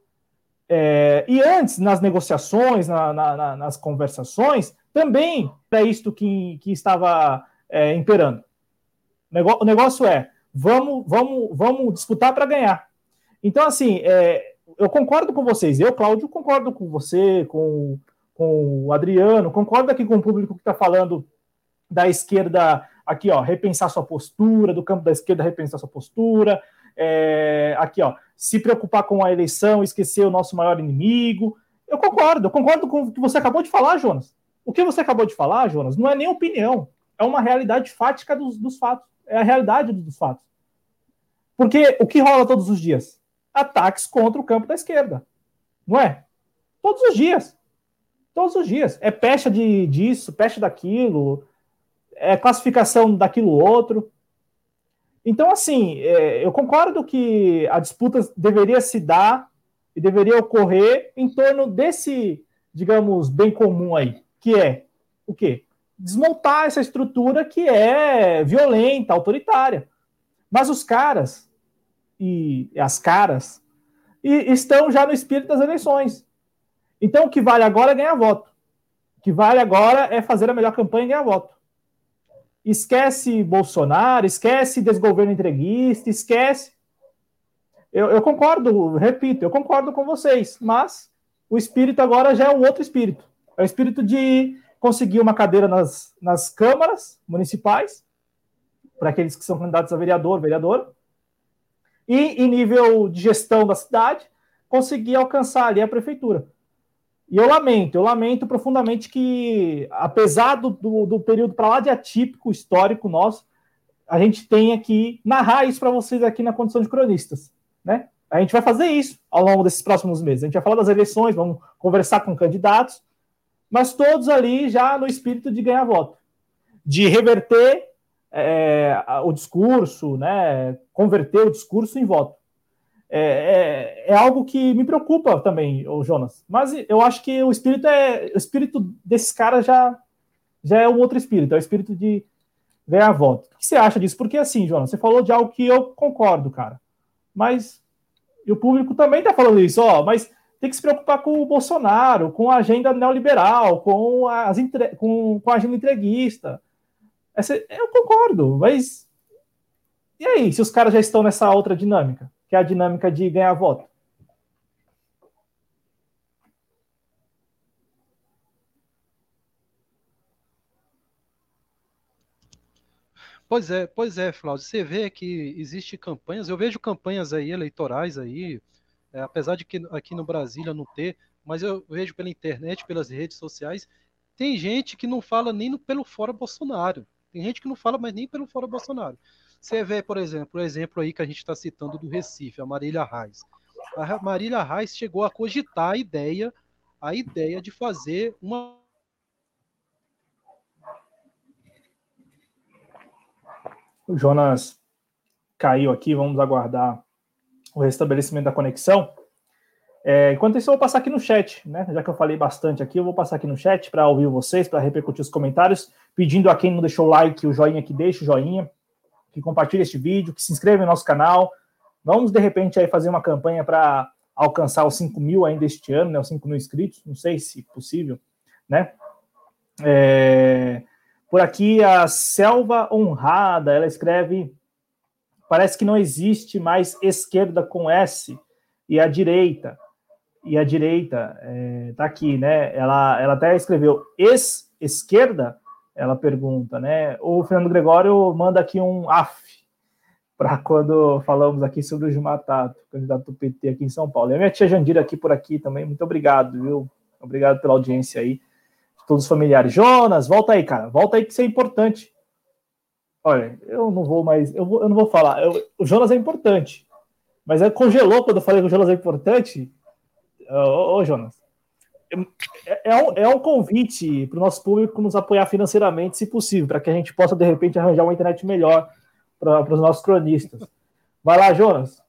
E antes, nas negociações, nas conversações, também é isto que estava imperando. O negócio vamos disputar para ganhar. Então, assim, eu concordo com vocês. Eu, Cláudio, concordo com você, com o Adriano, concordo aqui com o público que está falando da esquerda, aqui, ó, repensar sua postura, do campo da esquerda repensar sua postura, aqui, ó, se preocupar com a eleição, esquecer o nosso maior inimigo. Eu concordo com o que você acabou de falar, Jonas. O que você acabou de falar, Jonas, não é nem opinião, é uma realidade fática dos fatos. É a realidade dos fatos. Porque o que rola todos os dias? Ataques contra o campo da esquerda. Não é? Todos os dias. Todos os dias. É pecha disso, pecha daquilo, é classificação daquilo outro. Então, assim, eu concordo que a disputa deveria se dar e deveria ocorrer em torno desse, digamos, bem comum aí, que é o quê? Desmontar essa estrutura que é violenta, autoritária. Mas os caras e as caras estão já no espírito das eleições. Então, o que vale agora é ganhar voto. O que vale agora é fazer a melhor campanha e ganhar voto. Esquece Bolsonaro, esquece desgoverno entreguista, esquece. Eu concordo, repito, eu concordo com vocês, mas o espírito agora já é um outro espírito. É o espírito de conseguir uma cadeira nas câmaras municipais, para aqueles que são candidatos a vereadora, e em nível de gestão da cidade, conseguir alcançar ali a prefeitura. E eu lamento profundamente que, apesar do período para lá de atípico histórico nosso, a gente tenha que narrar isso para vocês aqui na condição de cronistas, né? A gente vai fazer isso ao longo desses próximos meses. A gente vai falar das eleições, vamos conversar com candidatos, mas todos ali já no espírito de ganhar voto, de reverter o discurso, né, converter o discurso em voto. É algo que me preocupa também, Jonas, mas eu acho que o espírito desses caras já é um outro espírito, é o espírito de ganhar voto. O que você acha disso? Porque assim, Jonas, você falou de algo que eu concordo, cara, mas e o público também está falando isso, mas tem que se preocupar com o Bolsonaro, com a agenda neoliberal, com a agenda entreguista. Eu concordo, mas e aí, se os caras já estão nessa outra dinâmica, que é a dinâmica de ganhar voto? Pois é, Flávio. Você vê que existe campanhas, eu vejo campanhas aí eleitorais aí, apesar de que aqui no Brasília não ter, mas eu vejo pela internet, pelas redes sociais, tem gente que não fala nem pelo fora Bolsonaro. Tem gente que não fala mais nem pelo fora Bolsonaro. Você vê, por exemplo, o exemplo aí que a gente está citando do Recife, a Marília Reis. A Marília Reis chegou a cogitar a ideia de fazer uma. O Jonas caiu aqui, vamos aguardar o restabelecimento da conexão. Enquanto isso, eu vou passar aqui no chat, né? Já que eu falei bastante aqui, eu vou passar aqui no chat para ouvir vocês, para repercutir os comentários, pedindo a quem não deixou o like, o joinha que deixe o joinha, que compartilhe este vídeo, que se inscreva no nosso canal. Vamos, de repente, aí fazer uma campanha para alcançar os 5 mil ainda este ano, né, os 5 mil inscritos, não sei se possível, né? Por aqui, a Selva Honrada, ela escreve: parece que não existe mais esquerda com S, e a direita tá aqui, né? Ela até escreveu esquerda, ela pergunta, né? O Fernando Gregório manda aqui um AF, para quando falamos aqui sobre o Gilmar Tato, candidato do PT aqui em São Paulo. E a minha tia Jandira aqui por aqui também, muito obrigado, viu? Obrigado pela audiência aí, de todos os familiares. Jonas, volta aí, cara, volta aí que isso é importante. Olha, eu não vou mais, eu não vou falar, o Jonas é importante, mas congelou quando eu falei que o Jonas é importante. Ô, Jonas, é um convite para o nosso público nos apoiar financeiramente, se possível, para que a gente possa, de repente, arranjar uma internet melhor para os nossos cronistas. Vai lá, Jonas.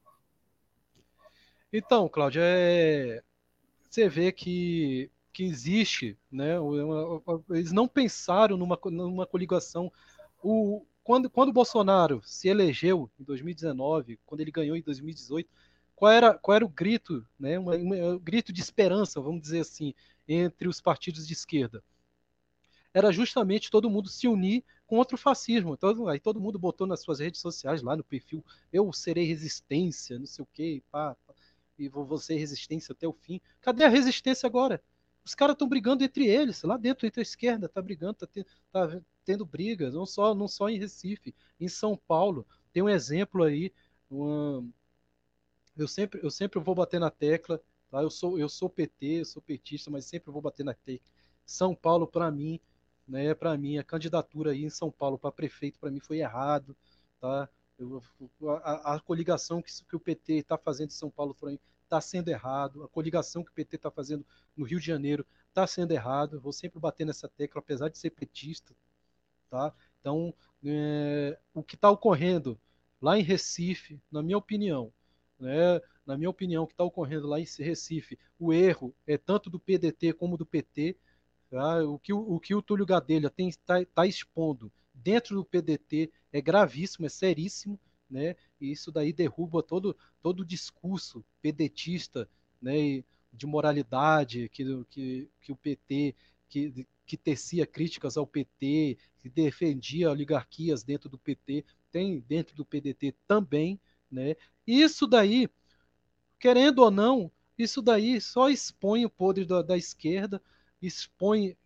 Então, Cláudio, você vê que existe, né? Eles não pensaram numa coligação. Quando o Bolsonaro se elegeu em 2019, quando ele ganhou em 2018, qual era o grito, né? Um grito de esperança, vamos dizer assim, entre os partidos de esquerda? Era justamente todo mundo se unir contra o fascismo. Aí todo mundo botou nas suas redes sociais, lá no perfil: eu serei resistência, não sei o quê, e vou ser resistência até o fim. Cadê a resistência agora? Os caras estão brigando entre eles, lá dentro, entre a esquerda, tá brigando, tá tendo brigas, não só em Recife, em São Paulo. Tem um exemplo aí, eu sempre vou bater na tecla, tá? Eu sou PT, eu sou petista, mas sempre vou bater na tecla. São Paulo, para mim, né, a candidatura aí em São Paulo para prefeito, para mim, foi errado, tá? A coligação que o PT está fazendo em São Paulo está sendo errado, a coligação que o PT está fazendo no Rio de Janeiro está sendo errado. Vou sempre bater nessa tecla, apesar de ser petista, tá? Então, o que está ocorrendo lá em Recife, na minha opinião, né, o que está ocorrendo lá em Recife, o erro é tanto do PDT como do PT. Tá? O que o Túlio Gadelha está expondo dentro do PDT é gravíssimo, é seríssimo, né? E isso daí derruba todo o discurso pedetista, né, de moralidade que o PT, que tecia críticas ao PT, que defendia oligarquias dentro do PT, tem dentro do PDT também, né? E isso daí, querendo ou não, isso daí só expõe o podre da esquerda, expõe,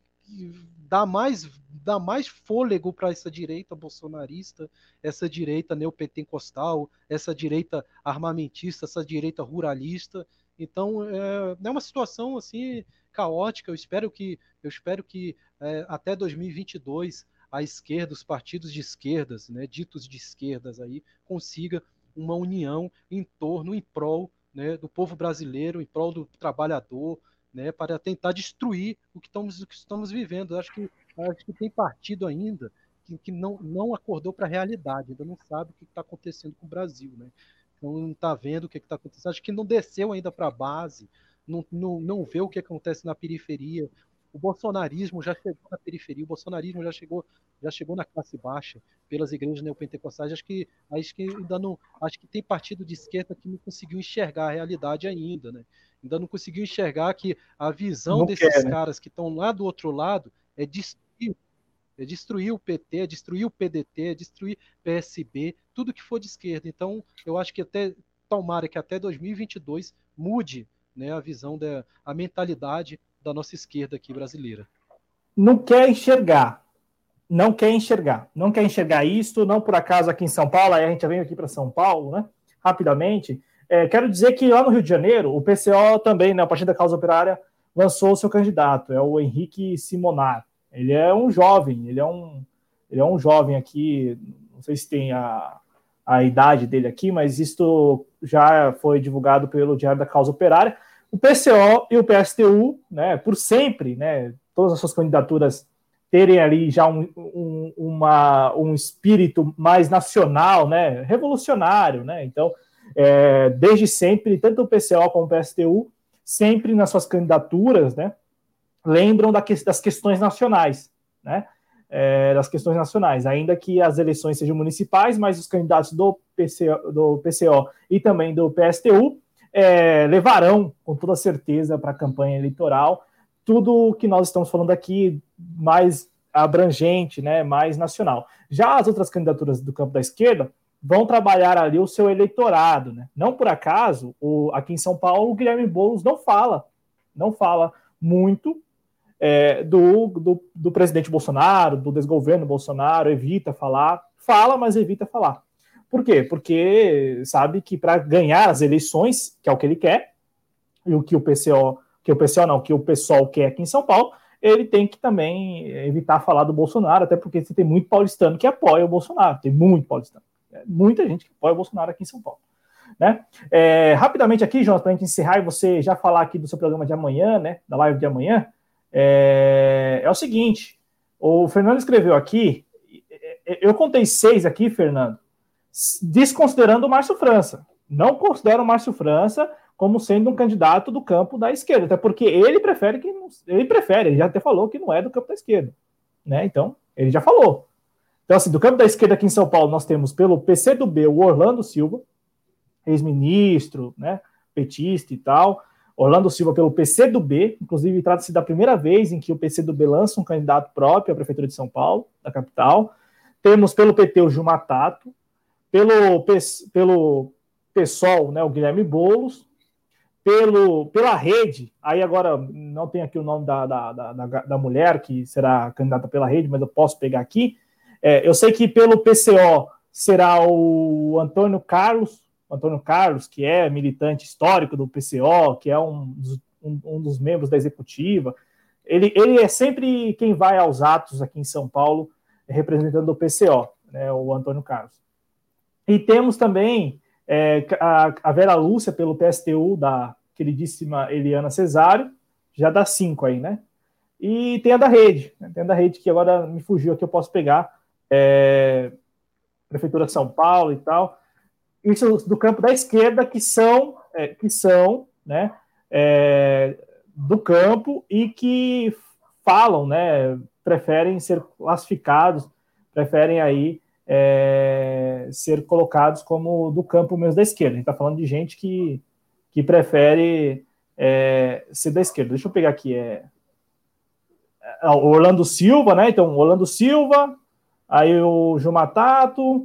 dá mais fôlego para essa direita bolsonarista, essa direita neopentecostal, essa direita armamentista, essa direita ruralista. Então, é uma situação assim caótica. Eu espero que até 2022 a esquerda, os partidos de esquerdas, né, ditos de esquerdas aí, consiga uma união em prol, né, do povo brasileiro, em prol do trabalhador, né, para tentar destruir o que estamos vivendo. Acho que tem partido ainda que não acordou para a realidade, ainda não sabe o que está acontecendo com o Brasil, né? Então não está vendo o que está acontecendo. Acho que não desceu ainda para a base, não vê o que acontece na periferia. O bolsonarismo já chegou na periferia, o bolsonarismo já chegou na classe baixa pelas igrejas neopentecostais. Acho que ainda não, acho que tem partido de esquerda que não conseguiu enxergar a realidade ainda, né? Ainda não conseguiu enxergar que a visão desses caras que estão lá do outro lado é destruir o PT, é destruir o PDT, é destruir o PSB, tudo que for de esquerda. Então, eu acho que tomara que até 2022 mude, né, a visão, a mentalidade da nossa esquerda aqui brasileira. Não quer enxergar isso, não por acaso aqui em São Paulo, aí a gente já vem aqui para São Paulo, né, rapidamente. Quero dizer que lá no Rio de Janeiro, o PCO também, né, o Partido da Causa Operária, lançou o seu candidato, é o Henrique Simonar. Ele é um jovem, ele é um jovem aqui, não sei se tem a idade dele aqui, mas isto já foi divulgado pelo Diário da Causa Operária. O PCO e o PSTU, né, por sempre, né, todas as suas candidaturas terem ali já um espírito mais nacional, né, revolucionário, né, então, desde sempre, tanto o PCO como o PSTU, sempre nas suas candidaturas, né, lembram das questões nacionais, né? das questões nacionais, ainda que as eleições sejam municipais, mas os candidatos do PCO e também do PSTU levarão, com toda certeza, para a campanha eleitoral tudo o que nós estamos falando aqui mais abrangente, né, mais nacional. Já as outras candidaturas do campo da esquerda vão trabalhar ali o seu eleitorado, né? Não por acaso, aqui em São Paulo, o Guilherme Boulos não fala muito do presidente Bolsonaro, do desgoverno Bolsonaro, evita falar, fala, mas evita falar. Por quê? Porque sabe que para ganhar as eleições, que é o que ele quer, e o que o PSOL quer aqui em São Paulo, ele tem que também evitar falar do Bolsonaro, até porque você tem muito paulistano que apoia o Bolsonaro, tem muito paulistano, muita gente que apoia o Bolsonaro aqui em São Paulo. Né? Rapidamente aqui, Jonas, para a gente encerrar e você já falar aqui do seu programa de amanhã, né, da live de amanhã, é o seguinte, o Fernando escreveu aqui, eu contei 6 aqui, Fernando, desconsiderando o Márcio França. Não considero o Márcio França como sendo um candidato do campo da esquerda, até porque ele já até falou que não é do campo da esquerda, né? Então, ele já falou. Então, assim, do campo da esquerda aqui em São Paulo, nós temos pelo PCdoB o Orlando Silva, ex-ministro, né, petista e tal. Orlando Silva pelo PCdoB, inclusive trata-se da primeira vez em que o PCdoB lança um candidato próprio à Prefeitura de São Paulo, da capital. Temos pelo PT o Gilmar Tato, pelo PSOL, né, o Guilherme Boulos, pela Rede, aí agora não tem aqui o nome da mulher que será candidata pela Rede, mas eu posso pegar aqui. Eu sei que pelo PCO será o Antônio Carlos, que é militante histórico do PCO, que é um dos membros da executiva. Ele é sempre quem vai aos atos aqui em São Paulo, representando o PCO, né, o Antônio Carlos. E temos também a Vera Lúcia pelo PSTU, da queridíssima Eliana Cesário, já dá 5 aí, né? E tem a da Rede, né? Tem a da Rede que agora me fugiu aqui, eu posso pegar, Prefeitura de São Paulo e tal. Isso do campo da esquerda, que são né, do campo e que falam, né, preferem ser classificados, preferem aí ser colocados como do campo mesmo da esquerda. A gente está falando de gente que prefere ser da esquerda. Deixa eu pegar aqui. O Orlando Silva, né? Então, Orlando Silva, aí o Gilmar Tato.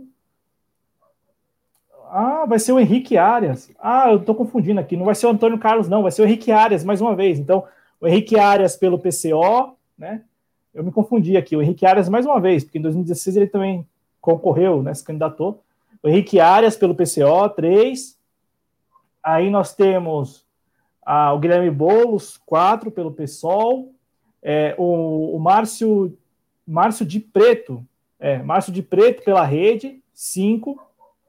Vai ser o Henrique Arias. Eu estou confundindo aqui. Não vai ser o Antônio Carlos, não. Vai ser o Henrique Arias, mais uma vez. Então, o Henrique Arias pelo PCO, né? Eu me confundi aqui. O Henrique Arias, mais uma vez, porque em 2016 ele também concorreu, né? Se candidatou. O Henrique Arias pelo PCO, 3. Aí nós temos o Guilherme Boulos, 4 pelo PSOL. O Márcio de Preto. Márcio de Preto pela Rede, 5.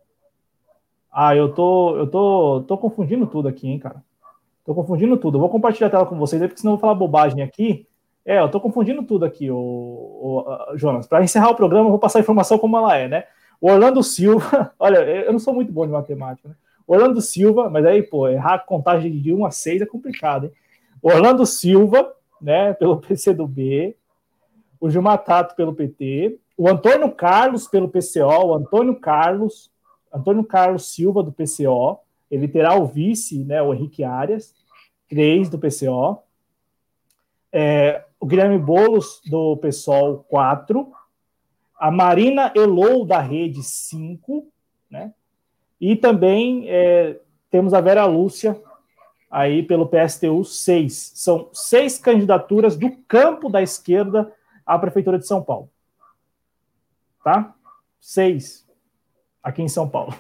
Eu tô confundindo tudo aqui, hein, cara. Tô confundindo tudo. Eu vou compartilhar a tela com vocês aí, porque senão eu vou falar bobagem aqui. Eu tô confundindo tudo aqui, Jonas. Para encerrar o programa, eu vou passar a informação como ela é, né? O Orlando Silva, olha, eu não sou muito bom de matemática, né? Orlando Silva, mas aí, errar a contagem de 1 a 6 é complicado, hein? Orlando Silva, né, pelo PCdoB, o Gilmar Tato pelo PT, o Antônio Carlos pelo PCO, o Antônio Carlos Silva do PCO, ele terá o vice, né, o Henrique Arias, 3 do PCO, o Guilherme Boulos do PSOL, 4, a Marina Elou da Rede, 5, né, e também temos a Vera Lúcia aí pelo PSTU, 6. São 6 candidaturas do campo da esquerda à Prefeitura de São Paulo. Tá? 6. Aqui em São Paulo.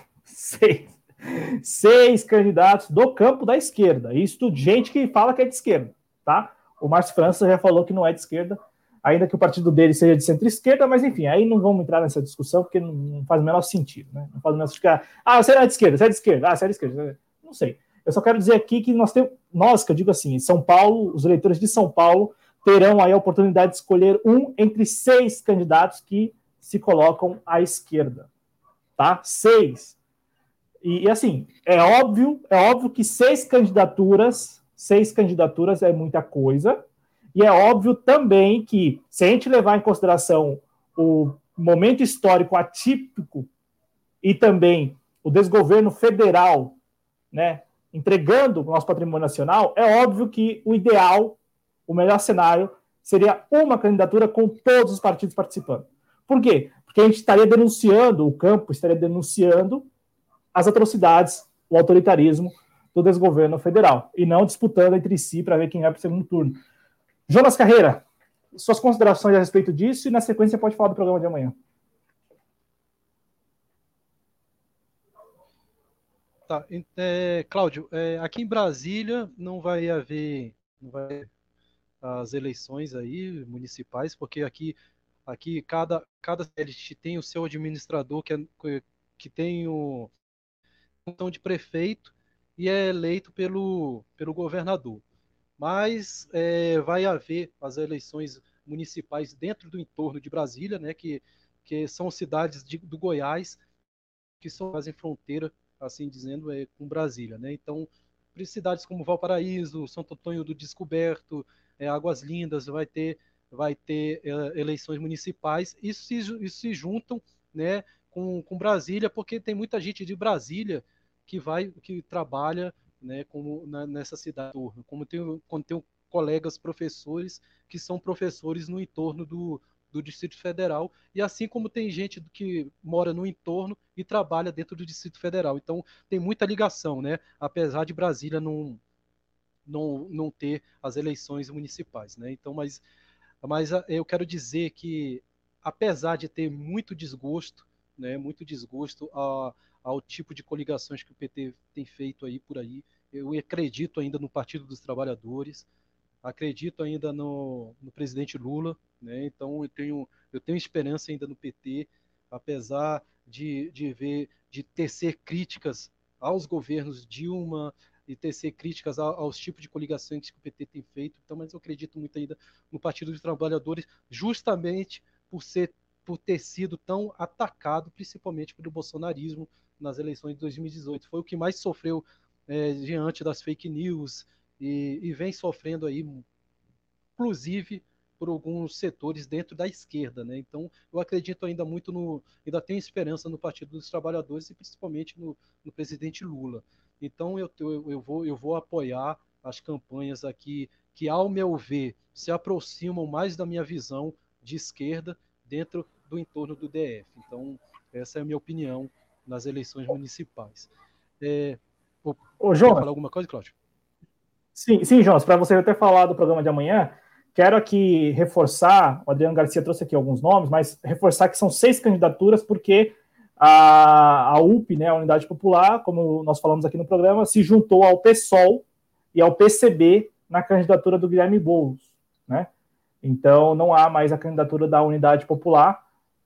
6 candidatos do campo da esquerda. Isso gente que fala que é de esquerda, tá? O Márcio França já falou que não é de esquerda, ainda que o partido dele seja de centro-esquerda, mas enfim, aí não vamos entrar nessa discussão, porque não faz o menor sentido, né? Não faz o menor sentido. Você não é de esquerda, você é de esquerda. Você é de esquerda. Não sei. Eu só quero dizer aqui que nós, que eu digo assim, São Paulo, os eleitores de São Paulo terão aí a oportunidade de escolher um entre 6 candidatos que se colocam à esquerda. Tá? 6. E assim, é óbvio que 6 candidaturas é muita coisa, e é óbvio também que, se a gente levar em consideração o momento histórico atípico e também o desgoverno federal, né, entregando o nosso patrimônio nacional, é óbvio que o ideal, o melhor cenário, seria uma candidatura com todos os partidos participando. Por quê? Porque a gente estaria denunciando, o campo estaria denunciando as atrocidades, o autoritarismo do desgoverno federal, e não disputando entre si para ver quem vai para o segundo turno. Jonas Carreira, suas considerações a respeito disso, e na sequência pode falar do programa de amanhã. Tá, Cláudio, aqui em Brasília não vai haver as eleições aí municipais, porque aqui cada cidade tem o seu administrador que tem o função de prefeito e é eleito pelo governador. Mas vai haver as eleições municipais dentro do entorno de Brasília, né, que são cidades do Goiás, que fazem fronteira, assim dizendo, com Brasília. Né? Então, cidades como Valparaíso, Santo Antônio do Descoberto, Águas Lindas, vai ter eleições municipais. Isso se juntam, né, com Brasília, porque tem muita gente de Brasília que trabalha, né, nessa cidade. Como quando tem colegas professores que são professores no entorno do Distrito Federal, e assim como tem gente que mora no entorno e trabalha dentro do Distrito Federal. Então, tem muita ligação, né? Apesar de Brasília não ter as eleições municipais, né? Então, mas eu quero dizer que, apesar de ter muito desgosto, né, muito desgosto ao tipo de coligações que o PT tem feito aí por aí, eu acredito ainda no Partido dos Trabalhadores, acredito ainda no presidente Lula, né? Então eu tenho esperança ainda no PT, apesar de tecer críticas aos governos Dilma e tecer críticas aos tipos de coligações que o PT tem feito. Então, mas eu acredito muito ainda no Partido dos Trabalhadores, justamente por ter sido tão atacado, principalmente pelo bolsonarismo nas eleições de 2018. Foi o que mais sofreu diante das fake news, e vem sofrendo aí, inclusive por alguns setores dentro da esquerda, né? Então, eu acredito ainda tenho esperança no Partido dos Trabalhadores e principalmente no presidente Lula. Então, eu vou apoiar as campanhas aqui que, ao meu ver, se aproximam mais da minha visão de esquerda dentro do entorno do DF. Então, essa é a minha opinião nas eleições municipais. Quer Jonas, falar alguma coisa, Cláudio? sim, Jonas, para você ter falado do programa de amanhã, quero aqui reforçar, o Adriano Garcia trouxe aqui alguns nomes, mas reforçar que são 6 candidaturas, porque a UP, né, a Unidade Popular, como nós falamos aqui no programa, se juntou ao PSOL e ao PCB na candidatura do Guilherme Boulos, né? Então, não há mais a candidatura da Unidade Popular.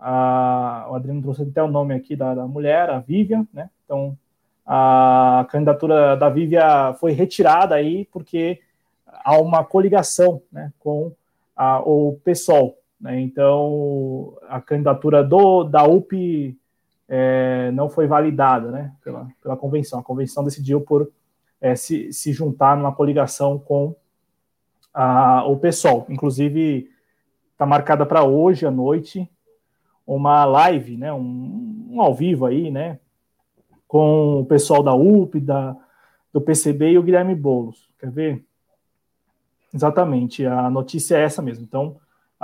O Adriano trouxe até o nome aqui da mulher, a Vivian, né? Então, a candidatura da Vivian foi retirada aí porque há uma coligação, né, com o PSOL, né? Então, a candidatura da UP não foi validada, né, pela convenção. A convenção decidiu por se juntar numa coligação com o PSOL. Inclusive, está marcada para hoje à noite uma live, né, um ao vivo aí, né, com o pessoal da UP, do PCB e o Guilherme Boulos. Quer ver? Exatamente, a notícia é essa mesmo. Então,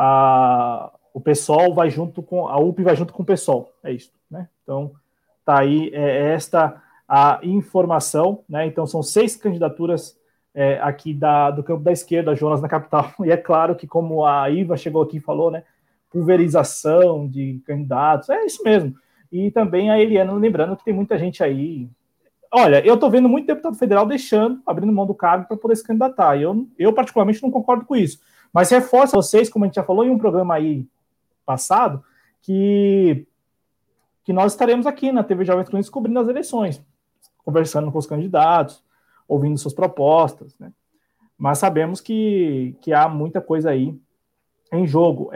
o PSOL vai junto com a UP, vai junto com o PSOL, é isso, né? Então, tá aí esta a informação, né? Então, são 6 candidaturas aqui do campo da esquerda, Jonas, na capital. E é claro que, como a Iva chegou aqui e falou, né? Pulverização de candidatos, é isso mesmo. E também a Eliana, lembrando que tem muita gente aí. Olha, eu estou vendo muito deputado federal abrindo mão do cargo para poder se candidatar. Eu, particularmente, não concordo com isso. Mas reforço a vocês, como a gente já falou em um programa aí passado, que nós estaremos aqui na TV Jovens Cronistas cobrindo as eleições, conversando com os candidatos, ouvindo suas propostas, né? Mas sabemos que há muita coisa aí em jogo.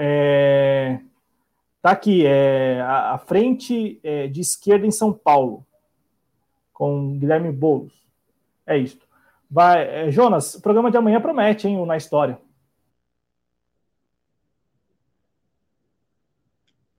Tá aqui, a frente de esquerda em São Paulo, com Guilherme Boulos. É isso. Jonas, o programa de amanhã promete, hein, Na História.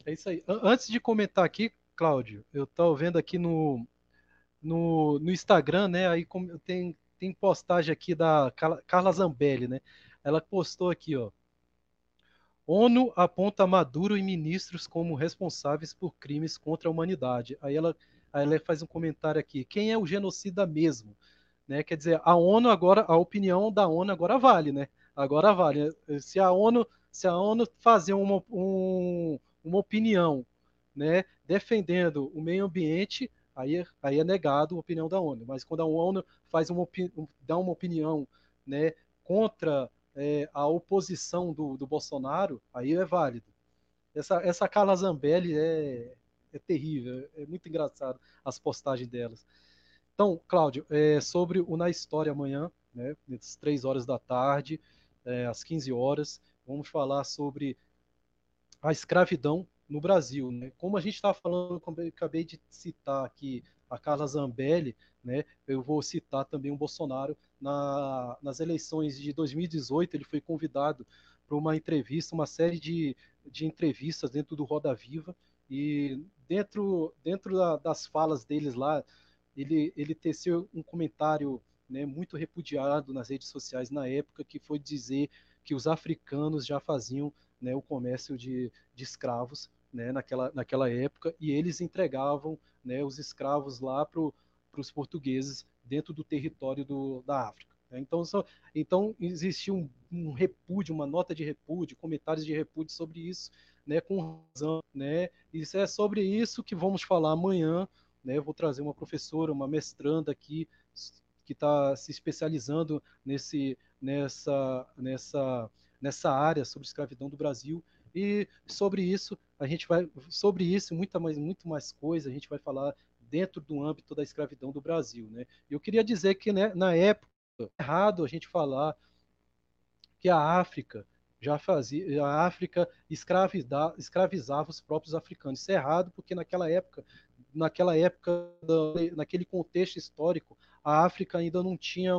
É isso aí. Antes de comentar aqui, Cláudio, eu estou vendo aqui no Instagram, né? Aí tem postagem aqui da Carla Zambelli, né? Ela postou aqui, ó. ONU aponta Maduro e ministros como responsáveis por crimes contra a humanidade. Aí ela faz um comentário aqui. Quem é o genocida mesmo? Né? Quer dizer, a opinião da ONU agora vale, né? Agora vale. Se a ONU fazer uma opinião, né, defendendo o meio ambiente, aí é negado a opinião da ONU. Mas quando a ONU dá uma opinião, né, contra a oposição do Bolsonaro, aí é válido. Essa Carla Zambelli é terrível, é muito engraçado as postagens delas. Então, Cláudio, sobre o Na História amanhã, né, às 3 horas da tarde, às 15 horas, vamos falar sobre a escravidão no Brasil. Né? Como a gente estava falando, como eu acabei de citar aqui a Carla Zambelli, né, eu vou citar também o Bolsonaro. Nas eleições de 2018, ele foi convidado para uma entrevista, uma série de entrevistas dentro do Roda Viva, e dentro das falas deles lá, ele teceu um comentário, né, muito repudiado nas redes sociais na época, que foi dizer que os africanos já faziam, né, o comércio de escravos, né, naquela época, e eles entregavam, né, os escravos lá para os portugueses dentro do território da África. Né? Então existia um repúdio, uma nota de repúdio, comentários de repúdio sobre isso, né, com razão. Né? Isso é sobre isso que vamos falar amanhã. Né? Eu vou trazer uma professora, uma mestranda aqui, que está se especializando nessa área sobre escravidão do Brasil. E sobre isso, muito mais coisa, a gente vai falar dentro do âmbito da escravidão do Brasil. Né? Eu queria dizer que, né, na época, é errado a gente falar que a África escravizava os próprios africanos. Isso é errado, porque naquele contexto histórico, a África ainda não tinha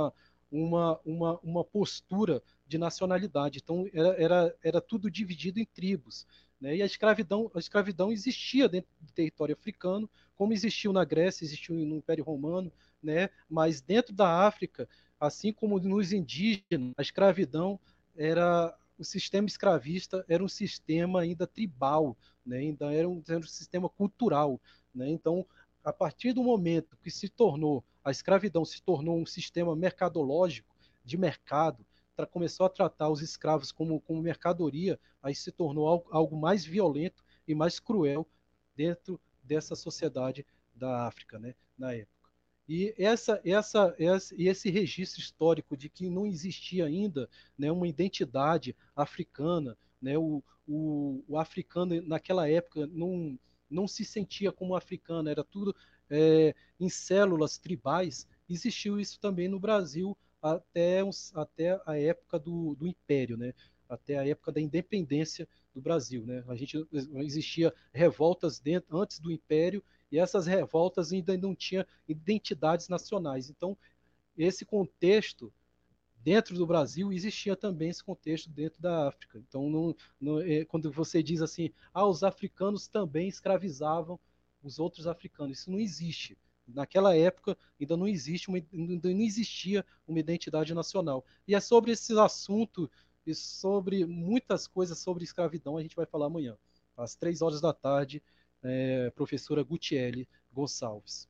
uma postura de nacionalidade. Então, era tudo dividido em tribos. Né? E a escravidão existia dentro do território africano, como existiu na Grécia, existiu no Império Romano, né? Mas dentro da África, assim como nos indígenas, a escravidão o sistema escravista era um sistema ainda tribal, né? Ainda era um sistema cultural. Né? Então, a partir do momento que a escravidão se tornou um sistema mercadológico, de mercado, começou a tratar os escravos como mercadoria, aí se tornou algo mais violento e mais cruel dentro dessa sociedade da África, né, na época. E esse registro histórico de que não existia ainda, né, uma identidade africana, né, o africano naquela época não se sentia como africano, era tudo em células tribais. Existiu isso também no Brasil até a época do Império, né? Até a época da independência do Brasil. Né? Existia revoltas antes do Império, e essas revoltas ainda não tinham identidades nacionais. Então, esse contexto dentro do Brasil, existia também esse contexto dentro da África. Então, quando você diz assim, os africanos também escravizavam os outros africanos, isso não existe. Naquela época ainda não existia uma identidade nacional. E é sobre esses assuntos e sobre muitas coisas sobre escravidão a gente vai falar amanhã, às 3 horas da tarde, professora Gutiele Gonçalves.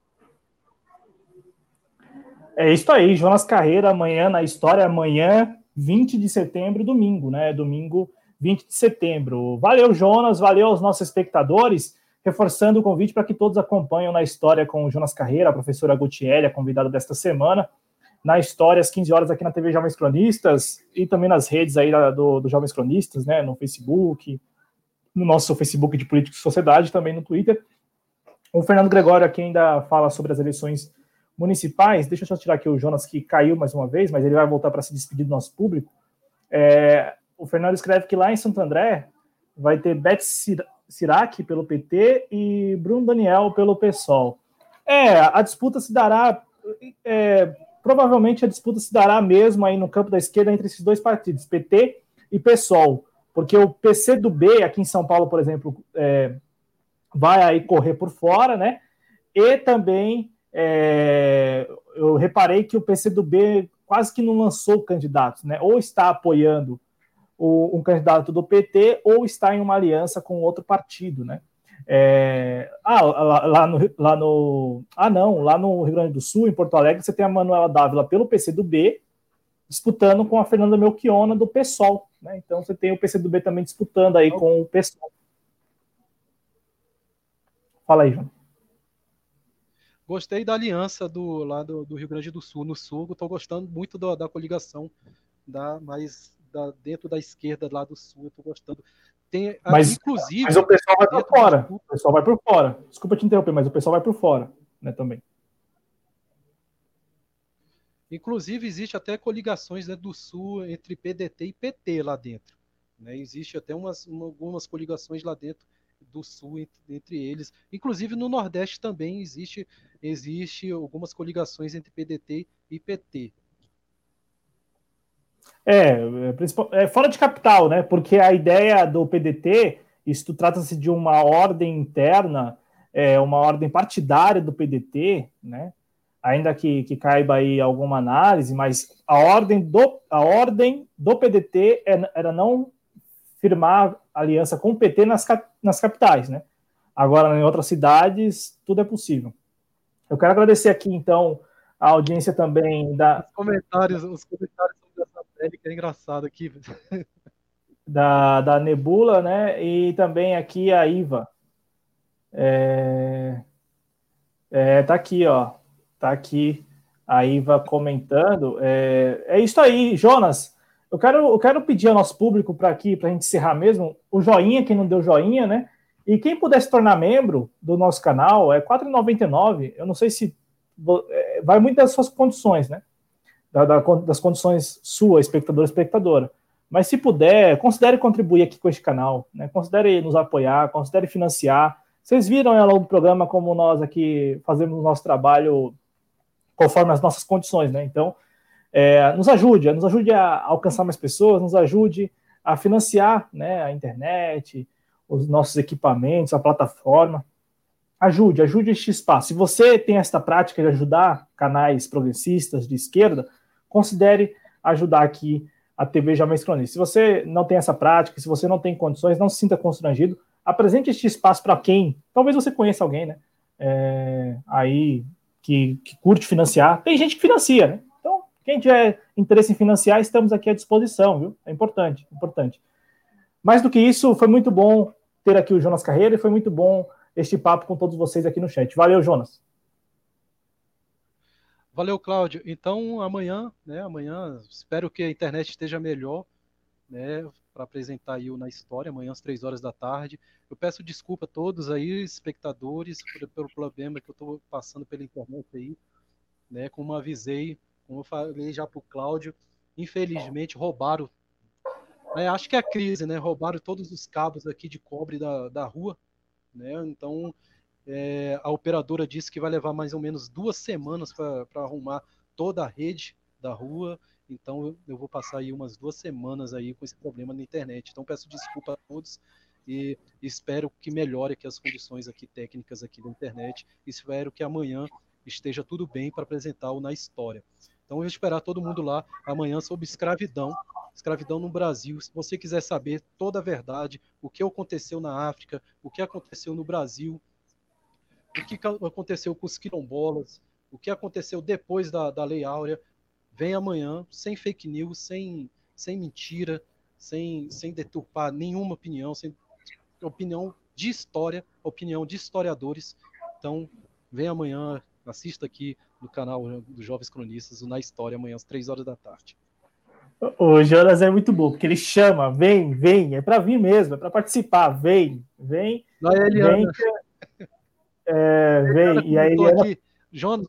É isso aí, Jonas Carreira, amanhã na História, amanhã, 20 de setembro, domingo, né? Domingo, 20 de setembro. Valeu, Jonas, valeu aos nossos espectadores, reforçando o convite para que todos acompanhem na História com o Jonas Carreira, a professora Gutiele, a convidada desta semana, na História, às 15 horas, aqui na TV Jovens Cronistas, e também nas redes aí do Jovens Cronistas, né? No Facebook, no nosso Facebook de Política e Sociedade, também no Twitter. O Fernando Gregório aqui ainda fala sobre as eleições municipais. Deixa eu só tirar aqui o Jonas, que caiu mais uma vez, mas ele vai voltar para se despedir do nosso público. O Fernando escreve que lá em Santo André vai ter Beth Sirac pelo PT e Bruno Daniel pelo PSOL. A disputa se dará... provavelmente a disputa se dará mesmo aí no campo da esquerda entre esses dois partidos, PT e PSOL. porque o PCdoB aqui em São Paulo, por exemplo, vai aí correr por fora, né? E também eu reparei que o PCdoB quase que não lançou candidatos, né? Ou está apoiando um candidato do PT ou está em uma aliança com outro partido, né? Lá no Rio Grande do Sul, em Porto Alegre, você tem a Manuela Dávila pelo PCdoB disputando com a Fernanda Melchiona do PSOL, né? Então você tem o PCdoB também disputando aí com o PSOL. Fala aí, João. Gostei da aliança lá do Rio Grande do Sul. No Sul, estou gostando muito da coligação, dentro da esquerda lá do Sul, eu estou gostando. Inclusive, mas o pessoal vai por fora. O pessoal vai por fora. Desculpa te interromper, mas o pessoal vai por fora, né, também. Inclusive, existe até coligações, né, do Sul entre PDT e PT lá dentro. Né? Existe até algumas coligações lá dentro do Sul entre eles. Inclusive, no Nordeste também existe algumas coligações entre PDT e PT. Fora de capital, né? Porque a ideia do PDT, isto trata-se de uma ordem interna, uma ordem partidária do PDT, né? Ainda que caiba aí alguma análise, mas a ordem do PDT era não firmar aliança com o PT nas capitais, né? Agora, em outras cidades, tudo é possível. Eu quero agradecer aqui, então, a audiência também da... Os comentários sobre essa série, que é engraçado aqui. Da Nebula, né? E também aqui a Iva. Tá aqui, ó. Tá aqui a Iva comentando. É isso aí, Jonas. Eu quero pedir ao nosso público para aqui, para a gente encerrar mesmo, o joinha, quem não deu joinha, né? E quem puder se tornar membro do nosso canal, é R$ 4,99. Eu não sei se vai muito das suas condições, né? Das condições sua, espectador, espectadora. Mas se puder, considere contribuir aqui com este canal, né? Considere nos apoiar, considere financiar. Vocês viram ao longo do programa como nós aqui fazemos o nosso trabalho conforme as nossas condições, né? Então, nos ajude a alcançar mais pessoas, nos ajude a financiar, né, a internet, os nossos equipamentos, a plataforma. Ajude este espaço. Se você tem esta prática de ajudar canais progressistas de esquerda, considere ajudar aqui a TV Jovens Cronistas. Se você não tem essa prática, se você não tem condições, não se sinta constrangido, apresente este espaço para quem, talvez você conheça alguém, né, aí que curte financiar. Tem gente que financia, né? Então, quem tiver interesse em financiar, estamos aqui à disposição, viu? É importante. Mais do que isso, foi muito bom ter aqui o Jonas Carreira e foi muito bom este papo com todos vocês aqui no chat. Valeu, Jonas. Valeu, Cláudio. Então, amanhã, espero que a internet esteja melhor, né, para apresentar aí o Na História, amanhã às 3h. Eu peço desculpa a todos aí, espectadores, pelo problema que eu estou passando pela internet aí, né, como avisei, como eu falei já para o Cláudio, infelizmente roubaram, acho que é a crise, né, roubaram todos os cabos aqui de cobre da rua, né, então a operadora disse que vai levar mais ou menos 2 semanas para arrumar toda a rede da rua. Então eu vou passar aí umas 2 semanas aí com esse problema na internet. Então peço desculpa a todos e espero que melhore aqui as condições aqui técnicas aqui da internet. Espero que amanhã esteja tudo bem para apresentar o Na História. Então eu vou esperar todo mundo lá amanhã sobre escravidão no Brasil. Se você quiser saber toda a verdade, o que aconteceu na África, o que aconteceu no Brasil, o que aconteceu com os quilombolas, o que aconteceu depois da Lei Áurea, vem amanhã, sem fake news, sem mentira, sem deturpar nenhuma opinião, sem opinião de história, opinião de historiadores. Então, vem amanhã, assista aqui no canal dos Jovens Cronistas, o Na História, amanhã às 3h. O Jonas é muito bom, porque ele chama, vem, é para vir mesmo, é para participar, vem. Não é Eliana. Vem. Vem, e aí aqui, Jonas.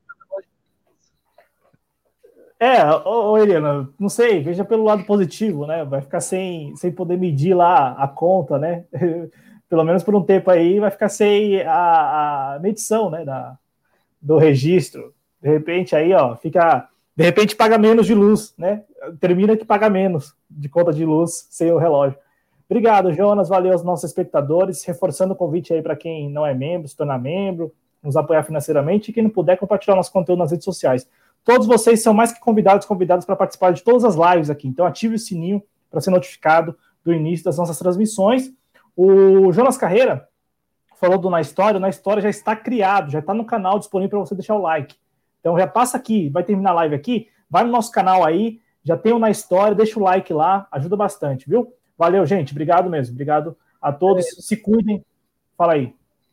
Eliana, não sei, veja pelo lado positivo, né? Vai ficar sem poder medir lá a conta, né? Pelo menos por um tempo aí, vai ficar sem a medição, né? Do registro. De repente aí, ó, de repente paga menos de luz, né? Termina que paga menos de conta de luz sem o relógio. Obrigado, Jonas. Valeu aos nossos espectadores. Reforçando o convite aí para quem não é membro, se tornar membro, nos apoiar financeiramente e quem não puder, compartilhar nosso conteúdo nas redes sociais. Todos vocês são mais que convidados para participar de todas as lives aqui. Então ative o sininho para ser notificado do início das nossas transmissões. O Jonas Carreira falou do Na História. O Na História já está criado, já está no canal disponível para você deixar o like. Então já passa aqui, vai terminar a live aqui, vai no nosso canal aí, já tem o Na História, deixa o like lá, ajuda bastante, viu? Valeu, gente, obrigado mesmo, obrigado a todos, se cuidem. Fala aí.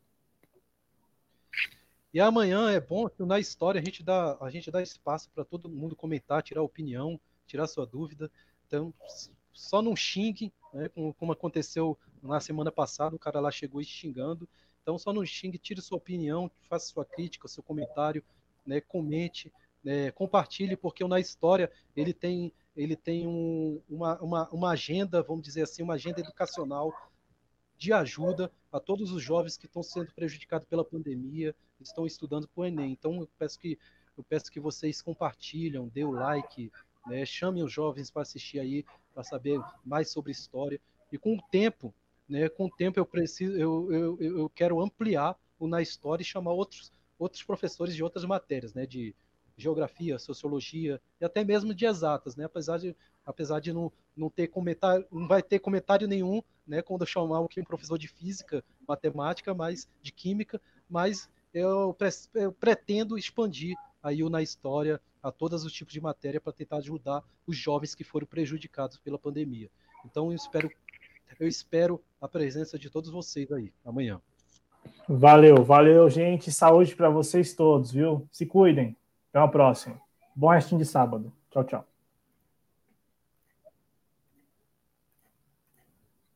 E amanhã é bom que na história a gente dá espaço para todo mundo comentar, tirar opinião, tirar sua dúvida. Então, só não xingue, né, como aconteceu na semana passada, o cara lá chegou xingando. Então, só não xingue, tire sua opinião, faça sua crítica, seu comentário, né, comente, né, compartilhe, porque o Na História ele tem uma agenda, vamos dizer assim, uma agenda educacional de ajuda a todos os jovens que estão sendo prejudicados pela pandemia, estão estudando para o Enem. Então, eu peço que vocês compartilham, dê o like, né, chamem os jovens para assistir aí, para saber mais sobre história. E com o tempo, né, eu quero ampliar o Na História e chamar outros professores de outras matérias, né, de geografia, sociologia e até mesmo de exatas, né, apesar de não ter comentário, não vai ter comentário nenhum, né, quando eu chamar um professor de física, matemática, mas de química, mas eu pretendo expandir aí o Na História a todos os tipos de matéria para tentar ajudar os jovens que foram prejudicados pela pandemia. Então eu espero a presença de todos vocês aí amanhã. Valeu, gente. Saúde para vocês todos, viu? Se cuidem. Até a próxima. Bom restinho de sábado. Tchau, tchau.